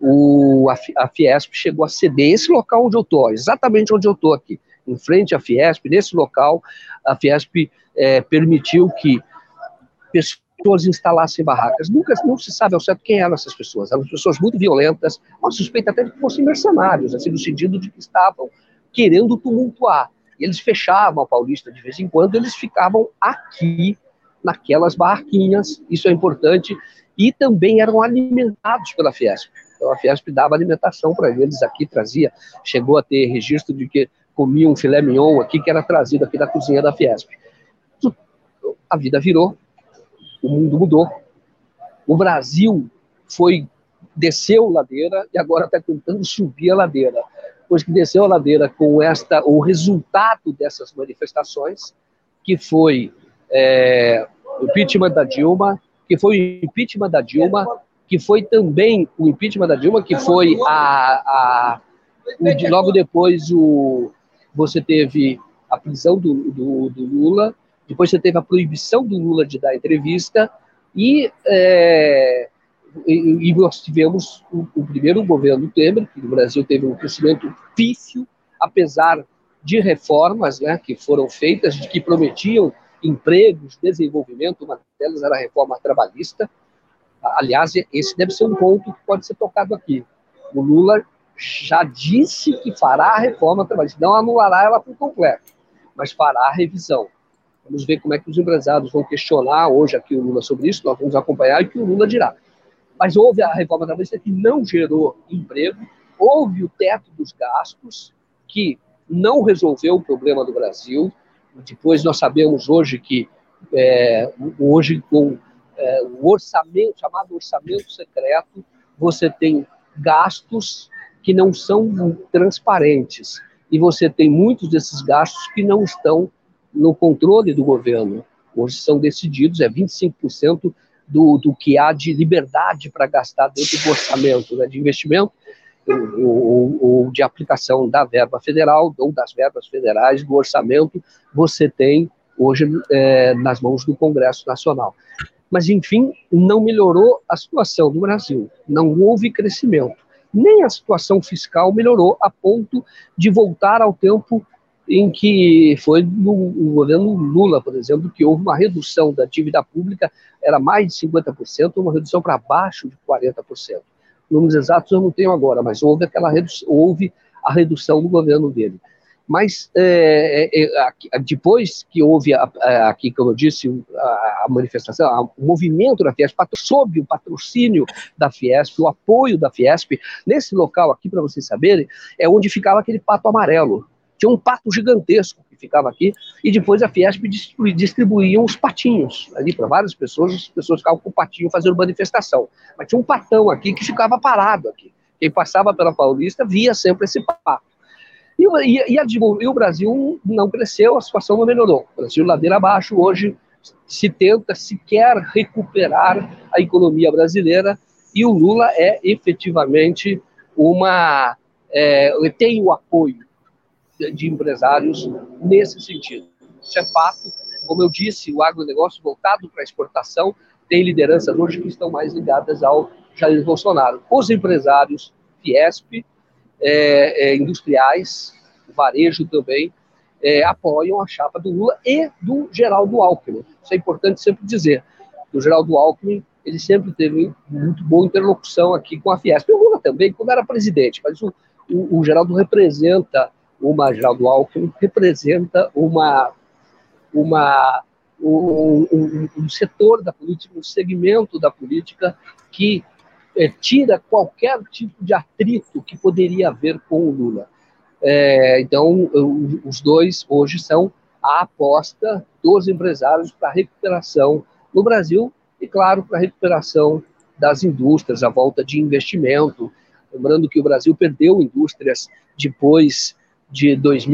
a Fiesp chegou a ceder esse local onde eu estou, exatamente onde eu estou aqui, em frente à Fiesp, nesse local, a Fiesp permitiu que pessoas instalassem barracas. Não se sabe ao certo quem eram essas pessoas. Eram pessoas muito violentas, uma suspeita até de que fossem mercenários, assim, no sentido de que estavam querendo tumultuar. E eles fechavam a Paulista de vez em quando, eles ficavam aqui, naquelas barraquinhas, isso é importante, e também eram alimentados pela Fiesp. Então a Fiesp dava alimentação para eles aqui, chegou a ter registro de que comiam um filé mignon aqui, que era trazido aqui da cozinha da Fiesp. A vida virou, o mundo mudou, o Brasil desceu ladeira e agora está tentando subir a ladeira. Depois que desceu a ladeira com o resultado dessas manifestações, que foi o impeachment da Dilma, que foi também o impeachment da Dilma, que foi logo depois você teve a prisão do Lula, depois você teve a proibição do Lula de dar entrevista, e nós tivemos o primeiro governo Temer, que no Brasil teve um crescimento pífio, apesar de reformas, né, que foram feitas, que prometiam empregos, desenvolvimento. Uma delas era a reforma trabalhista. Aliás, esse deve ser um ponto que pode ser tocado aqui. O Lula já disse que fará a reforma trabalhista, não anulará ela por completo, mas fará a revisão. Vamos ver como é que os empresários vão questionar hoje aqui o Lula sobre isso, nós vamos acompanhar o que o Lula dirá. Mas houve a reforma trabalhista que não gerou emprego, houve o teto dos gastos, que não resolveu o problema do Brasil. Depois nós sabemos hoje que, hoje com o orçamento, chamado orçamento secreto, você tem gastos que não são transparentes, e você tem muitos desses gastos que não estão no controle do governo. Hoje são decididos, 25% do que há de liberdade para gastar dentro do orçamento, né, de investimento ou de aplicação da verba federal ou das verbas federais do orçamento, você tem hoje nas mãos do Congresso Nacional. Mas, enfim, não melhorou a situação do Brasil, não houve crescimento, nem a situação fiscal melhorou a ponto de voltar ao tempo em que foi no governo Lula, por exemplo, que houve uma redução da dívida pública, era mais de 50%, uma redução para baixo de 40%. Números exatos eu não tenho agora, mas houve a redução do governo dele. Mas depois que houve aqui, como eu disse, a manifestação, o movimento da Fiesp, sob o patrocínio da Fiesp, o apoio da Fiesp, nesse local aqui, para vocês saberem, é onde ficava aquele pato amarelo. Tinha um pato gigantesco que ficava aqui, e depois a Fiesp distribuía os patinhos ali para várias pessoas, as pessoas ficavam com o patinho fazendo manifestação. Mas tinha um patão aqui que ficava parado aqui. Quem passava pela Paulista via sempre esse pato. E o Brasil não cresceu, a situação não melhorou. O Brasil ladeira abaixo, hoje se tenta sequer recuperar a economia brasileira, e o Lula é efetivamente tem o apoio de empresários nesse sentido. Isso é fato. Como eu disse, o agronegócio voltado para a exportação tem lideranças hoje que estão mais ligadas ao Jair Bolsonaro. Os empresários, Fiesp, industriais, o varejo também, apoiam a chapa do Lula e do Geraldo Alckmin. Isso é importante sempre dizer. O Geraldo Alckmin, ele sempre teve muito boa interlocução aqui com a Fiesp. O Lula também, quando era presidente, mas o Geraldo Geraldo Alckmin representa um setor da política, um segmento da política que tira qualquer tipo de atrito que poderia haver com o Lula. Então, os dois hoje são a aposta dos empresários para a recuperação no Brasil e, claro, para a recuperação das indústrias, a volta de investimento. Lembrando que o Brasil perdeu indústrias depois de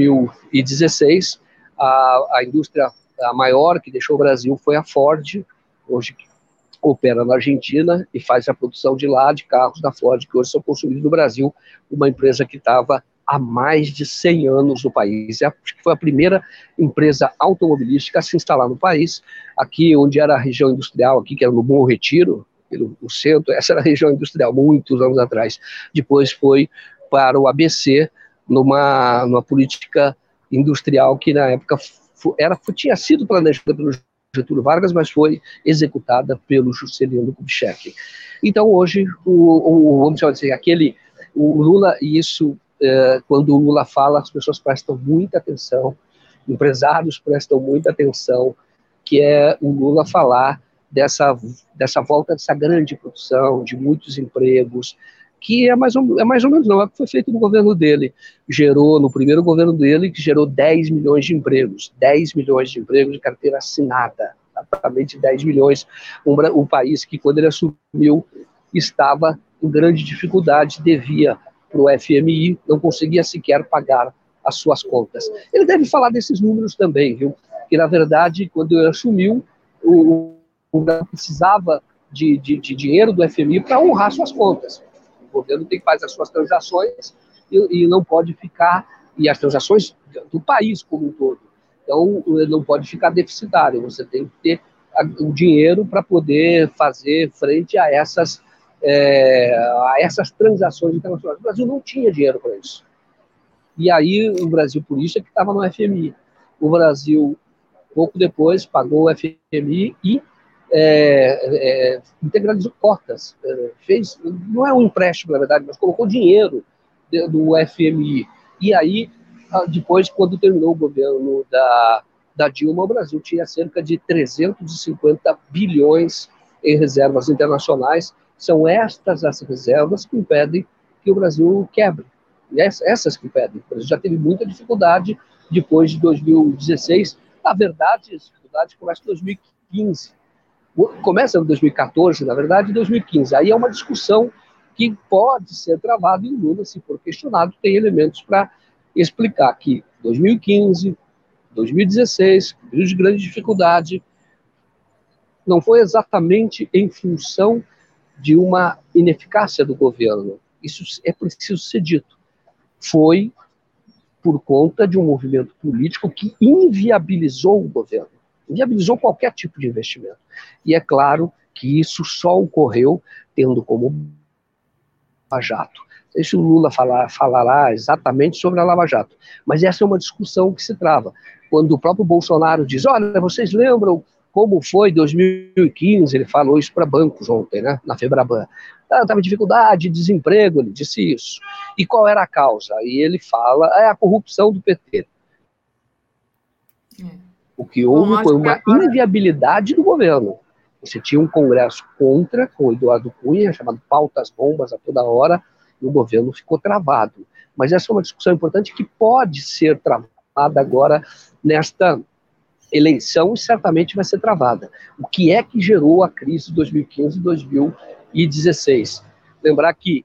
2016. A indústria maior que deixou o Brasil foi a Ford, hoje opera na Argentina e faz a produção de lá de carros da Ford, que hoje são consumidos no Brasil, uma empresa que estava há mais de 100 anos no país. Acho que foi a primeira empresa automobilística a se instalar no país, aqui onde era a região industrial, aqui que era no Bom Retiro, o centro, essa era a região industrial, muitos anos atrás. Depois foi para o ABC, numa política industrial que na época tinha sido planejada pelo Getúlio Vargas, mas foi executada pelo Juscelino Kubitschek. Então hoje, vamos chamar assim, o Lula, e isso, quando o Lula fala, as pessoas prestam muita atenção, empresários prestam muita atenção, que é o Lula falar dessa volta, dessa grande produção, de muitos empregos, que é mais ou menos não, é o que foi feito no governo dele. No primeiro governo dele, que gerou 10 milhões de empregos, 10 milhões de empregos de carteira assinada, praticamente 10 milhões, um país que, quando ele assumiu, estava em grande dificuldade, devia para o FMI, não conseguia sequer pagar as suas contas. Ele deve falar desses números também, viu? Que, na verdade, quando ele assumiu, o Brasil precisava de dinheiro do FMI para honrar suas contas. O governo tem que fazer as suas transações e não pode ficar, e as transações do país como um todo. Então, não pode ficar deficitário, você tem que ter o dinheiro para poder fazer frente a essas transações internacionais. O Brasil não tinha dinheiro para isso. E aí, o Brasil, por isso, é que estava no FMI. O Brasil, pouco depois, pagou o FMI e integralizou cotas, não é um empréstimo, na verdade, mas colocou dinheiro do FMI. E aí, depois, quando terminou o governo da Dilma, o Brasil tinha cerca de 350 bilhões em reservas internacionais. São estas as reservas que impedem que o Brasil quebre. E essas que impedem. O Brasil já teve muita dificuldade depois de 2016. Na verdade, as dificuldades começam em 2015. Começa em 2014, na verdade, em 2015. Aí é uma discussão que pode ser travada, e o Lula, se for questionado, tem elementos para explicar que 2015, 2016, período de grande dificuldade, não foi exatamente em função de uma ineficácia do governo. Isso é preciso ser dito. Foi por conta de um movimento político que inviabilizou o governo, inviabilizou qualquer tipo de investimento. E é claro que isso só ocorreu tendo como Lava Jato. Não sei se o Lula falará exatamente sobre a Lava Jato, mas essa é uma discussão que se trava. Quando o próprio Bolsonaro diz, olha, vocês lembram como foi 2015, ele falou isso para bancos ontem, né, na Febraban. Estava em dificuldade, desemprego, ele disse isso. E qual era a causa? E ele fala, a corrupção do PT. O que houve foi uma inviabilidade do governo. Você tinha um congresso contra, com o Eduardo Cunha, chamado Pautas Bombas a toda hora, no governo ficou travado. Mas essa é uma discussão importante que pode ser travada agora nesta eleição e certamente vai ser travada. O que é que gerou a crise de 2015 e 2016? Lembrar que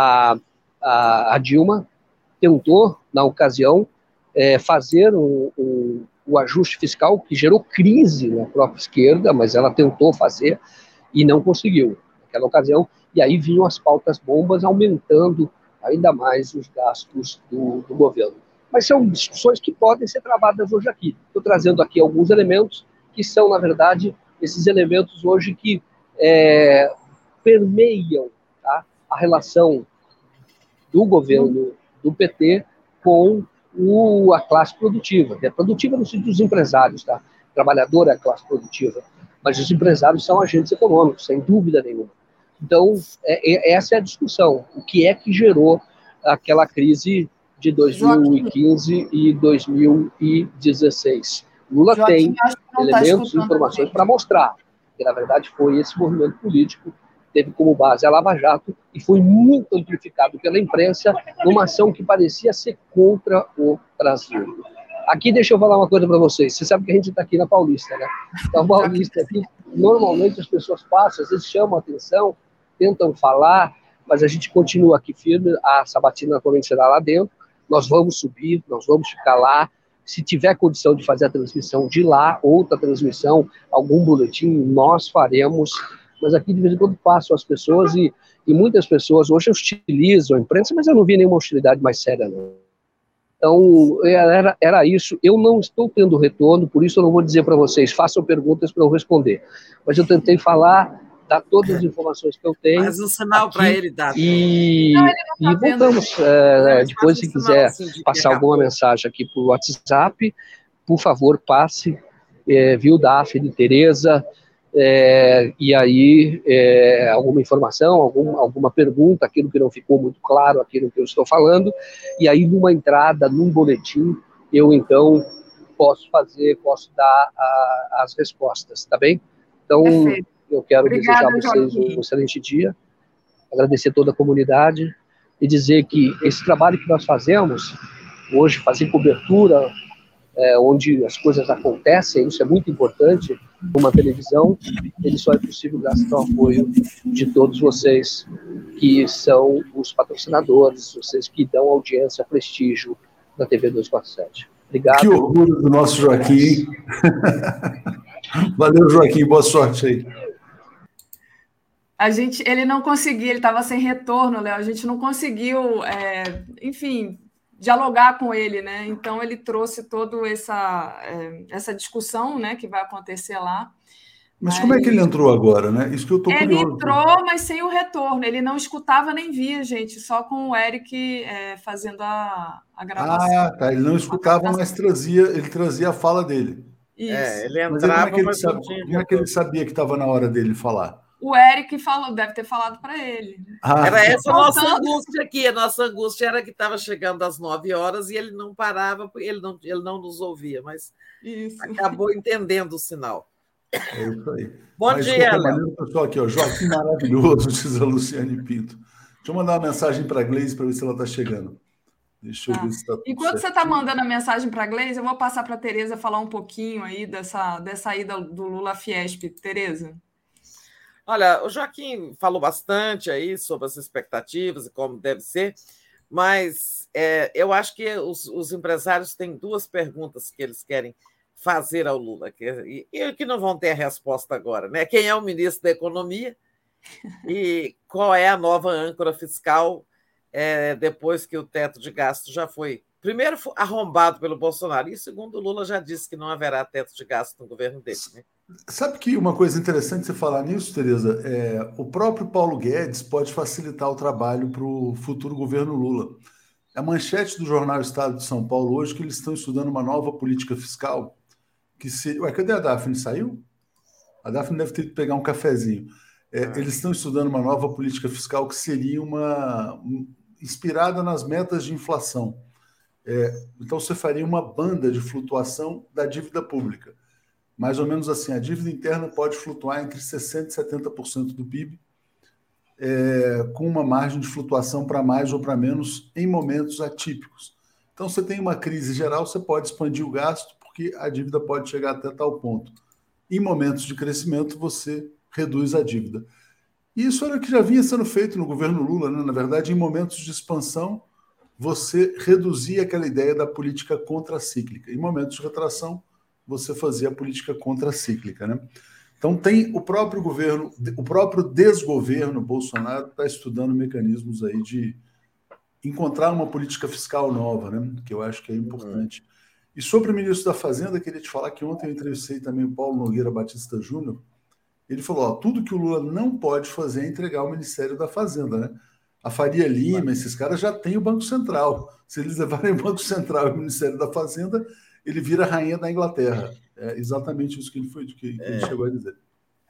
a Dilma tentou, na ocasião, fazer o ajuste fiscal que gerou crise na própria esquerda, mas ela tentou fazer e não conseguiu naquela ocasião, e aí vinham as pautas bombas aumentando ainda mais os gastos do governo. Mas são discussões que podem ser travadas hoje aqui. Estou trazendo aqui alguns elementos que são, na verdade, esses elementos hoje que permeiam, tá, a relação do governo do PT com a classe produtiva. É produtiva no sentido dos empresários, tá? Trabalhador é a classe produtiva, mas os empresários são agentes econômicos, sem dúvida nenhuma. Então, essa é a discussão. O que é que gerou aquela crise de 2015 e 2016? Lula tem elementos e informações para mostrar que, na verdade, foi esse movimento político que teve como base a Lava Jato e foi muito amplificado pela imprensa numa ação que parecia ser contra o Brasil. Aqui, deixa eu falar uma coisa para vocês. Você sabe que a gente está aqui na Paulista, né? Então, Paulista aqui, normalmente as pessoas passam, às vezes chamam a atenção, tentam falar, mas a gente continua aqui firme. A sabatina atualmente será lá dentro. Nós vamos subir, nós vamos ficar lá. Se tiver condição de fazer a transmissão de lá, outra transmissão, algum boletim, nós faremos. Mas aqui, de vez em quando, passam as pessoas e muitas pessoas hoje hostilizam a imprensa, mas eu não vi nenhuma hostilidade mais séria, não. Então, era isso. Eu não estou tendo retorno, por isso eu não vou dizer para vocês, façam perguntas para eu responder. Mas eu tentei falar, dar todas as informações que eu tenho. Faz um sinal para ele, Dado. E voltamos. Depois, se quiser passar alguma mensagem aqui por WhatsApp, por favor, passe. Viu, Daphne, Tereza, e aí alguma informação, alguma pergunta, aquilo que não ficou muito claro, aquilo que eu estou falando, e aí numa entrada, num boletim, eu então posso dar as respostas, tá bem? Então, perfeito. Eu quero desejar a vocês um excelente dia, agradecer toda a comunidade e dizer que esse trabalho que nós fazemos hoje, fazer cobertura onde as coisas acontecem, isso é muito importante, numa televisão, ele só é possível graças ao apoio de todos vocês que são os patrocinadores, vocês que dão audiência, prestígio da TV 247. Obrigado. Que orgulho do nosso Joaquim. Valeu, Joaquim, boa sorte aí. Ele não conseguiu, ele estava sem retorno, Léo, a gente não conseguiu, enfim, dialogar com ele, né? Então ele trouxe toda essa discussão, né, que vai acontecer lá. Mas como é que ele entrou agora, né? Isso que eu estou curioso. Ele entrou, mas sem o retorno. Ele não escutava nem via, gente, só com o Eric fazendo a gravação. Ah, tá. Ele não escutava, mas ele trazia a fala dele. Isso. Ele entrava, mas como é que ele sabia que estava na hora dele falar? O Eric deve ter falado para ele. Era essa a nossa angústia aqui. A nossa angústia era que estava chegando às 9 horas e ele não parava, ele não nos ouvia, mas acabou entendendo o sinal. É isso aí. Bom dia, Léo. Pessoal aqui, Joaquim maravilhoso, diz a Luciane Pinto. Deixa eu mandar uma mensagem para a Gleice para ver se ela está chegando. Deixa eu ver se está tudo Enquanto certo. você está mandando a mensagem para a Gleice, eu vou passar para a Tereza falar um pouquinho aí dessa ida do Lula à Fiesp. Tereza? Olha, o Joaquim falou bastante aí sobre as expectativas e como deve ser, mas eu acho que os empresários têm duas perguntas que eles querem fazer ao Lula, e que não vão ter a resposta agora, né? Quem é o ministro da Economia e qual é a nova âncora fiscal depois que o teto de gasto já foi, primeiro, arrombado pelo Bolsonaro, e segundo, o Lula já disse que não haverá teto de gasto no governo dele, né? Sabe que uma coisa interessante você falar nisso, Tereza, o próprio Paulo Guedes pode facilitar o trabalho para o futuro governo Lula. A manchete do jornal Estado de São Paulo hoje que eles estão estudando uma nova política fiscal que seria... Ué, cadê a Daphne? Saiu? A Daphne deve ter que pegar um cafezinho. Eles estão estudando uma nova política fiscal que seria inspirada nas metas de inflação. Então você faria uma banda de flutuação da dívida pública. Mais ou menos assim, a dívida interna pode flutuar entre 60% e 70% do PIB. com uma margem de flutuação para mais ou para menos em momentos atípicos. Então, você tem uma crise geral, você pode expandir o gasto, porque a dívida pode chegar até tal ponto. Em momentos de crescimento, você reduz a dívida. E isso era o que já vinha sendo feito no governo Lula, né? Na verdade, em momentos de expansão, você reduzia aquela ideia da política contracíclica. Em momentos de retração, você fazia a política contracíclica, né? Então, tem o próprio governo, o próprio desgoverno Bolsonaro está estudando mecanismos aí de encontrar uma política fiscal nova, né? Que eu acho que é importante. E sobre o ministro da Fazenda, queria te falar que ontem eu entrevistei também o Paulo Nogueira Batista Júnior. Ele falou, ó, tudo que o Lula não pode fazer é entregar o Ministério da Fazenda, né? A Faria Lima, esses caras já têm o Banco Central. Se eles levarem o Banco Central e o Ministério da Fazenda, ele vira a rainha da Inglaterra. É exatamente isso que ele chegou a dizer.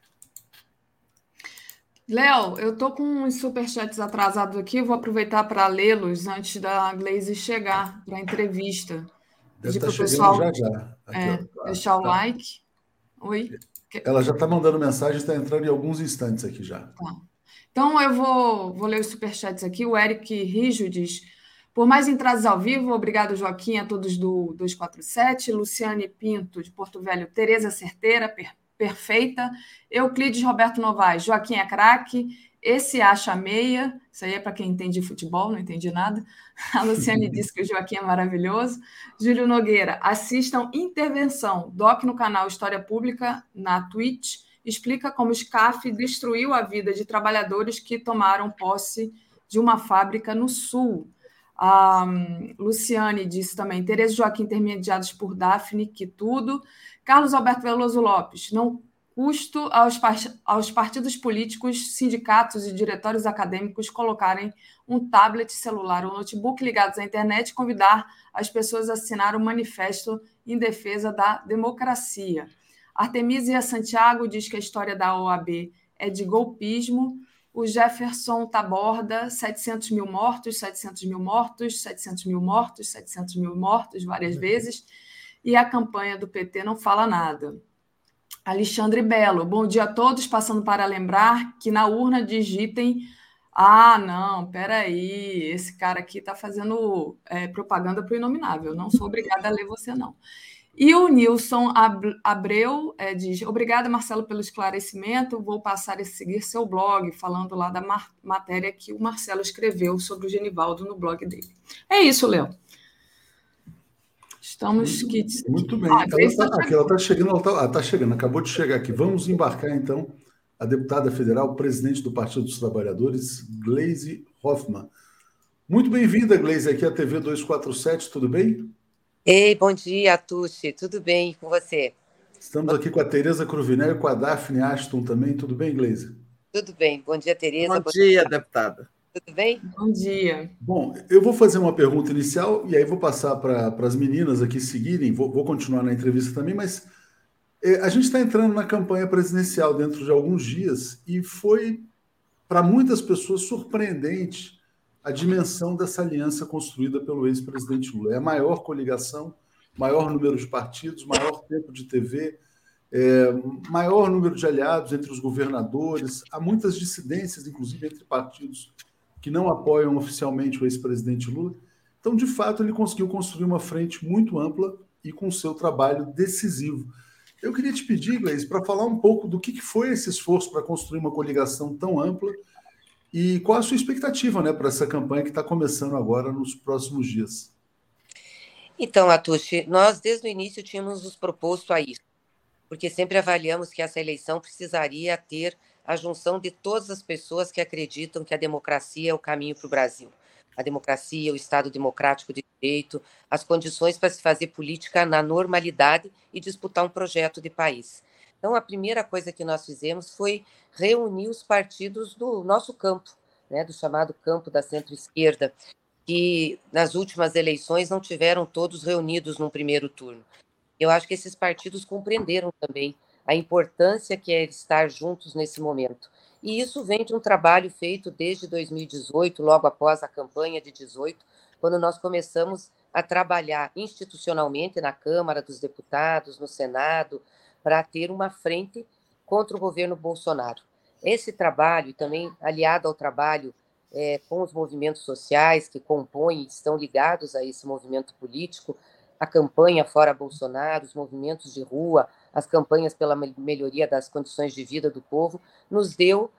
Léo, eu tô com uns superchats atrasados aqui, vou aproveitar para lê-los antes da Glaze chegar para a entrevista. Deve estar chegando já. Aqui, deixar o like. Oi? Ela já está mandando mensagem, está entrando em alguns instantes aqui já. Tá. Então, eu vou ler os superchats aqui. O Eric Rijo diz, por mais entradas ao vivo, obrigado, Joaquim, a todos do 247. Luciane Pinto, de Porto Velho. Tereza Certeira, perfeita. Euclides Roberto Novaes, Joaquim é craque. Esse acha meia. Isso aí é para quem entende futebol, não entendi nada. A Luciane disse que o Joaquim é maravilhoso. Júlio Nogueira, assistam Intervenção, doc no canal História Pública, na Twitch, explica como o SCAF destruiu a vida de trabalhadores que tomaram posse de uma fábrica no Sul. A Luciane disse também, Tereza e Joaquim intermediados por Daphne, que tudo. Carlos Alberto Veloso Lopes, não custo aos partidos políticos, sindicatos e diretórios acadêmicos colocarem um tablet, celular ou notebook ligados à internet e convidar as pessoas a assinar um manifesto em defesa da democracia. Artemisia Santiago diz que a história da OAB é de golpismo. O Jefferson Taborda, 700 mil mortos, 700 mil mortos, 700 mil mortos, 700 mil mortos, várias vezes. E a campanha do PT não fala nada. Alexandre Belo, bom dia a todos, passando para lembrar que na urna digitem não, peraí, esse cara aqui está fazendo propaganda para o Inominável, não sou obrigada a ler você, não. E o Nilson Abreu diz, obrigada, Marcelo, pelo esclarecimento, vou passar a seguir seu blog, falando lá da matéria que o Marcelo escreveu sobre o Genivaldo no blog dele. É isso, Léo. Estamos kits. Muito bem. Ela está chegando, está chegando, acabou de chegar aqui. Vamos embarcar, então, a deputada federal, presidente do Partido dos Trabalhadores, Glaze Hoffmann. Muito bem-vinda, Glaze, aqui à TV 247, tudo bem? Ei, bom dia, Tuxi, tudo bem com você? Estamos aqui com a Tereza Cruvinel e com a Daphne Ashton também, tudo bem, Glaze? Tudo bem, bom dia, Tereza. Bom dia, deputada. Tudo bem? Bom dia. Bom, eu vou fazer uma pergunta inicial e aí vou passar para as meninas aqui seguirem, vou continuar na entrevista também, mas a gente está entrando na campanha presidencial dentro de alguns dias e foi, para muitas pessoas, surpreendente a dimensão dessa aliança construída pelo ex-presidente Lula. É a maior coligação, maior número de partidos, maior tempo de TV, maior número de aliados entre os governadores, há muitas dissidências, inclusive, entre partidos que não apoiam oficialmente o ex-presidente Lula. Então, de fato, ele conseguiu construir uma frente muito ampla e com seu trabalho decisivo. Eu queria te pedir, Glaze, para falar um pouco do que foi esse esforço para construir uma coligação tão ampla e qual a sua expectativa, né, para essa campanha que está começando agora nos próximos dias. Então, Atushi, nós desde o início tínhamos nos proposto a isso, porque sempre avaliamos que essa eleição precisaria ter a junção de todas as pessoas que acreditam que a democracia é o caminho para o Brasil. A democracia, o Estado democrático de direito, as condições para se fazer política na normalidade e disputar um projeto de país. Então, a primeira coisa que nós fizemos foi reunir os partidos do nosso campo, né, do chamado campo da centro-esquerda, que nas últimas eleições não tiveram todos reunidos num primeiro turno. Eu acho que esses partidos compreenderam também a importância que é estar juntos nesse momento. E isso vem de um trabalho feito desde 2018, logo após a campanha de 2018, quando nós começamos a trabalhar institucionalmente na Câmara dos Deputados, no Senado, para ter uma frente contra o governo Bolsonaro. Esse trabalho, também aliado ao trabalho com os movimentos sociais que compõem, estão ligados a esse movimento político, a campanha Fora Bolsonaro, os movimentos de rua, as campanhas pela melhoria das condições de vida do povo, nos deu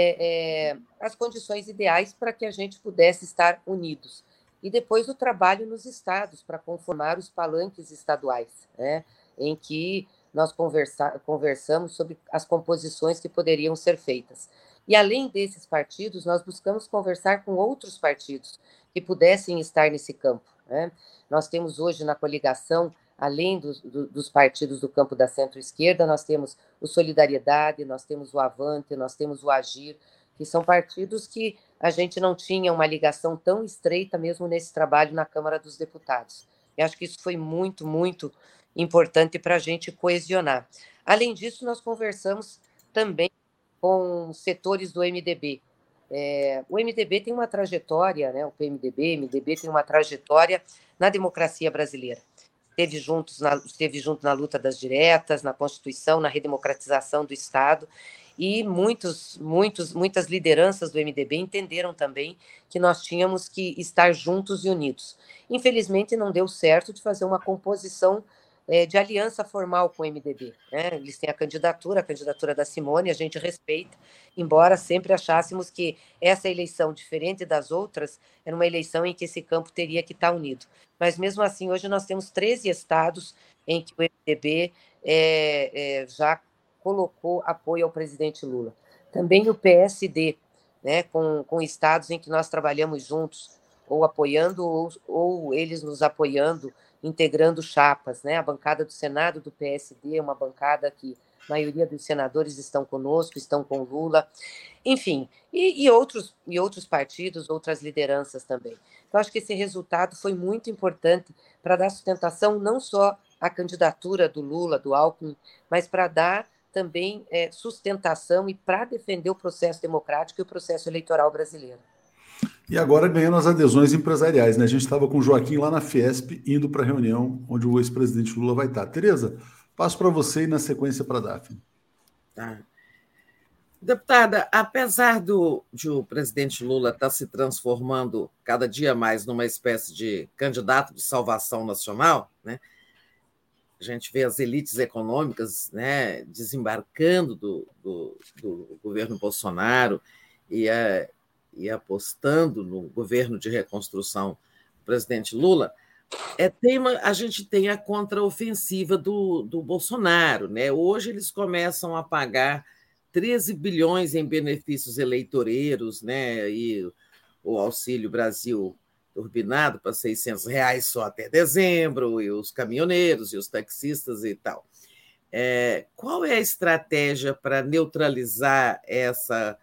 as condições ideais para que a gente pudesse estar unidos. E depois o trabalho nos estados, para conformar os palanques estaduais, né, em que nós conversamos sobre as composições que poderiam ser feitas. E, além desses partidos, nós buscamos conversar com outros partidos que pudessem estar nesse campo, né? Nós temos hoje na coligação, além dos partidos do campo da centro-esquerda, nós temos o Solidariedade, nós temos o Avante, nós temos o Agir, que são partidos que a gente não tinha uma ligação tão estreita mesmo nesse trabalho na Câmara dos Deputados. Eu acho que isso foi muito, muito importante para a gente coesionar. Além disso, nós conversamos também com setores do MDB. O MDB tem uma trajetória, né, o MDB tem uma trajetória na democracia brasileira. Esteve junto na luta das diretas, na Constituição, na redemocratização do Estado, e muitas lideranças do MDB entenderam também que nós tínhamos que estar juntos e unidos. Infelizmente, não deu certo de fazer uma composição de aliança formal com o MDB, né? Eles têm a candidatura da Simone, a gente respeita, embora sempre achássemos que essa eleição, diferente das outras, era uma eleição em que esse campo teria que estar unido. Mas, mesmo assim, hoje nós temos 13 estados em que o MDB já colocou apoio ao presidente Lula. Também o PSD, né, com estados em que nós trabalhamos juntos, ou apoiando, ou eles nos apoiando, integrando chapas, né? A bancada do Senado do PSD é uma bancada que a maioria dos senadores estão conosco, estão com Lula, enfim, e outros partidos, outras lideranças também. Então, acho que esse resultado foi muito importante para dar sustentação não só à candidatura do Lula, do Alckmin, mas para dar também sustentação e para defender o processo democrático e o processo eleitoral brasileiro. E agora ganhando as adesões empresariais, né? A gente estava com o Joaquim lá na Fiesp, indo para a reunião onde o ex-presidente Lula vai estar. Tereza, passo para você e na sequência para a Daphne. Tá. Deputada, apesar de o presidente Lula estar se transformando cada dia mais numa espécie de candidato de salvação nacional, né? A gente vê as elites econômicas, né, desembarcando do governo Bolsonaro e apostando no governo de reconstrução do presidente Lula, a gente tem a contraofensiva do Bolsonaro, né? Hoje eles começam a pagar 13 bilhões em benefícios eleitoreiros, né? E o Auxílio Brasil turbinado para R$600 só até dezembro, e os caminhoneiros e os taxistas e tal. Qual é a estratégia para neutralizar essa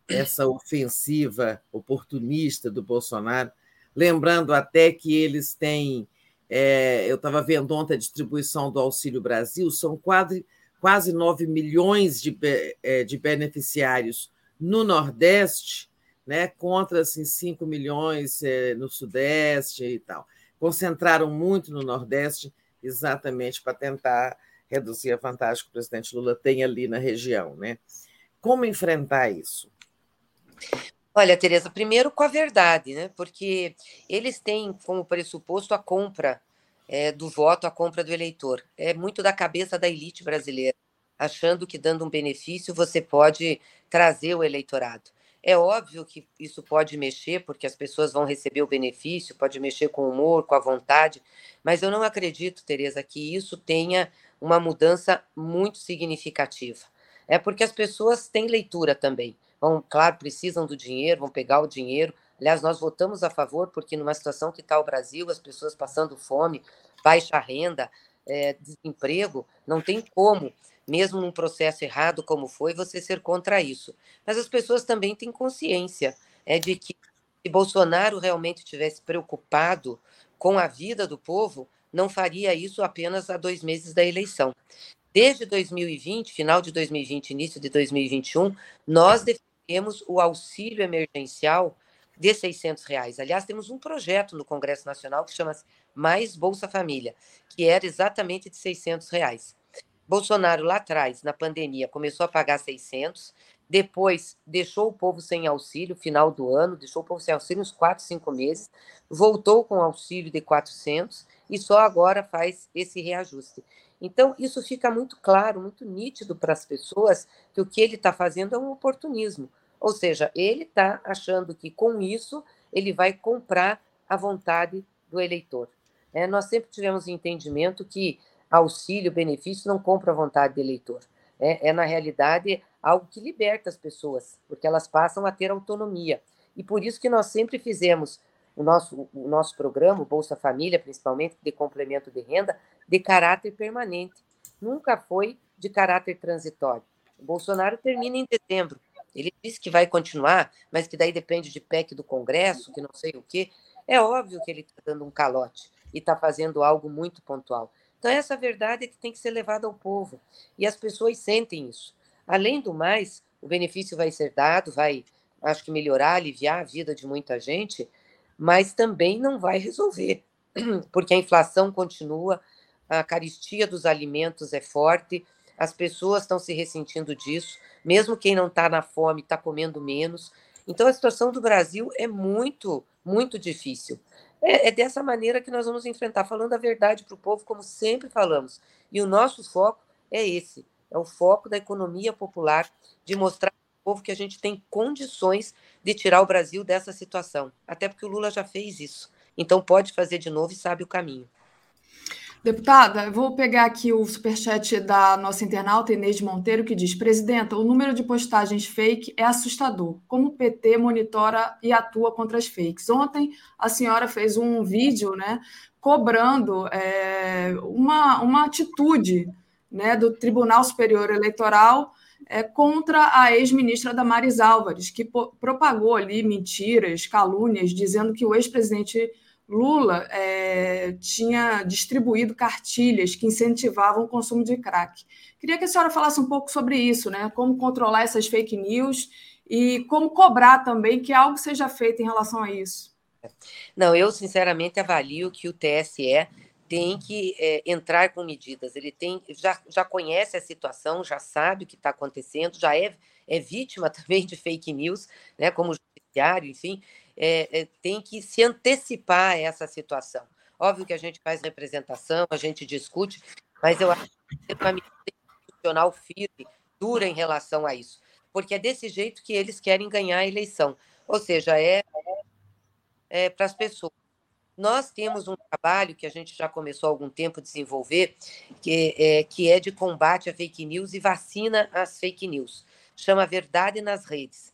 ofensiva oportunista do Bolsonaro? Lembrando até que eles têm... eu estava vendo ontem a distribuição do Auxílio Brasil, são quase 9 milhões de beneficiários no Nordeste, né, contra assim, 5 milhões no Sudeste e tal. Concentraram muito no Nordeste exatamente para tentar reduzir a vantagem que o presidente Lula tem ali na região, né? Como enfrentar isso? Olha, Tereza, primeiro com a verdade, né? Porque eles têm como pressuposto a compra do voto, a compra do eleitor. É muito da cabeça da elite brasileira, achando que dando um benefício você pode trazer o eleitorado. É óbvio que isso pode mexer, porque as pessoas vão receber o benefício, pode mexer com o humor, com a vontade, mas eu não acredito, Tereza, que isso tenha uma mudança muito significativa. É porque as pessoas têm leitura também. Claro, precisam do dinheiro, vão pegar o dinheiro. Aliás, nós votamos a favor, porque numa situação que está o Brasil, as pessoas passando fome, baixa renda, desemprego, não tem como, mesmo num processo errado como foi, você ser contra isso. Mas as pessoas também têm consciência de que se Bolsonaro realmente tivesse preocupado com a vida do povo, não faria isso apenas há 2 meses da eleição. Desde 2020, final de 2020, início de 2021, nós defendemos o auxílio emergencial de R$600. Aliás, temos um projeto no Congresso Nacional que chama-se Mais Bolsa Família, que era exatamente de R$600. Bolsonaro, lá atrás, na pandemia, começou a pagar 600, depois deixou o povo sem auxílio, final do ano, deixou o povo sem auxílio uns 4, 5 meses, voltou com auxílio de 400 e só agora faz esse reajuste. Então, isso fica muito claro, muito nítido para as pessoas que o que ele está fazendo é um oportunismo. Ou seja, ele está achando que com isso ele vai comprar a vontade do eleitor. Nós sempre tivemos o entendimento que auxílio, benefício não compra a vontade do eleitor. Na realidade, algo que liberta as pessoas, porque elas passam a ter autonomia. E por isso que nós sempre fizemos o nosso programa, o Bolsa Família, principalmente, de complemento de renda, de caráter permanente. Nunca foi de caráter transitório. O Bolsonaro termina em dezembro. Ele disse que vai continuar, mas que daí depende de PEC do Congresso, que não sei o quê. É óbvio que ele está dando um calote e está fazendo algo muito pontual. Então, essa verdade é que tem que ser levada ao povo. E as pessoas sentem isso. Além do mais, o benefício vai ser dado, vai, acho que melhorar, aliviar a vida de muita gente, mas também não vai resolver, porque a inflação continua, a carestia dos alimentos é forte, as pessoas estão se ressentindo disso, mesmo quem não está na fome está comendo menos. Então, a situação do Brasil é muito, muito difícil. É dessa maneira que nós vamos enfrentar, falando a verdade para o povo, como sempre falamos. E o nosso foco é esse, é o foco da economia popular, de mostrar ao povo que a gente tem condições de tirar o Brasil dessa situação. Até porque o Lula já fez isso. Então, pode fazer de novo e sabe o caminho. Deputada, eu vou pegar aqui o superchat da nossa internauta Inês Monteiro, que diz: Presidenta, o número de postagens fake é assustador. Como o PT monitora e atua contra as fakes? Ontem a senhora fez um vídeo, né, cobrando uma atitude, né, do Tribunal Superior Eleitoral contra a ex-ministra Damares Álvares, que propagou ali mentiras, calúnias, dizendo que o ex-presidente Lula tinha distribuído cartilhas que incentivavam o consumo de crack. Queria que a senhora falasse um pouco sobre isso, né? Como controlar essas fake news e como cobrar também que algo seja feito em relação a isso. Não, eu sinceramente avalio que o TSE tem que entrar com medidas. Ele já conhece a situação, já sabe o que está acontecendo, já é vítima também de fake news, né? Como o judiciário, enfim. Tem que se antecipar a essa situação. Óbvio que a gente faz representação, a gente discute, mas eu acho que tem uma medida institucional firme, dura em relação a isso, porque é desse jeito que eles querem ganhar a eleição, ou seja, para as pessoas. Nós temos um trabalho que a gente já começou há algum tempo a desenvolver, que é de combate a fake news e vacina às fake news. Chama Verdade nas Redes.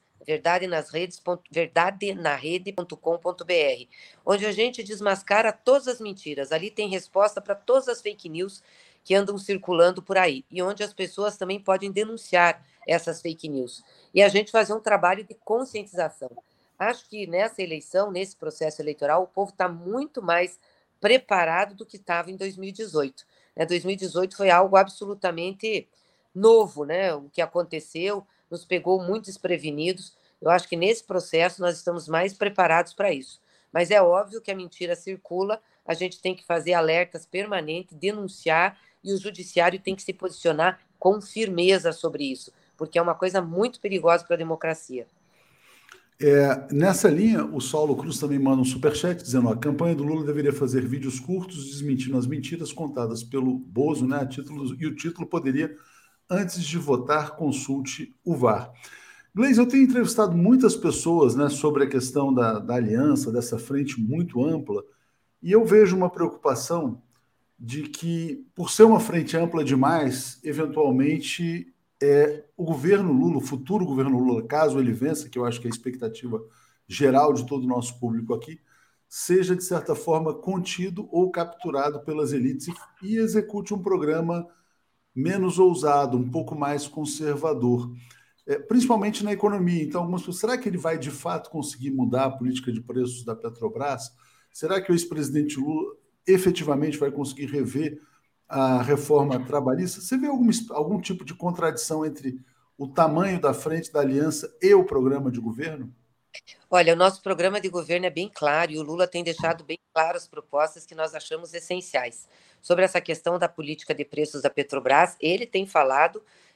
verdadenarede.com.br, onde a gente desmascara todas as mentiras. Ali tem resposta para todas as fake news que andam circulando por aí, e onde as pessoas também podem denunciar essas fake news. E a gente fazer um trabalho de conscientização. Acho que nessa eleição, nesse processo eleitoral, o povo está muito mais preparado do que estava em 2018. 2018 foi algo absolutamente novo, né? O que aconteceu nos pegou muito desprevenidos. Eu acho que nesse processo nós estamos mais preparados para isso. Mas é óbvio que a mentira circula, a gente tem que fazer alertas permanentes, denunciar, e o judiciário tem que se posicionar com firmeza sobre isso, porque é uma coisa muito perigosa para a democracia. Nessa linha, o Saulo Cruz também manda um superchat dizendo: a campanha do Lula deveria fazer vídeos curtos desmentindo as mentiras contadas pelo Bozo, né? E o título poderia: antes de votar, consulte o VAR. Gleisi, eu tenho entrevistado muitas pessoas, né, sobre a questão da aliança, dessa frente muito ampla, e eu vejo uma preocupação de que, por ser uma frente ampla demais, eventualmente o governo Lula, o futuro governo Lula, caso ele vença, que eu acho que é a expectativa geral de todo o nosso público aqui, seja, de certa forma, contido ou capturado pelas elites e execute um programa menos ousado, um pouco mais conservador, principalmente na economia. Então, algumas pessoas, será que ele vai, de fato, conseguir mudar a política de preços da Petrobras? Será que o ex-presidente Lula efetivamente vai conseguir rever a reforma trabalhista? Você vê algum tipo de contradição entre o tamanho da frente da aliança e o programa de governo? Olha, o nosso programa de governo é bem claro e o Lula tem deixado bem claro as propostas que nós achamos essenciais. Sobre essa questão da política de preços da Petrobras, ele tem falado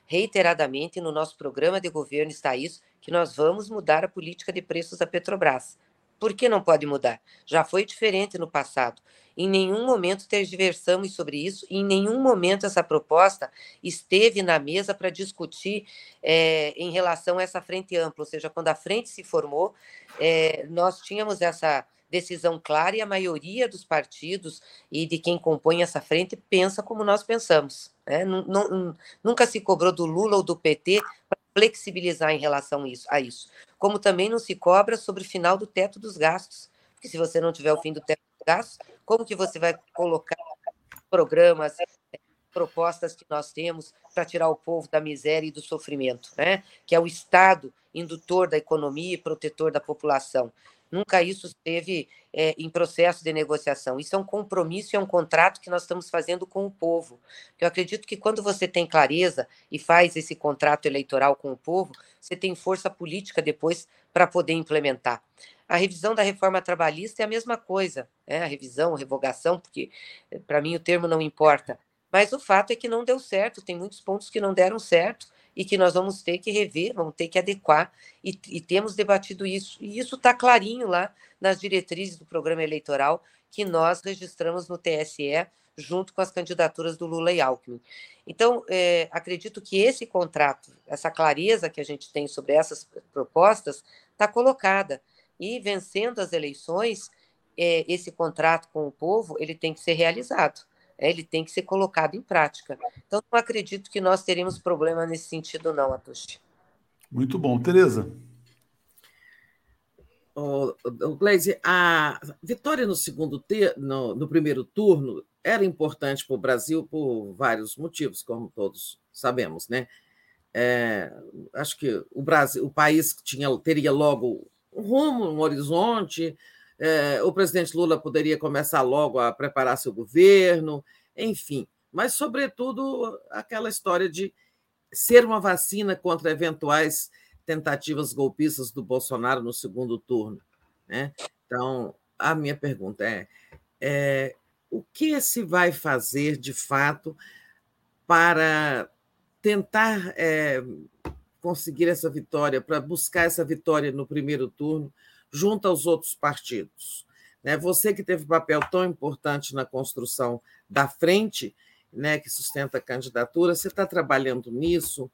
reiteradamente no nosso programa de governo está isso, que nós vamos mudar a política de preços da Petrobras. Por que não pode mudar? Já foi diferente no passado. Em nenhum momento tergiversamos sobre isso, e em nenhum momento essa proposta esteve na mesa para discutir em relação a essa frente ampla, ou seja, quando a frente se formou, nós tínhamos essa decisão clara e a maioria dos partidos e de quem compõe essa frente pensa como nós pensamos. Né? Nunca se cobrou do Lula ou do PT para flexibilizar em relação a isso. Como também não se cobra sobre o final do teto dos gastos, porque se você não tiver o fim do teto dos gastos, como que você vai colocar programas, propostas que nós temos para tirar o povo da miséria e do sofrimento, né? Que é o Estado indutor da economia e protetor da população. Nunca isso esteve em processo de negociação. Isso é um compromisso e é um contrato que nós estamos fazendo com o povo. Eu acredito que quando você tem clareza e faz esse contrato eleitoral com o povo, você tem força política depois para poder implementar. A revisão da reforma trabalhista é a mesma coisa, né? A revisão, a revogação, porque para mim o termo não importa. Mas o fato é que não deu certo, tem muitos pontos que não deram certo e que nós vamos ter que rever, vamos ter que adequar, e temos debatido isso. E isso está clarinho lá nas diretrizes do programa eleitoral que nós registramos no TSE, junto com as candidaturas do Lula e Alckmin. Então, acredito que esse contrato, essa clareza que a gente tem sobre essas propostas, está colocada. E, vencendo as eleições, esse contrato com o povo, ele tem que ser realizado. Ele tem que ser colocado em prática. Então, não acredito que nós teremos problema nesse sentido, não, Atushi. Muito bom. Tereza? Gleisi, a vitória no primeiro turno era importante para o Brasil por vários motivos, como todos sabemos, né? Acho que o país teria logo um rumo, um horizonte. O presidente Lula poderia começar logo a preparar seu governo, enfim. Mas, sobretudo, aquela história de ser uma vacina contra eventuais tentativas golpistas do Bolsonaro no segundo turno, né? Então, a minha pergunta é o que se vai fazer, de fato, para tentar conseguir essa vitória, para buscar essa vitória no primeiro turno, junto aos outros partidos. Né? Você que teve um papel tão importante na construção da frente, né, que sustenta a candidatura, você está trabalhando nisso,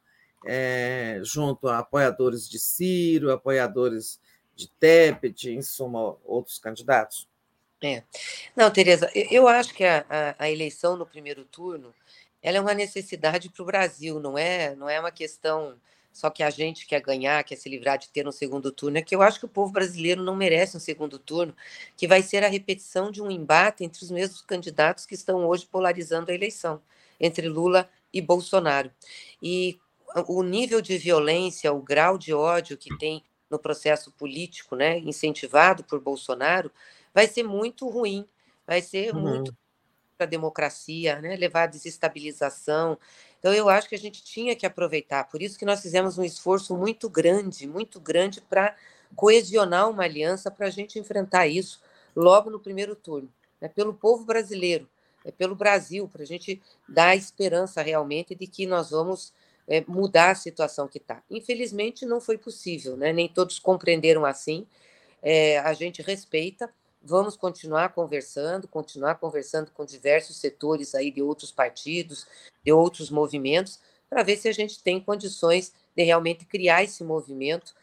junto a apoiadores de Ciro, apoiadores de Tebet, em suma, outros candidatos? Não, Tereza, eu acho que a eleição no primeiro turno ela é uma necessidade para o Brasil, não é uma questão só que a gente quer ganhar, quer se livrar de ter um segundo turno. É que eu acho que o povo brasileiro não merece um segundo turno, que vai ser a repetição de um embate entre os mesmos candidatos que estão hoje polarizando a eleição, entre Lula e Bolsonaro. E o nível de violência, o grau de ódio que tem no processo político, né, incentivado por Bolsonaro, vai ser muito ruim, vai ser muito para a democracia, né, levar à desestabilização. Então, eu acho que a gente tinha que aproveitar. Por isso que nós fizemos um esforço muito grande para coesionar uma aliança para a gente enfrentar isso logo no primeiro turno. É pelo povo brasileiro, é pelo Brasil, para a gente dar a esperança realmente de que nós vamos mudar a situação que está. Infelizmente, não foi possível, né? Nem todos compreenderam assim. A gente respeita. Vamos continuar conversando com diversos setores aí de outros partidos, de outros movimentos, para ver se a gente tem condições de realmente criar esse movimento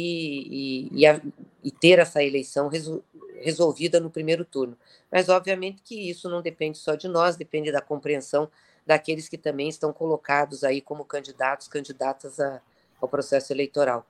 e ter essa eleição resolvida no primeiro turno. Mas, obviamente, que isso não depende só de nós, depende da compreensão daqueles que também estão colocados aí como candidatas ao processo eleitoral.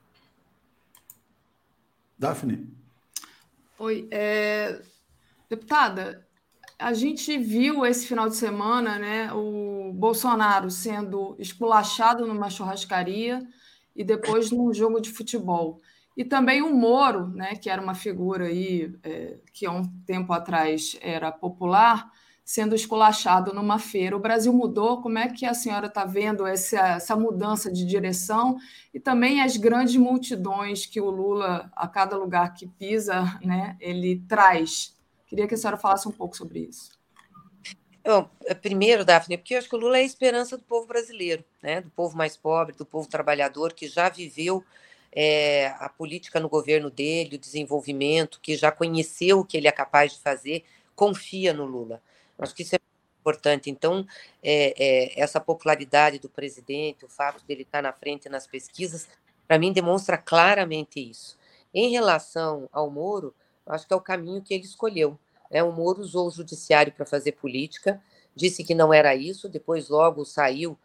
Daphne? Oi, deputada, a gente viu esse final de semana, né, o Bolsonaro sendo esculachado numa churrascaria e depois num jogo de futebol. E também o Moro, né, que era uma figura aí, que há um tempo atrás era popular, sendo esculachado numa feira. O Brasil mudou, como é que a senhora está vendo essa mudança de direção e também as grandes multidões que o Lula, a cada lugar que pisa, né, ele traz? Queria que a senhora falasse um pouco sobre isso. Primeiro, Daphne, porque eu acho que o Lula é a esperança do povo brasileiro, né? Do povo mais pobre, do povo trabalhador, que já viveu a política no governo dele, o desenvolvimento, que já conheceu o que ele é capaz de fazer, confia no Lula. Acho que isso é importante. Então, essa popularidade do presidente, o fato dele estar na frente nas pesquisas, para mim, demonstra claramente isso. Em relação ao Moro, acho que é o caminho que ele escolheu. O Moro usou o judiciário para fazer política, disse que não era isso, depois logo saiu,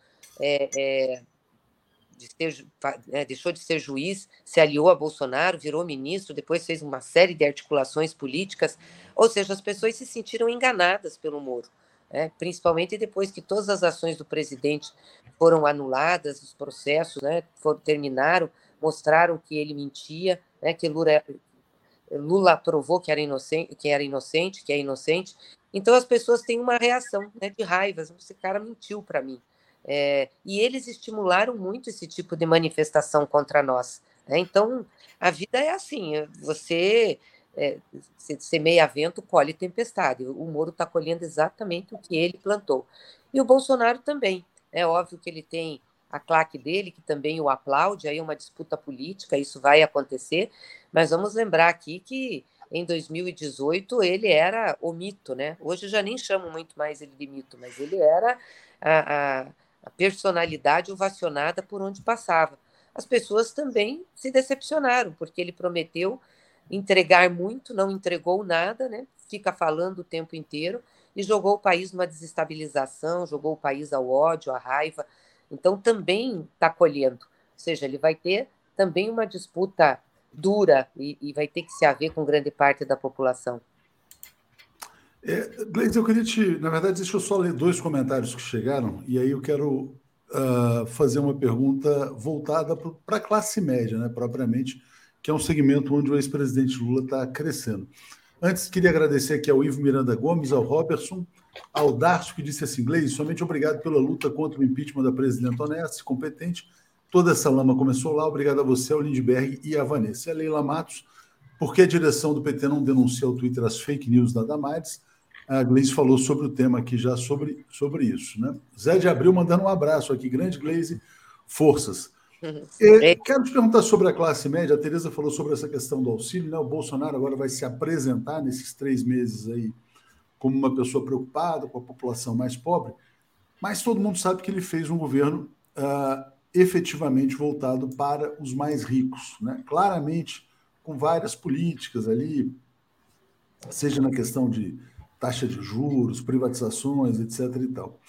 deixou de ser juiz, se aliou a Bolsonaro, virou ministro, depois fez uma série de articulações políticas, ou seja, as pessoas se sentiram enganadas pelo Moro, principalmente depois que todas as ações do presidente foram anuladas, os processos terminaram, mostraram que ele mentia, que Lula provou que era inocente, que é inocente. Então as pessoas têm uma reação de raiva. Esse cara mentiu para mim. E eles estimularam muito esse tipo de manifestação contra nós. Então a vida é assim: você semeia vento, colhe tempestade. O Moro está colhendo exatamente o que ele plantou. E o Bolsonaro também. É óbvio que ele tem a claque dele, que também o aplaude, aí é uma disputa política, isso vai acontecer, mas vamos lembrar aqui que em 2018 ele era o mito, né? Hoje já nem chamo muito mais ele de mito, mas ele era a personalidade ovacionada por onde passava. As pessoas também se decepcionaram, porque ele prometeu entregar muito, não entregou nada, né? Fica falando o tempo inteiro e jogou o país numa desestabilização, jogou o país ao ódio, à raiva. Então, também está colhendo. Ou seja, ele vai ter também uma disputa dura e vai ter que se haver com grande parte da população. Gleice, eu queria na verdade, deixa eu só ler 2 comentários que chegaram, e aí eu quero fazer uma pergunta voltada para a classe média, né, propriamente, que é um segmento onde o ex-presidente Lula está crescendo. Antes, queria agradecer aqui ao Ivo Miranda Gomes, ao Robertson, ao Darcio, que disse assim: Gleice, somente obrigado pela luta contra o impeachment da presidenta honesta e competente. Toda essa lama começou lá. Obrigado a você, ao Lindbergh e a Vanessa. E a Leila Matos, por que a direção do PT não denuncia ao Twitter as fake news da Damares? A Gleice falou sobre o tema aqui já sobre isso, né? Zé de Abril mandando um abraço aqui. Grande Gleice, forças. Quero te perguntar sobre a classe média. A Tereza falou sobre essa questão do auxílio, né? O Bolsonaro agora vai se apresentar nesses 3 meses aí como uma pessoa preocupada com a população mais pobre, mas todo mundo sabe que ele fez um governo efetivamente voltado para os mais ricos, né? Claramente com várias políticas ali, seja na questão de taxa de juros, privatizações, etc. e tal.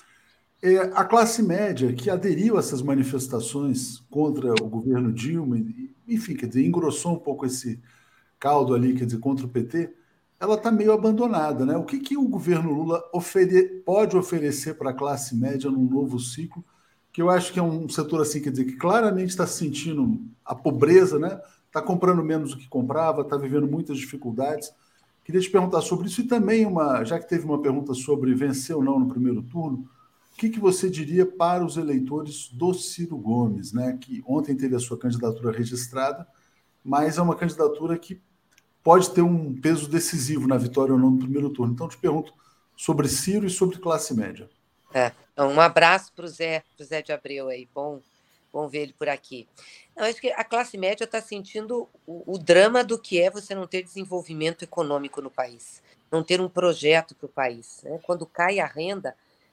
A classe média que aderiu a essas manifestações contra o governo Dilma, enfim, quer dizer, engrossou um pouco esse caldo ali, quer dizer, contra o PT, ela está meio abandonada, né? O que o governo Lula pode oferecer para a classe média num novo ciclo, que eu acho que é um setor assim, quer dizer, que claramente está sentindo a pobreza, né? Está comprando menos do que comprava, está vivendo muitas dificuldades. Queria te perguntar sobre isso e também, já que teve uma pergunta sobre vencer ou não no primeiro turno, o que você diria para os eleitores do Ciro Gomes, né? Que ontem teve a sua candidatura registrada, mas é uma candidatura que pode ter um peso decisivo na vitória ou não no primeiro turno. Então, te pergunto sobre Ciro e sobre classe média. Um abraço para o Zé de Abreu aí, bom ver ele por aqui. Não, acho que a classe média está sentindo o drama do que é você não ter desenvolvimento econômico no país, não ter um projeto para o país, né? Quando cai a renda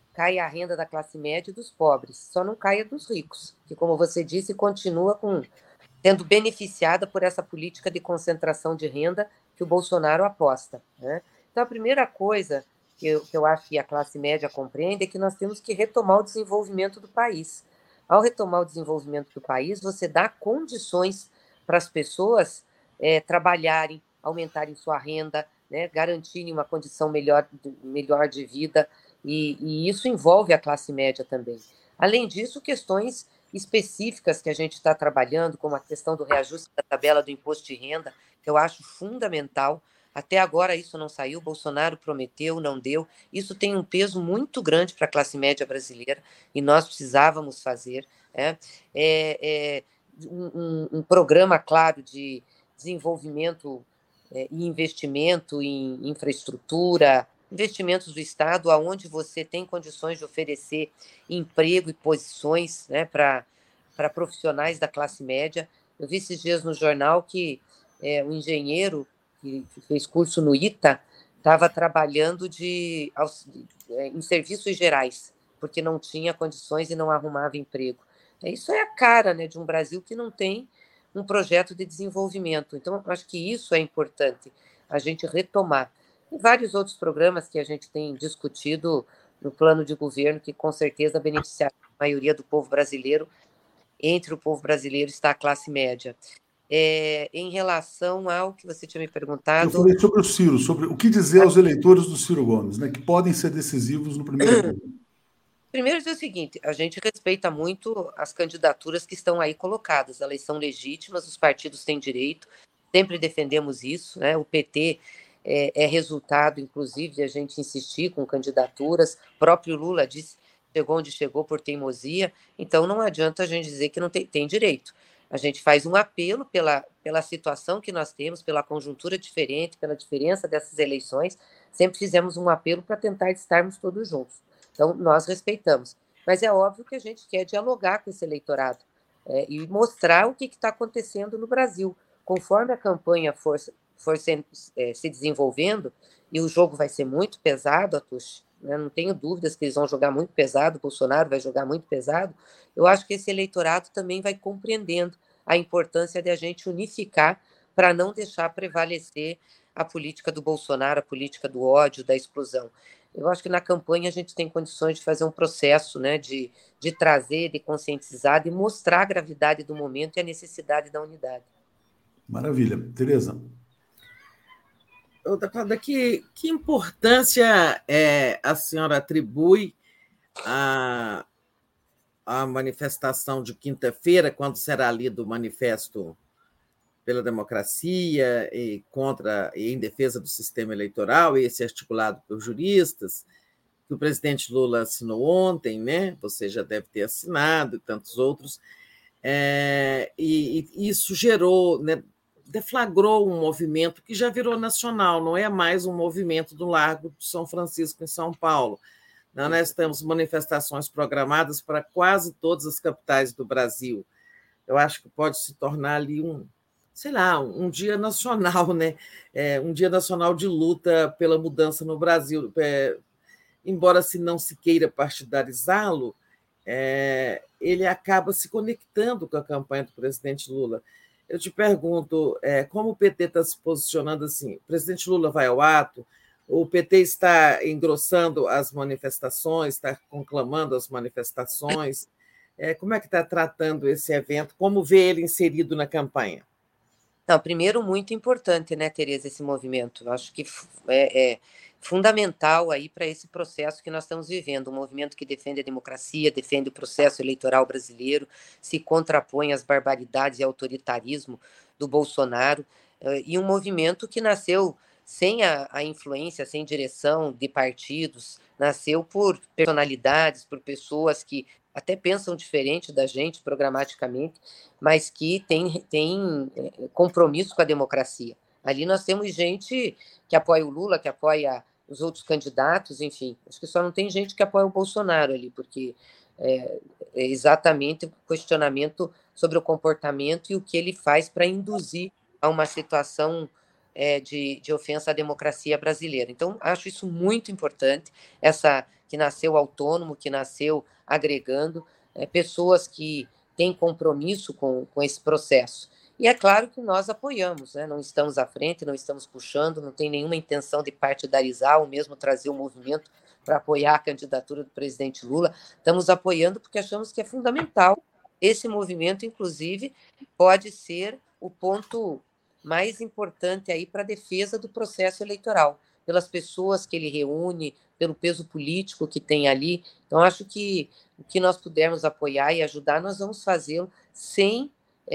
da classe média e dos pobres, só não cai a dos ricos, que, como você disse, continua sendo beneficiada por essa política de concentração de renda que o Bolsonaro aposta, né? Então, a primeira coisa que eu acho que a classe média compreende é que nós temos que retomar o desenvolvimento do país. Ao retomar o desenvolvimento do país, você dá condições para as pessoas trabalharem, aumentarem sua renda, né, garantirem uma condição melhor de vida, e isso envolve a classe média também. Além disso, questões específicas que a gente está trabalhando, como a questão do reajuste da tabela do imposto de renda, que eu acho fundamental. Até agora isso não saiu, Bolsonaro prometeu, não deu. Isso tem um peso muito grande para a classe média brasileira e nós precisávamos fazer. Um programa, claro, de desenvolvimento e investimento em infraestrutura, investimentos do Estado, aonde você tem condições de oferecer emprego e posições, né, para profissionais da classe média. Eu vi esses dias no jornal que um engenheiro que fez curso no ITA estava trabalhando em serviços gerais, porque não tinha condições e não arrumava emprego. Isso é a cara, né, de um Brasil que não tem um projeto de desenvolvimento. Então, eu acho que isso é importante, a gente retomar. E vários outros programas que a gente tem discutido no plano de governo, que com certeza beneficiarão a maioria do povo brasileiro. Entre o povo brasileiro está a classe média. Em relação ao que você tinha me perguntado... Eu falei sobre o Ciro, sobre o que dizer aos eleitores do Ciro Gomes, né, que podem ser decisivos no primeiro turno. Primeiro dizer o seguinte, a gente respeita muito as candidaturas que estão aí colocadas, elas são legítimas, os partidos têm direito, sempre defendemos isso, né? O PT é resultado, inclusive, de a gente insistir com candidaturas, o próprio Lula disse, chegou onde chegou por teimosia, então não adianta a gente dizer que não tem direito. A gente faz um apelo pela situação que nós temos, pela conjuntura diferente, pela diferença dessas eleições, sempre fizemos um apelo para tentar estarmos todos juntos. Então, nós respeitamos. Mas é óbvio que a gente quer dialogar com esse eleitorado e mostrar o que está acontecendo no Brasil. Conforme a campanha for se desenvolvendo, e o jogo vai ser muito pesado, Atush, né? Não tenho dúvidas que eles vão jogar muito pesado, o Bolsonaro vai jogar muito pesado, eu acho que esse eleitorado também vai compreendendo a importância de a gente unificar para não deixar prevalecer a política do Bolsonaro, a política do ódio, da exclusão. Eu acho que na campanha a gente tem condições de fazer um processo, né, de trazer, de conscientizar, de mostrar a gravidade do momento e a necessidade da unidade. Maravilha. Tereza? Deputada, que importância a senhora atribui à manifestação de quinta-feira, quando será lido o manifesto pela democracia e em defesa do sistema eleitoral, esse articulado por juristas, que o presidente Lula assinou ontem, né? Você já deve ter assinado, e tantos outros, e isso gerou, né, deflagrou um movimento que já virou nacional, não é mais um movimento do Largo de São Francisco, em São Paulo. Nós temos manifestações programadas para quase todas as capitais do Brasil. Eu acho que pode se tornar ali um dia nacional, né? Um dia nacional de luta pela mudança no Brasil. Embora não se queira partidarizá-lo, ele acaba se conectando com a campanha do presidente Lula. Eu te pergunto, como o PT está se posicionando assim? O presidente Lula vai ao ato? O PT está engrossando as manifestações, está conclamando as manifestações? Como é que está tratando esse evento? Como vê ele inserido na campanha? Não, primeiro, muito importante, né, Tereza, esse movimento. Eu acho que é fundamental aí para esse processo que nós estamos vivendo, um movimento que defende a democracia, defende o processo eleitoral brasileiro, se contrapõe às barbaridades e autoritarismo do Bolsonaro, e um movimento que nasceu sem a influência, sem direção de partidos, nasceu por personalidades, por pessoas que até pensam diferente da gente programaticamente, mas que tem compromisso com a democracia. Ali nós temos gente que apoia o Lula, que apoia os outros candidatos, enfim. Acho que só não tem gente que apoia o Bolsonaro ali, porque é exatamente o questionamento sobre o comportamento e o que ele faz para induzir a uma situação de ofensa à democracia brasileira. Então, acho isso muito importante, que nasceu autônomo, que nasceu agregando pessoas que têm compromisso com esse processo. E é claro que nós apoiamos, né? Não estamos à frente, não estamos puxando, não tem nenhuma intenção de partidarizar ou mesmo trazer o movimento para apoiar a candidatura do presidente Lula. Estamos apoiando porque achamos que é fundamental. Esse movimento, inclusive, pode ser o ponto mais importante aí para a defesa do processo eleitoral, pelas pessoas que ele reúne, pelo peso político que tem ali. Então, acho que o que nós pudermos apoiar e ajudar, nós vamos fazê-lo sem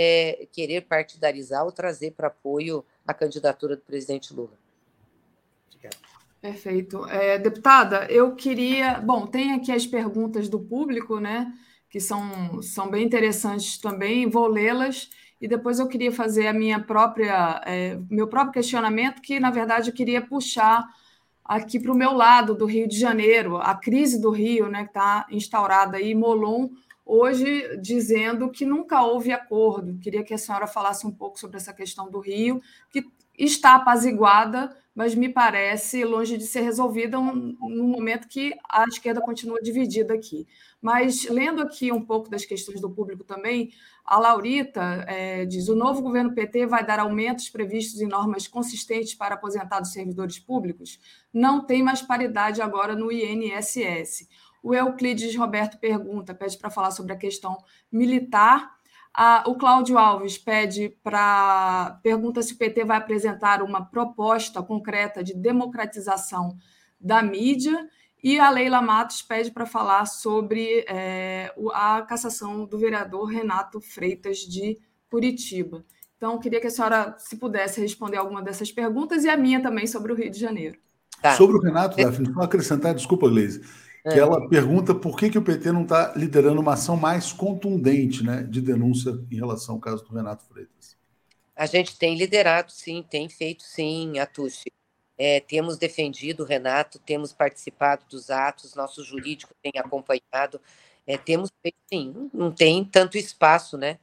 querer partidarizar ou trazer para apoio a candidatura do presidente Lula. Obrigado. Perfeito. Deputada, eu queria... Bom, tem aqui as perguntas do público, né, que são bem interessantes também, vou lê-las, e depois eu queria fazer meu próprio questionamento, que, na verdade, eu queria puxar aqui para o meu lado, do Rio de Janeiro, a crise do Rio, né, que está instaurada aí, Molon, hoje dizendo que nunca houve acordo. Queria que a senhora falasse um pouco sobre essa questão do Rio, que está apaziguada, mas me parece longe de ser resolvida no momento que a esquerda continua dividida aqui. Mas, lendo aqui um pouco das questões do público também, a Laurita diz: o novo governo PT vai dar aumentos previstos em normas consistentes para aposentados servidores públicos? Não tem mais paridade agora no INSS. O Euclides Roberto pede para falar sobre a questão militar. O Cláudio Alves pergunta se o PT vai apresentar uma proposta concreta de democratização da mídia. E a Leila Matos pede para falar sobre a cassação do vereador Renato Freitas de Curitiba. Então, queria que a senhora, se pudesse, responder alguma dessas perguntas, e a minha também sobre o Rio de Janeiro. Tá. Sobre o Renato, Daphne, só acrescentar, desculpa, Gleise, que ela pergunta por que o PT não está liderando uma ação mais contundente, né, de denúncia em relação ao caso do Renato Freitas. A gente tem liderado, sim, tem feito, sim, Atushi. Temos defendido o Renato, temos participado dos atos, nosso jurídico tem acompanhado, temos feito, sim, não tem tanto espaço, né,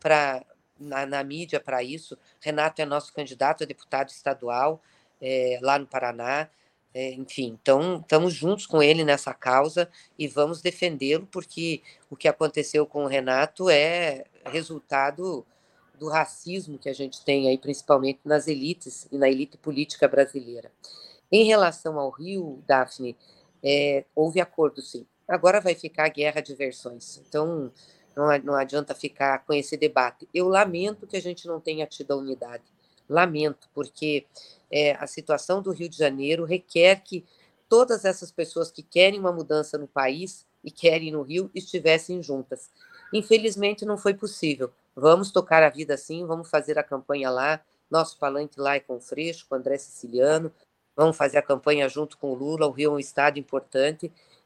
na mídia para isso. Renato é nosso candidato a deputado estadual lá no Paraná. Enfim, então estamos juntos com ele nessa causa e vamos defendê-lo, porque o que aconteceu com o Renato é resultado do racismo que a gente tem aí, principalmente nas elites e na elite política brasileira. Em relação ao Rio, Daphne, houve acordo, sim. Agora vai ficar a guerra de versões, então não adianta ficar com esse debate. Eu lamento que a gente não tenha tido a unidade, lamento, porque a situação do Rio de Janeiro requer que todas essas pessoas que querem uma mudança no país e querem no Rio estivessem juntas. Infelizmente, não foi possível. Vamos tocar a vida assim, vamos fazer a campanha lá, nosso palanque lá é com o Freixo, com o André Siciliano, vamos fazer a campanha junto com o Lula. O Rio é um estado importante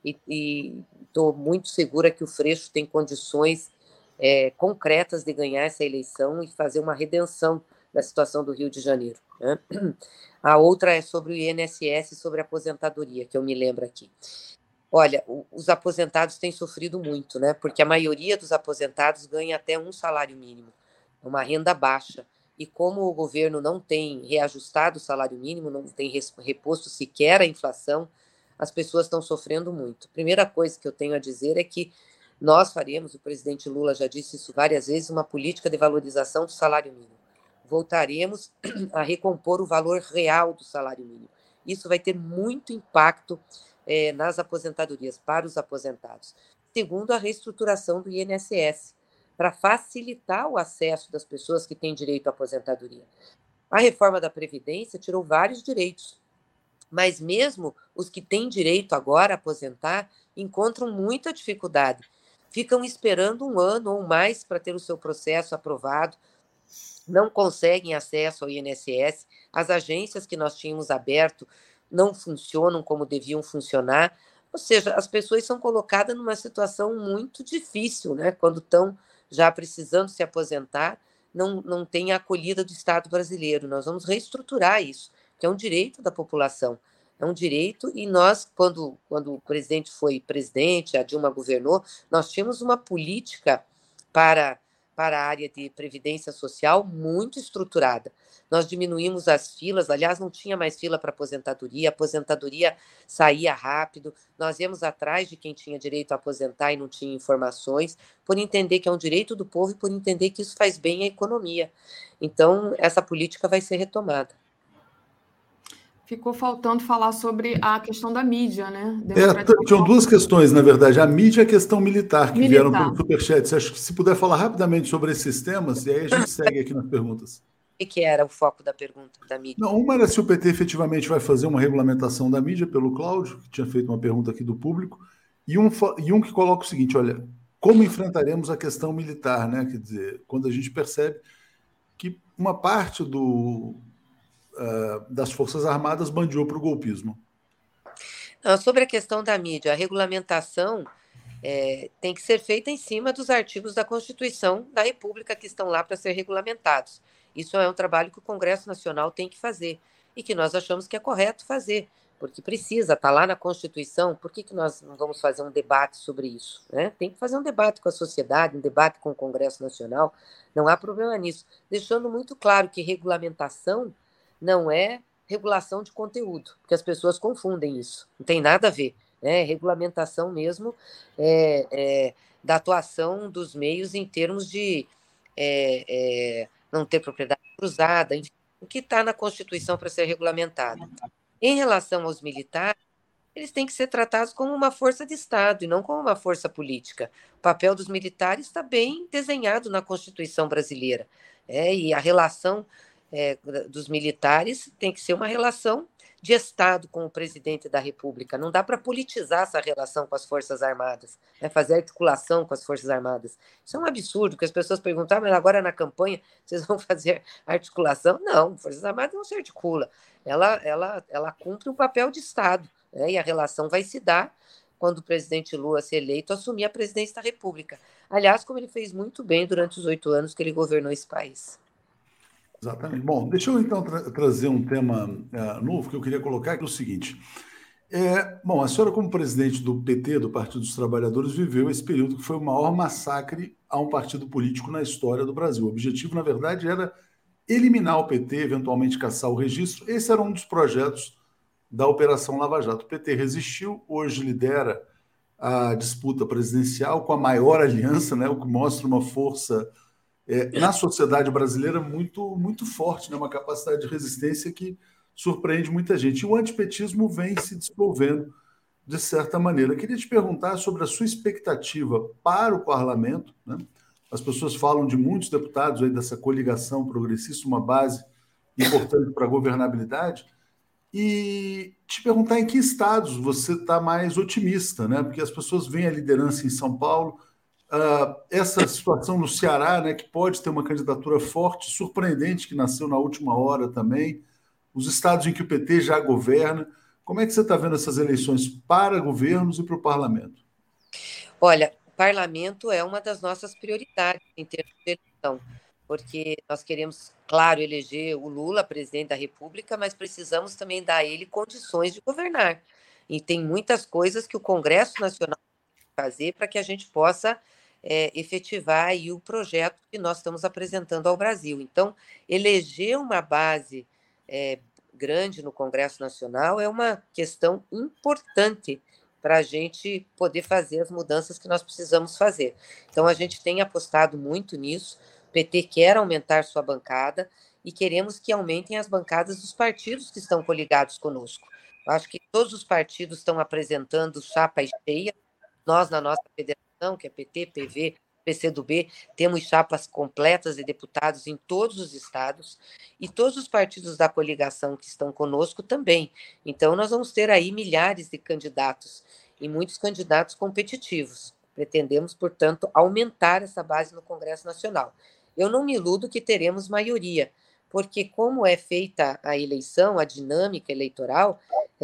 e estou muito segura que o Freixo tem condições concretas de ganhar essa eleição e fazer uma redenção da situação do Rio de Janeiro, né? A outra é sobre o INSS, sobre a aposentadoria, que eu me lembro aqui. Olha, os aposentados têm sofrido muito, né? Porque a maioria dos aposentados ganha até um salário mínimo, uma renda baixa. E como o governo não tem reajustado o salário mínimo, não tem reposto sequer a inflação, as pessoas estão sofrendo muito. Primeira coisa que eu tenho a dizer é que nós faremos, o presidente Lula já disse isso várias vezes, uma política de valorização do salário mínimo. Voltaremos a recompor o valor real do salário mínimo. Isso vai ter muito impacto nas aposentadorias, para os aposentados. Segundo, a reestruturação do INSS, para facilitar o acesso das pessoas que têm direito à aposentadoria. A reforma da Previdência tirou vários direitos, mas mesmo os que têm direito agora a aposentar encontram muita dificuldade. Ficam esperando 1 ano ou mais para ter o seu processo aprovado, não conseguem acesso ao INSS, as agências que nós tínhamos aberto não funcionam como deviam funcionar, ou seja, as pessoas são colocadas numa situação muito difícil, né? Quando estão já precisando se aposentar, não tem a acolhida do Estado brasileiro. Nós vamos reestruturar isso, que é um direito da população, é um direito, e nós, quando o presidente foi presidente, a Dilma governou, nós tínhamos uma política para a área de previdência social muito estruturada. Nós diminuímos as filas, aliás, não tinha mais fila para a aposentadoria saía rápido, nós íamos atrás de quem tinha direito a aposentar e não tinha informações, por entender que é um direito do povo e por entender que isso faz bem à economia. Então, essa política vai ser retomada. Ficou faltando falar sobre a questão da mídia, né? Tinham 2 questões, na verdade. A mídia e a questão militar, que vieram pelo Superchat. Você acha que se puder falar rapidamente sobre esses temas, e aí a gente segue aqui nas perguntas. O que era o foco da pergunta da mídia? Não, uma era se o PT efetivamente vai fazer uma regulamentação da mídia, pelo Cláudio, que tinha feito uma pergunta aqui do público, e um que coloca o seguinte: olha, como enfrentaremos a questão militar, né? Quer dizer, quando a gente percebe que uma parte das Forças Armadas bandeou para o golpismo. Sobre a questão da mídia, a regulamentação tem que ser feita em cima dos artigos da Constituição da República que estão lá para ser regulamentados. Isso é um trabalho que o Congresso Nacional tem que fazer e que nós achamos que é correto fazer, porque precisa, está lá na Constituição, por que nós não vamos fazer um debate sobre isso? Né? Tem que fazer um debate com a sociedade, um debate com o Congresso Nacional, não há problema nisso, deixando muito claro que regulamentação não é regulação de conteúdo, porque as pessoas confundem isso, não tem nada a ver, né? Regulamentação mesmo da atuação dos meios em termos de não ter propriedade cruzada, enfim, o que está na Constituição para ser regulamentado. Em relação aos militares, eles têm que ser tratados como uma força de Estado e não como uma força política. O papel dos militares está bem desenhado na Constituição brasileira. E a relação dos militares tem que ser uma relação de Estado com o presidente da República. Não dá para politizar essa relação com as Forças Armadas, fazer articulação com as Forças Armadas. Isso é um absurdo, que as pessoas perguntam, mas agora na campanha vocês vão fazer articulação? Não, Forças Armadas não se articula. Ela cumpre um papel de Estado, e a relação vai se dar quando o presidente Lula ser eleito assumir a presidência da República. Aliás, como ele fez muito bem durante os 8 anos que ele governou esse país. Exatamente. Bom, deixa eu então trazer um tema novo que eu queria colocar, que é o seguinte. Bom, a senhora, como presidente do PT, do Partido dos Trabalhadores, viveu esse período que foi o maior massacre a um partido político na história do Brasil. O objetivo, na verdade, era eliminar o PT, eventualmente caçar o registro. Esse era um dos projetos da Operação Lava Jato. O PT resistiu, hoje lidera a disputa presidencial com a maior aliança, né, o que mostra uma força na sociedade brasileira muito, muito forte, né, uma capacidade de resistência que surpreende muita gente. E o antipetismo vem se desenvolvendo de certa maneira. Eu queria te perguntar sobre a sua expectativa para o parlamento, né? As pessoas falam de muitos deputados aí dessa coligação progressista, uma base importante para a governabilidade, e te perguntar em que estados você está mais otimista, né? Porque as pessoas veem a liderança em São Paulo, essa situação no Ceará, né, que pode ter uma candidatura forte, surpreendente, que nasceu na última hora também, os estados em que o PT já governa. Como é que você está vendo essas eleições para governos e para o parlamento? Olha, o parlamento é uma das nossas prioridades em termos de eleição, porque nós queremos, claro, eleger o Lula presidente da República, mas precisamos também dar a ele condições de governar. E tem muitas coisas que o Congresso Nacional tem que fazer para que a gente possa efetivar aí o projeto que nós estamos apresentando ao Brasil. Então, eleger uma base grande no Congresso Nacional é uma questão importante para a gente poder fazer as mudanças que nós precisamos fazer. Então, a gente tem apostado muito nisso. O PT quer aumentar sua bancada e queremos que aumentem as bancadas dos partidos que estão coligados conosco. Eu acho que todos os partidos estão apresentando chapas cheias. Nós, na nossa federação, que é PT, PV, PCdoB, temos chapas completas de deputados em todos os estados e todos os partidos da coligação que estão conosco também. Então, nós vamos ter aí milhares de candidatos e muitos candidatos competitivos. Pretendemos, portanto, aumentar essa base no Congresso Nacional. Eu não me iludo que teremos maioria, porque como é feita a eleição, a dinâmica eleitoral,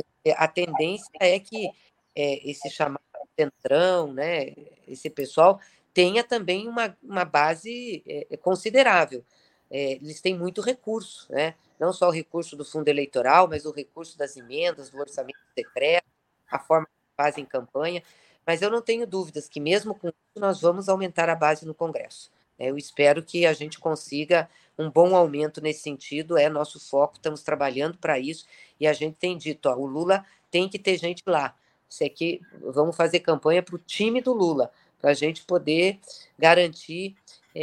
a tendência é que esse chamado centrão, né, esse pessoal tenha também uma base considerável. Eles têm muito recurso, né? Não só o recurso do fundo eleitoral, mas o recurso das emendas, do orçamento secreto, a forma que fazem campanha. Mas eu não tenho dúvidas que, mesmo com isso, nós vamos aumentar a base no Congresso. Eu espero que a gente consiga um bom aumento nesse sentido, é nosso foco, estamos trabalhando para isso, e a gente tem dito, o Lula tem que ter gente lá. Isso aqui, vamos fazer campanha para o time do Lula, para a gente poder garantir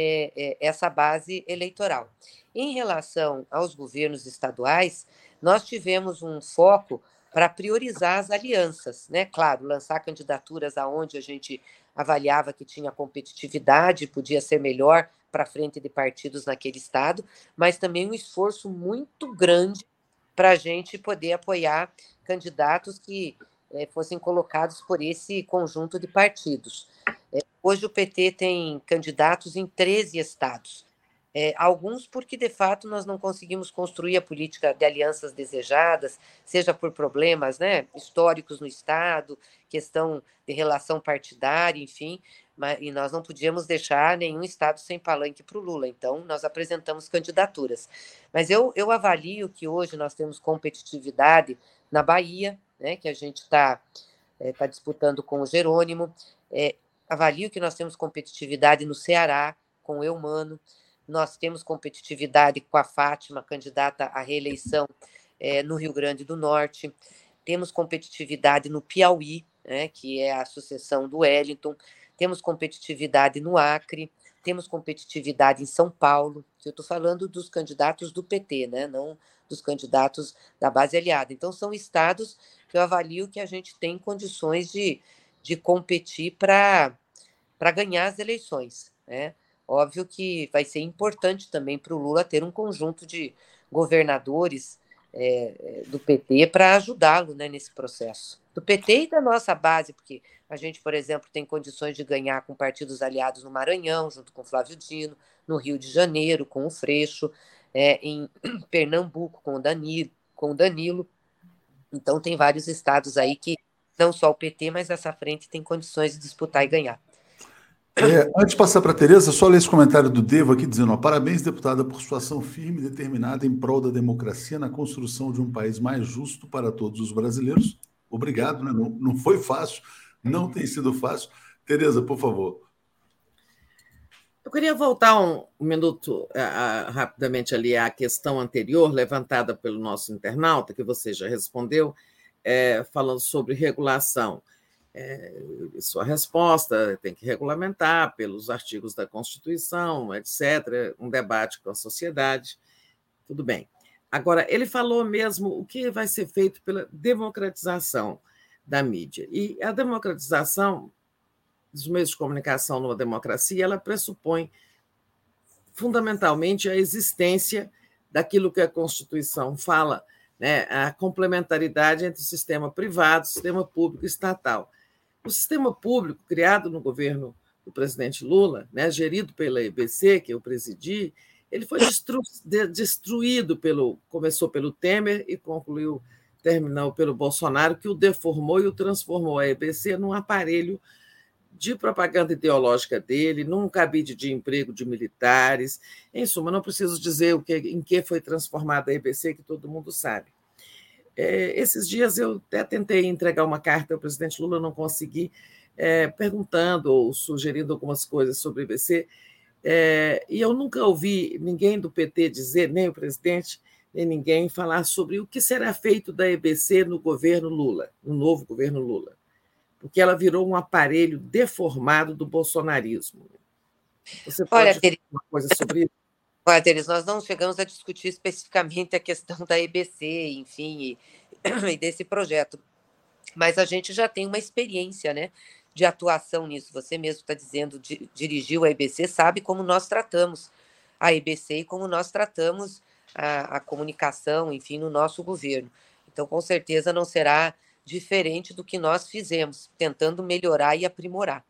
essa base eleitoral. Em relação aos governos estaduais, nós tivemos um foco para priorizar as alianças, né? Claro, lançar candidaturas aonde a gente avaliava que tinha competitividade, podia ser melhor para frente de partidos naquele estado, mas também um esforço muito grande para a gente poder apoiar candidatos que fossem colocados por esse conjunto de partidos. Hoje o PT tem candidatos em 13 estados. Alguns porque, de fato, nós não conseguimos construir a política de alianças desejadas, seja por problemas, né, históricos no Estado, questão de relação partidária, enfim, e nós não podíamos deixar nenhum Estado sem palanque para o Lula, então nós apresentamos candidaturas. Mas eu avalio que hoje nós temos competitividade na Bahia, né, que a gente está disputando com o Jerônimo. Avalio que nós temos competitividade no Ceará, com o Eumano. Nós temos competitividade com a Fátima, candidata à reeleição no Rio Grande do Norte. Temos competitividade no Piauí, né, que é a sucessão do Wellington. Temos competitividade no Acre. Temos competitividade em São Paulo, que eu estou falando dos candidatos do PT, né, não dos candidatos da base aliada. Então, são estados que eu avalio que a gente tem condições de competir para ganhar as eleições, né? Óbvio que vai ser importante também para o Lula ter um conjunto de governadores do PT para ajudá-lo, né, nesse processo. Do PT e da nossa base, porque a gente, por exemplo, tem condições de ganhar com partidos aliados no Maranhão, junto com Flávio Dino, no Rio de Janeiro, com o Freixo, em Pernambuco, com o Danilo. Então, tem vários estados aí que não só o PT, mas essa frente tem condições de disputar e ganhar. Antes de passar para a Tereza, só ler esse comentário do Devo aqui, dizendo: parabéns, deputada, por sua ação firme e determinada em prol da democracia na construção de um país mais justo para todos os brasileiros. Obrigado, né? Não foi fácil, não tem sido fácil. Tereza, por favor. Eu queria voltar um minuto rapidamente ali à questão anterior, levantada pelo nosso internauta, que você já respondeu, falando sobre regulação. Sua resposta tem que regulamentar pelos artigos da Constituição, etc., um debate com a sociedade, tudo bem. Agora, ele falou mesmo o que vai ser feito pela democratização da mídia. E a democratização dos meios de comunicação numa democracia, ela pressupõe fundamentalmente a existência daquilo que a Constituição fala, né, a complementaridade entre o sistema privado, o sistema público e estatal. O sistema público, criado no governo do presidente Lula, né, gerido pela EBC, que eu presidi, ele foi destruído começou pelo Temer e terminou pelo Bolsonaro, que o deformou e o transformou a EBC num aparelho de propaganda ideológica dele, num cabide de emprego de militares. Em suma, não preciso dizer em que foi transformada a EBC, que todo mundo sabe. Esses dias eu até tentei entregar uma carta ao presidente Lula, não consegui, perguntando ou sugerindo algumas coisas sobre a EBC, e eu nunca ouvi ninguém do PT dizer, nem o presidente, nem ninguém, falar sobre o que será feito da EBC no governo Lula, no novo governo Lula, porque ela virou um aparelho deformado do bolsonarismo. Você pode falar uma coisa sobre isso? Olha, Tereza, nós não chegamos a discutir especificamente a questão da EBC, enfim, e desse projeto, mas a gente já tem uma experiência, né, de atuação nisso. Você mesmo está dizendo, dirigiu a EBC, sabe como nós tratamos a EBC e como nós tratamos a comunicação, enfim, no nosso governo. Então, com certeza, não será diferente do que nós fizemos, tentando melhorar e aprimorar.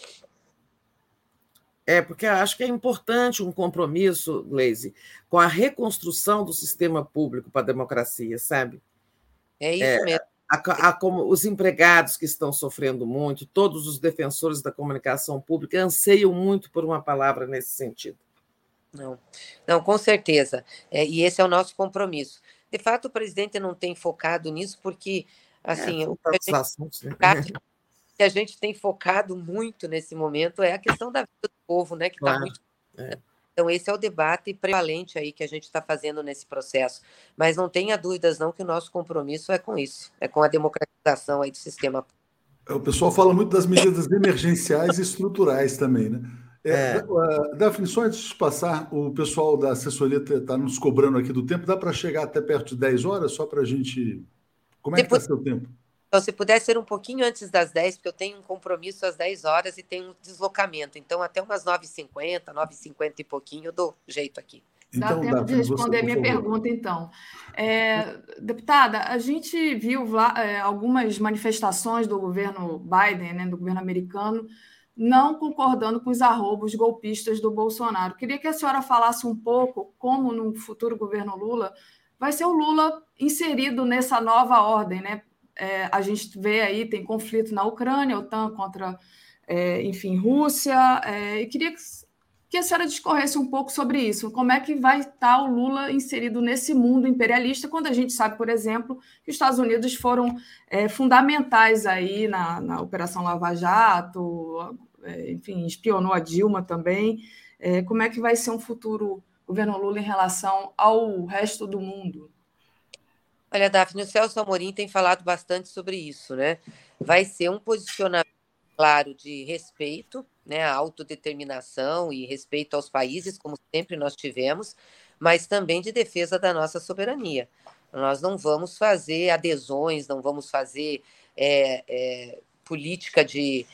Porque eu acho que é importante um compromisso, Gleisi, com a reconstrução do sistema público para a democracia, sabe? É isso mesmo. Como os empregados que estão sofrendo muito, todos os defensores da comunicação pública anseiam muito por uma palavra nesse sentido. Não, com certeza. E esse é o nosso compromisso. De fato, o presidente não tem focado nisso porque, assim, que a gente tem focado muito nesse momento é a questão da vida do povo, né? Que está muito. Então, esse é o debate prevalente aí que a gente está fazendo nesse processo. Mas não tenha dúvidas, não, que o nosso compromisso é com isso, é com a democratização aí do sistema. O pessoal fala muito das medidas emergenciais e estruturais também, né? Daphne, só antes de passar, o pessoal da assessoria está nos cobrando aqui do tempo. Dá para chegar até perto de 10 horas, só para a gente... Como é que está seu tempo? Então, se puder ser um pouquinho antes das 10, porque eu tenho um compromisso às 10 horas e tenho um deslocamento. Então, até umas 9h50, 9h50 e pouquinho, eu dou jeito aqui. Dá tempo de responder a minha pergunta, então. Deputada, a gente viu algumas manifestações do governo Biden, né, do governo americano, não concordando com os arroubos golpistas do Bolsonaro. Queria que a senhora falasse um pouco como, no futuro governo Lula, vai ser o Lula inserido nessa nova ordem, né? A gente vê aí, tem conflito na Ucrânia, OTAN contra, enfim, Rússia, e queria que a senhora discorresse um pouco sobre isso. Como é que vai estar o Lula inserido nesse mundo imperialista, quando a gente sabe, por exemplo, que os Estados Unidos foram fundamentais aí na Operação Lava Jato, enfim, espionou a Dilma também. Como é que vai ser um futuro governo Lula em relação ao resto do mundo? Olha, Daphne, o Celso Amorim tem falado bastante sobre isso, né? Vai ser um posicionamento claro de respeito, né, à autodeterminação e respeito aos países, como sempre nós tivemos, mas também de defesa da nossa soberania. Nós não vamos fazer adesões, não vamos fazer política de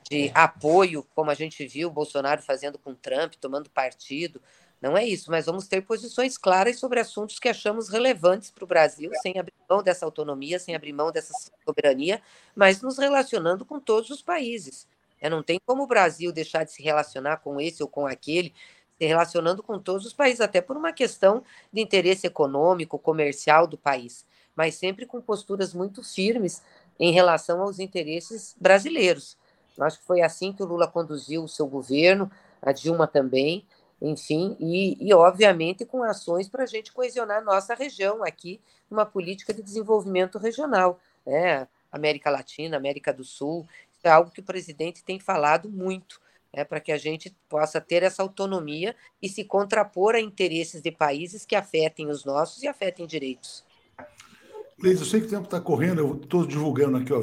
apoio, como a gente viu o Bolsonaro fazendo com Trump, tomando partido. Não é isso, mas vamos ter posições claras sobre assuntos que achamos relevantes para o Brasil, sem abrir mão dessa autonomia, sem abrir mão dessa soberania, mas nos relacionando com todos os países. Não tem como o Brasil deixar de se relacionar com esse ou com aquele, se relacionando com todos os países, até por uma questão de interesse econômico, comercial do país, mas sempre com posturas muito firmes em relação aos interesses brasileiros. Eu acho que foi assim que o Lula conduziu o seu governo, a Dilma também, enfim, e obviamente com ações para a gente coesionar a nossa região aqui, uma política de desenvolvimento regional, né? América Latina, América do Sul, é algo que o presidente tem falado muito, né, para que a gente possa ter essa autonomia e se contrapor a interesses de países que afetem os nossos e afetem direitos. Cleide, eu sei que o tempo está correndo, eu estou divulgando aqui,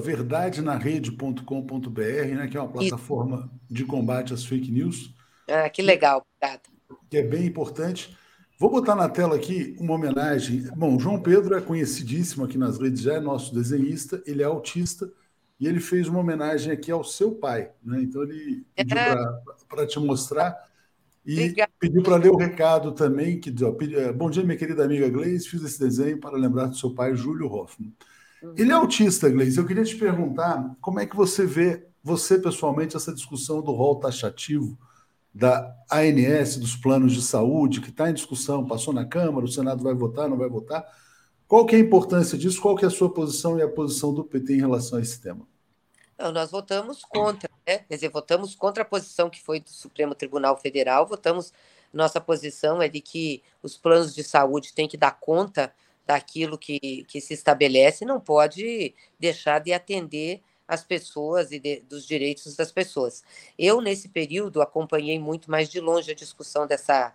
verdadenarede.com.br, né, que é uma plataforma de combate às fake news. Que legal, obrigada. Que é bem importante. Vou botar na tela aqui uma homenagem. Bom, o João Pedro é conhecidíssimo aqui nas redes, já é nosso desenhista, ele é autista, e ele fez uma homenagem aqui ao seu pai, né? Então ele pediu para te mostrar e Obrigada. Pediu para ler o recado também, que diz, bom dia, minha querida amiga Gleice, fiz esse desenho para lembrar do seu pai, Júlio Hoffmann. Ele é autista, Gleice, eu queria te perguntar como é que você vê, você pessoalmente, essa discussão do rol taxativo da ANS, dos planos de saúde, que está em discussão, passou na Câmara, o Senado vai votar, não vai votar. Qual que é a importância disso? Qual que é a sua posição e a posição do PT em relação a esse tema? Não, nós votamos contra, né? Quer dizer, votamos contra a posição que foi do Supremo Tribunal Federal, nossa posição é de que os planos de saúde têm que dar conta daquilo que se estabelece, não pode deixar de atender as pessoas e dos direitos das pessoas. Eu, nesse período, acompanhei muito mais de longe a discussão dessa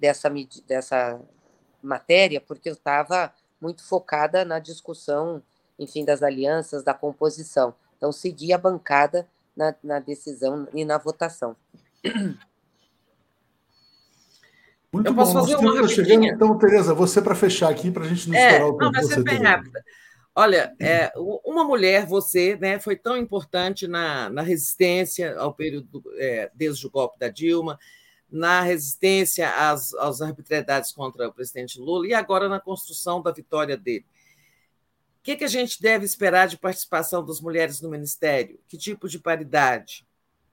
matéria, porque eu estava muito focada na discussão, enfim, das alianças, da composição. Então, segui a bancada na decisão e na votação. Muito eu bom, posso fazer uma chegando. Então, Tereza, você para fechar aqui, para a gente não estourar o tempo. Não, vai ser bem rápida. Olha, uma mulher, você, né, foi tão importante na resistência ao período, desde o golpe da Dilma, na resistência às arbitrariedades contra o presidente Lula e agora na construção da vitória dele. O que a gente deve esperar de participação das mulheres no Ministério? Que tipo de paridade?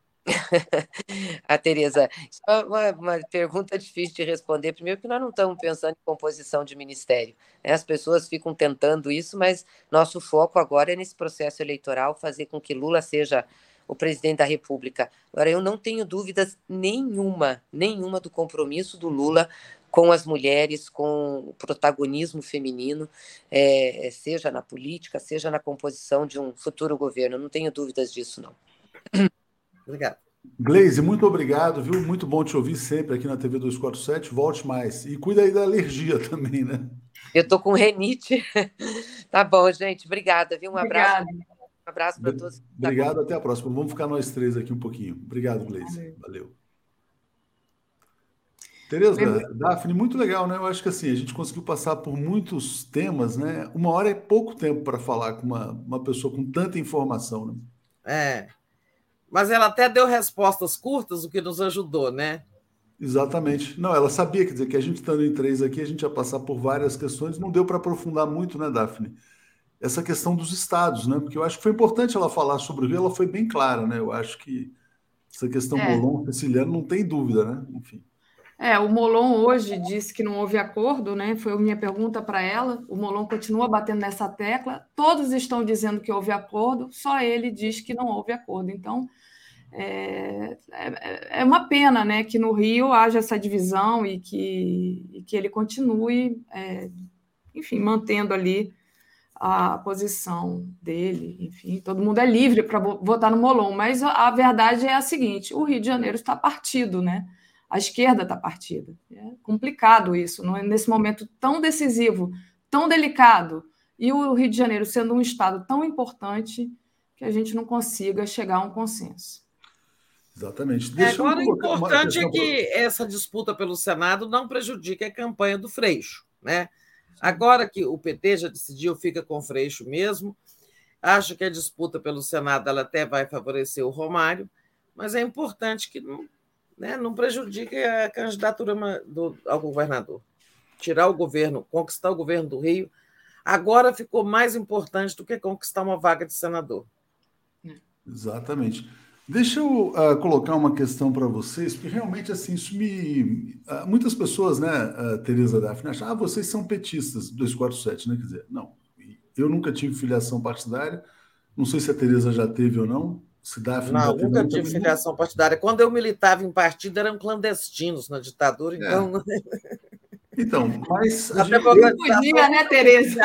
Tereza, isso é uma pergunta difícil de responder. Primeiro, que nós não estamos pensando em composição de ministério. As pessoas ficam tentando isso, mas nosso foco agora é nesse processo eleitoral fazer com que Lula seja o presidente da República. Agora, eu não tenho dúvidas nenhuma do compromisso do Lula com as mulheres, com o protagonismo feminino, seja na política, seja na composição de um futuro governo. Eu não tenho dúvidas disso, não. Obrigado. Gleise, muito obrigado, viu? Muito bom te ouvir sempre aqui na TV 247. Volte mais. E cuida aí da alergia também, né? Eu estou com renite. Tá bom, gente. Obrigada, viu? Um abraço. Um abraço para todos. Obrigado, até a próxima. Vamos ficar nós três aqui um pouquinho. Obrigado, Gleise. Valeu. Tereza, Daphne, muito legal, né? Eu acho que assim, a gente conseguiu passar por muitos temas, né? 1 hora é pouco tempo para falar com uma pessoa com tanta informação, né? Mas ela até deu respostas curtas, o que nos ajudou, né? Exatamente. Não, ela sabia, quer dizer, que a gente estando em 3 aqui, a gente ia passar por várias questões, não deu para aprofundar muito, né, Daphne? Essa questão dos estados, né? Porque eu acho que foi importante ela falar sobre o Rio, ela foi bem clara, né? Eu acho que essa questão Molon, Siciliano, não tem dúvida, né? Enfim. O Molon hoje disse que não houve acordo, né? Foi a minha pergunta para ela. O Molon continua batendo nessa tecla. Todos estão dizendo que houve acordo, só ele diz que não houve acordo. Então, É uma pena, né, que no Rio haja essa divisão e que ele continue, enfim, mantendo ali a posição dele. Enfim, todo mundo é livre para votar no Molon, mas a verdade é a seguinte: o Rio de Janeiro está partido, né? A esquerda está partida. É complicado isso, nesse momento tão decisivo, tão delicado, e o Rio de Janeiro sendo um estado tão importante, que a gente não consiga chegar a um consenso. Exatamente. Agora, o importante é que essa disputa pelo Senado não prejudique a campanha do Freixo, né? Agora que o PT já decidiu, fica com o Freixo mesmo. Acho que a disputa pelo Senado ela até vai favorecer o Romário, mas é importante que não prejudique a candidatura ao governador. Tirar o governo, conquistar o governo do Rio, agora ficou mais importante do que conquistar uma vaga de senador. Exatamente. Deixa eu colocar uma questão para vocês, porque realmente assim, isso muitas pessoas, né, Tereza Daphne, acham, vocês são petistas, 247, né? Quer dizer, não, eu nunca tive filiação partidária, não sei se a Tereza já teve ou não, se Daphne não, já teve. Nunca tive filiação partidária. Quando eu militava em partido, eram clandestinos na ditadura, então... Então, mas... Não podia, né, Tereza?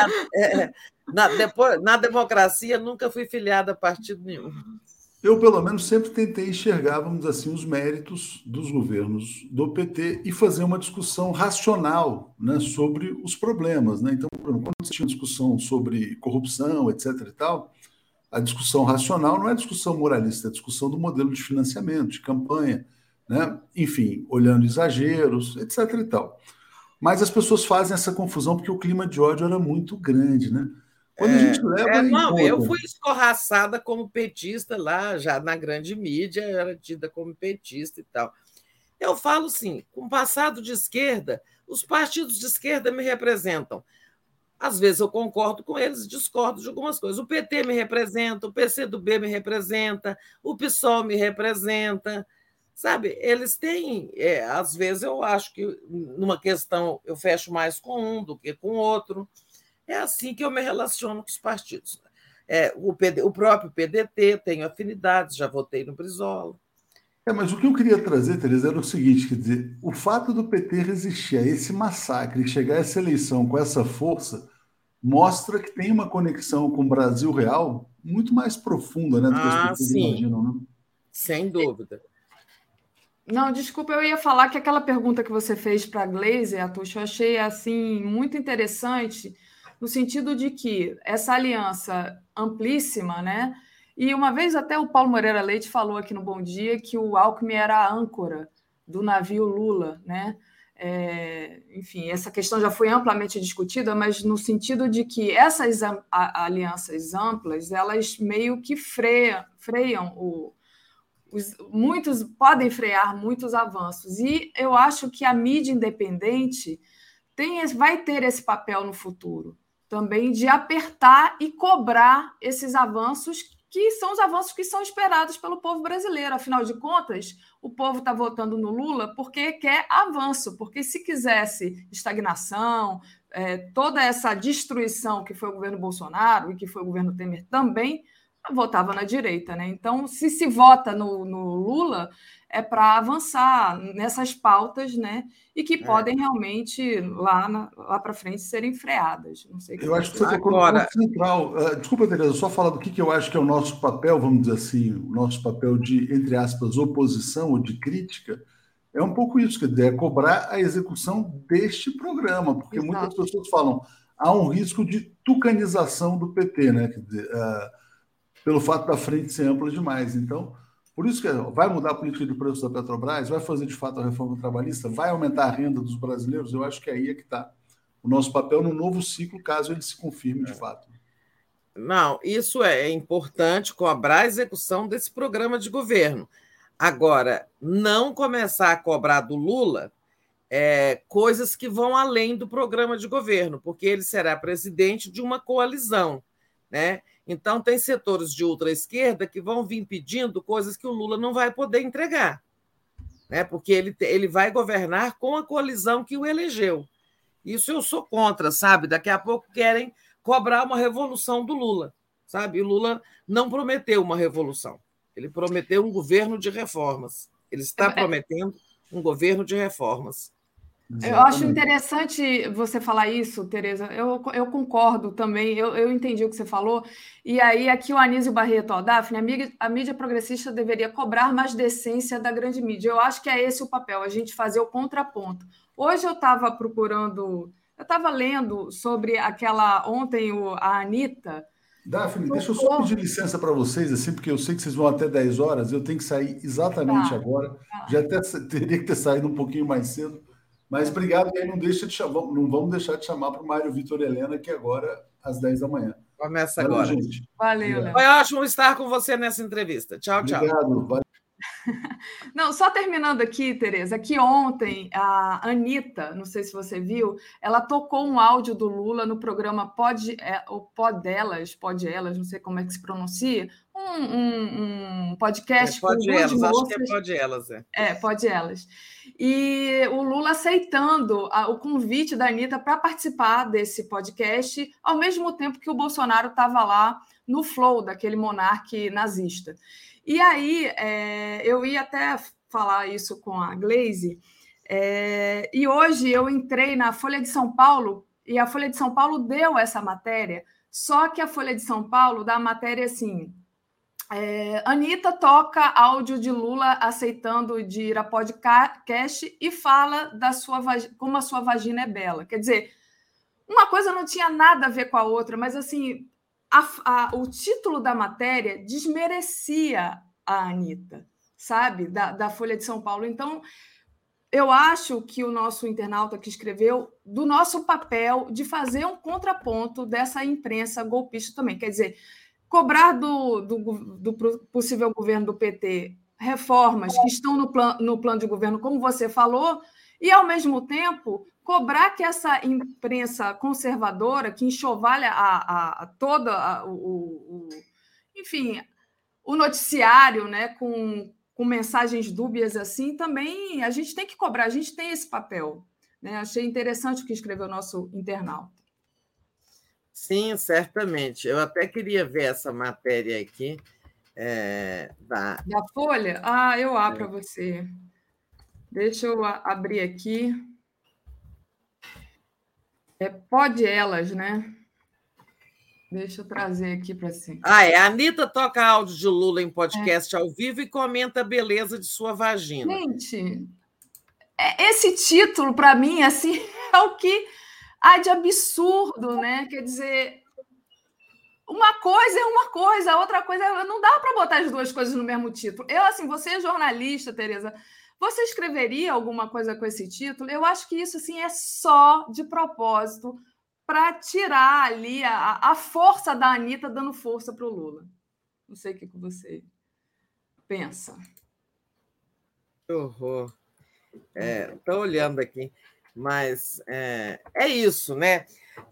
Na democracia, nunca fui filiada a partido nenhum. Eu, pelo menos, sempre tentei enxergar, vamos dizer assim, os méritos dos governos do PT e fazer uma discussão racional, né, sobre os problemas. Né? Então, quando você tinha discussão sobre corrupção, etc. e tal, a discussão racional não é discussão moralista, é discussão do modelo de financiamento, de campanha, né? Enfim, olhando exageros, etc. e tal. Mas as pessoas fazem essa confusão porque o clima de ódio era muito grande, né? Quando a gente leva eu fui escorraçada como petista lá, já na grande mídia, eu era tida como petista e tal. Eu falo assim, com o passado de esquerda, os partidos de esquerda me representam. Às vezes eu concordo com eles, discordo de algumas coisas. O PT me representa, o PCdoB me representa, o PSOL me representa. Sabe, eles têm... às vezes eu acho que numa questão eu fecho mais com um do que com o outro. É assim que eu me relaciono com os partidos. O próprio PDT, tenho afinidades, já votei no Brizola. Mas o que eu queria trazer, Tereza, era o seguinte, quer dizer, o fato do PT resistir a esse massacre e chegar a essa eleição com essa força mostra que tem uma conexão com o Brasil real muito mais profunda, né, do que as pessoas imaginam, né? Sem dúvida. Não, desculpa, eu ia falar que aquela pergunta que você fez para a Glaser, Atucho, eu achei assim muito interessante, no sentido de que essa aliança amplíssima, né? E uma vez até o Paulo Moreira Leite falou aqui no Bom Dia que o Alckmin era a âncora do navio Lula, né? Enfim, essa questão já foi amplamente discutida, mas no sentido de que essas alianças amplas, elas meio que freiam muitos podem frear muitos avanços. E eu acho que a mídia independente vai ter esse papel no futuro também, de apertar e cobrar esses avanços, que são os avanços que são esperados pelo povo brasileiro. Afinal de contas, o povo está votando no Lula porque quer avanço, porque se quisesse estagnação, toda essa destruição que foi o governo Bolsonaro e que foi o governo Temer também, votava na direita, né? Então, se vota no Lula, é para avançar nessas pautas, né? E que podem realmente, lá para frente, serem freadas. Não sei. Eu acho que você tocou no ponto central. Desculpa, Tereza, só falar do que eu acho que é o nosso papel, vamos dizer assim, o nosso papel de, entre aspas, oposição ou de crítica, é um pouco isso, quer dizer, é cobrar a execução deste programa, porque muitas pessoas falam, há um risco de tucanização do PT, né? Quer dizer, pelo fato da frente ser ampla demais. Então, por isso que vai mudar a política de preço da Petrobras, vai fazer de fato a reforma trabalhista, vai aumentar a renda dos brasileiros. Eu acho que aí é que está o nosso papel no novo ciclo, caso ele se confirme de fato. Não, isso é importante, cobrar a execução desse programa de governo. Agora, não começar a cobrar do Lula coisas que vão além do programa de governo, porque ele será presidente de uma coalizão, né? Então, tem setores de ultra-esquerda que vão vir pedindo coisas que o Lula não vai poder entregar, né? Porque ele vai governar com a coalizão que o elegeu. Isso eu sou contra, sabe? Daqui a pouco querem cobrar uma revolução do Lula, sabe? O Lula não prometeu uma revolução. Ele prometeu um governo de reformas. Ele está prometendo um governo de reformas. Eu acho interessante você falar isso, Tereza. Eu concordo também, eu entendi o que você falou. E aí, aqui o Anísio Barreto, Daphne, a mídia progressista deveria cobrar mais decência da grande mídia. Eu acho que é esse o papel, a gente fazer o contraponto. Hoje eu estava lendo sobre ontem a Anitta. Daphne, deixa eu só pedir licença para vocês, assim, porque eu sei que vocês vão até 10 horas, eu tenho que sair exatamente agora. Já até teria que ter saído um pouquinho mais cedo. Mas obrigado, e aí não vamos deixar de chamar para o Mário Vitor Helena, que agora às 10 da manhã. Começa agora. Gente. Valeu, Léo. Foi ótimo estar com você nessa entrevista. Tchau, tchau. Obrigado. Valeu. Não, só terminando aqui, Tereza, que ontem a Anitta, não sei se você viu, ela tocou um áudio do Lula no programa Pod Elas, não sei como é que se pronuncia, um podcast com Pod duas Elas, moças. acho que é Pod Elas. Pod Elas. E o Lula aceitando o convite da Anitta para participar desse podcast, ao mesmo tempo que o Bolsonaro estava lá no flow daquele monarca nazista. E aí, eu ia até falar isso com a Glaze, e hoje eu entrei na Folha de São Paulo, e a Folha de São Paulo deu essa matéria, só que a Folha de São Paulo dá a matéria assim, Anitta toca áudio de Lula aceitando de ir a podcast e fala como a sua vagina é bela. Quer dizer, uma coisa não tinha nada a ver com a outra, mas assim... o título da matéria desmerecia a Anitta, sabe? Da Folha de São Paulo. Então, eu acho que o nosso internauta que escreveu do nosso papel de fazer um contraponto dessa imprensa golpista também. Quer dizer, cobrar do possível governo do PT reformas que estão no plano de governo, como você falou, e, ao mesmo tempo, cobrar que essa imprensa conservadora, que enxovalha enfim, o noticiário, né, com mensagens dúbias assim, também a gente tem que cobrar, a gente tem esse papel. Né? Achei interessante o que escreveu o nosso internauta. Sim, certamente. Eu até queria ver essa matéria aqui. Da Folha? Eu abro para você. Deixa eu abrir aqui. Pod Elas, né? Deixa eu trazer aqui para si. A Anitta toca áudio de Lula em podcast ao vivo e comenta a beleza de sua vagina. Gente, esse título, para mim, assim, é o que há de absurdo, né? Quer dizer, uma coisa é uma coisa, a outra coisa... Não dá para botar as duas coisas no mesmo título. Você é jornalista, Tereza, você escreveria alguma coisa com esse título? Eu acho que isso assim, é só de propósito para tirar ali a força da Anitta dando força para o Lula. Não sei o que você pensa. Que horror. Estou olhando aqui, mas é isso, né?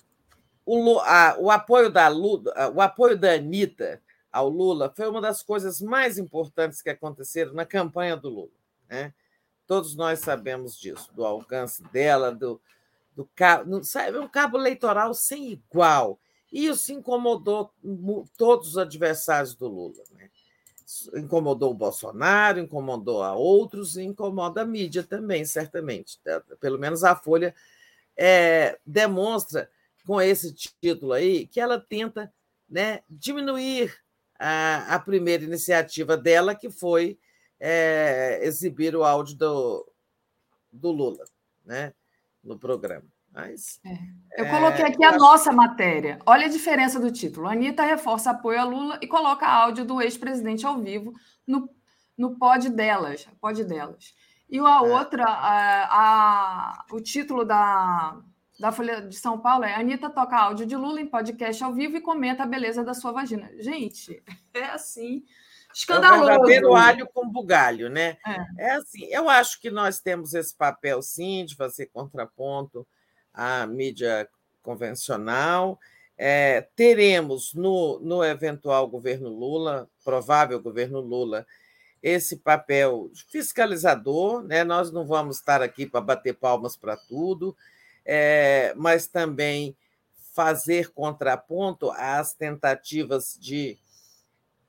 O apoio da Anitta ao Lula foi uma das coisas mais importantes que aconteceram na campanha do Lula. Né? Todos nós sabemos disso, do alcance dela, do cabo, sabe, um cabo eleitoral sem igual. E isso incomodou todos os adversários do Lula. Né? Incomodou o Bolsonaro, incomodou a outros, e incomoda a mídia também, certamente. Pelo menos a Folha demonstra, com esse título aí, que ela tenta, né, diminuir a primeira iniciativa dela, que foi exibir o áudio do Lula, né, no programa. Mas, eu coloquei aqui a nossa matéria. Olha a diferença do título. A Anitta reforça apoio a Lula e coloca áudio do ex-presidente ao vivo no Pod Delas. E a outra, o título da Folha de São Paulo é: Anitta toca áudio de Lula em podcast ao vivo e comenta a beleza da sua vagina. Gente, é assim... escandaloso. É o verdadeiro alho com bugalho, né? Assim, eu acho que nós temos esse papel, sim, de fazer contraponto à mídia convencional. Teremos no eventual governo Lula, provável governo Lula, esse papel fiscalizador, né? Nós não vamos estar aqui para bater palmas para tudo, mas também fazer contraponto às tentativas de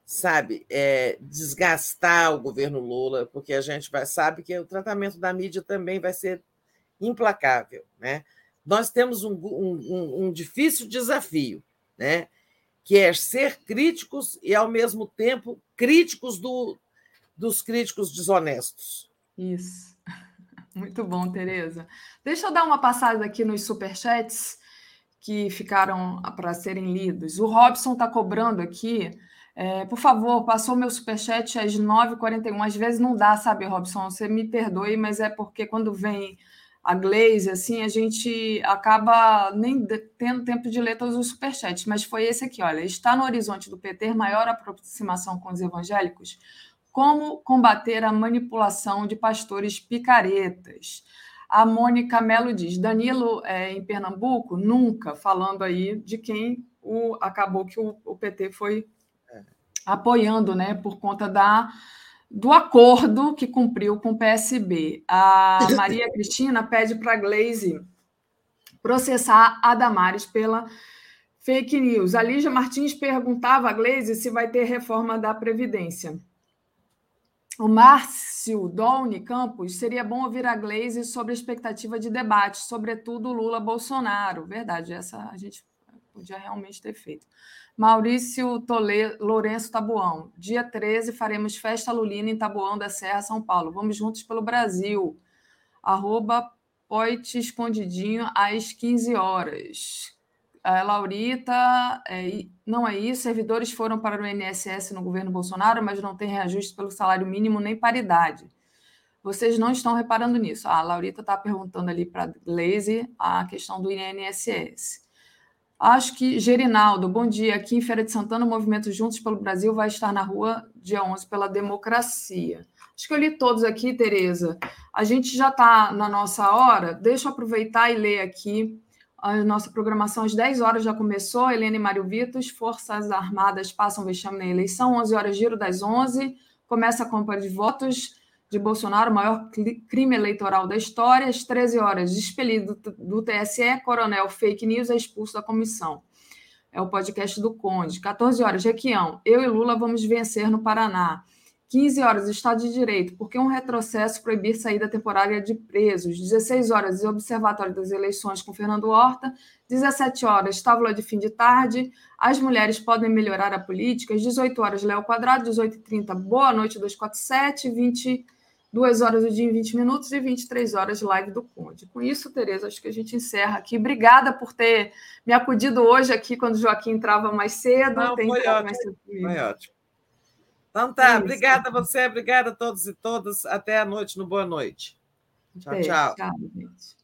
sabe, desgastar o governo Lula, porque a gente sabe que o tratamento da mídia também vai ser implacável, né? Nós temos um difícil desafio, né? Que é ser críticos e, ao mesmo tempo, críticos dos críticos desonestos. Isso. Muito bom, Tereza. Deixa eu dar uma passada aqui nos superchats que ficaram para serem lidos. O Robson está cobrando aqui. Por favor, passou meu superchat às 9h41. Às vezes não dá, sabe, Robson? Você me perdoe, mas é porque quando vem a Glaze, assim, a gente acaba nem tendo tempo de ler todos os superchats. Mas foi esse aqui, olha. Está no horizonte do PT maior aproximação com os evangélicos? Como combater a manipulação de pastores picaretas? A Mônica Mello diz, Danilo em Pernambuco, nunca, falando aí de quem acabou que o PT foi apoiando, né, por conta do acordo que cumpriu com o PSB. A Maria Cristina pede para a Glaze processar a Damares pela fake news. A Lígia Martins perguntava a Glaze se vai ter reforma da Previdência. O Márcio Dolni Campos, seria bom ouvir a Glaze sobre a expectativa de debate, sobretudo Lula-Bolsonaro. Verdade, essa a gente podia realmente ter feito. Maurício Lourenço Tabuão, dia 13 faremos festa lulina em Tabuão da Serra, São Paulo. Vamos juntos pelo Brasil. @Poite Escondidinho às 15 horas. Laurita, não é isso, servidores foram para o INSS no governo Bolsonaro, mas não tem reajuste pelo salário mínimo nem paridade. Vocês não estão reparando nisso. A Laurita está perguntando ali para a Glaze a questão do INSS. Acho que, Gerinaldo, bom dia. Aqui em Feira de Santana, o movimento Juntos pelo Brasil vai estar na rua dia 11 pela democracia. Acho que eu li todos aqui, Tereza. A gente já está na nossa hora. Deixa eu aproveitar e ler aqui. A nossa programação às 10 horas já começou. Helena e Mário Vitos, Forças Armadas passam vexame na eleição. 11 horas, giro das 11. Começa a compra de votos de Bolsonaro, o maior crime eleitoral da história. Às 13 horas, expelido do TSE, coronel fake news é expulso da comissão. É o podcast do Conde. 14 horas, Requião. Eu e Lula vamos vencer no Paraná. 15 horas, Estado de Direito. Por que um retrocesso proibir saída temporária de presos? 16 horas, Observatório das Eleições com Fernando Horta. 17 horas, Tábua de fim de tarde. As mulheres podem melhorar a política. Às 18 horas, Léo Quadrado. 18h30, Boa Noite 247. 22 horas, o dia em 20 minutos. E 23 horas, live do Conde. Com isso, Tereza, acho que a gente encerra aqui. Obrigada por ter me acudido hoje aqui, quando o Joaquim entrava mais cedo. Não, foi ótimo. Foi ótimo. Então tá, obrigada a você, obrigada a todos e todas. Até a noite no Boa Noite. Tchau, tchau. Tchau, gente.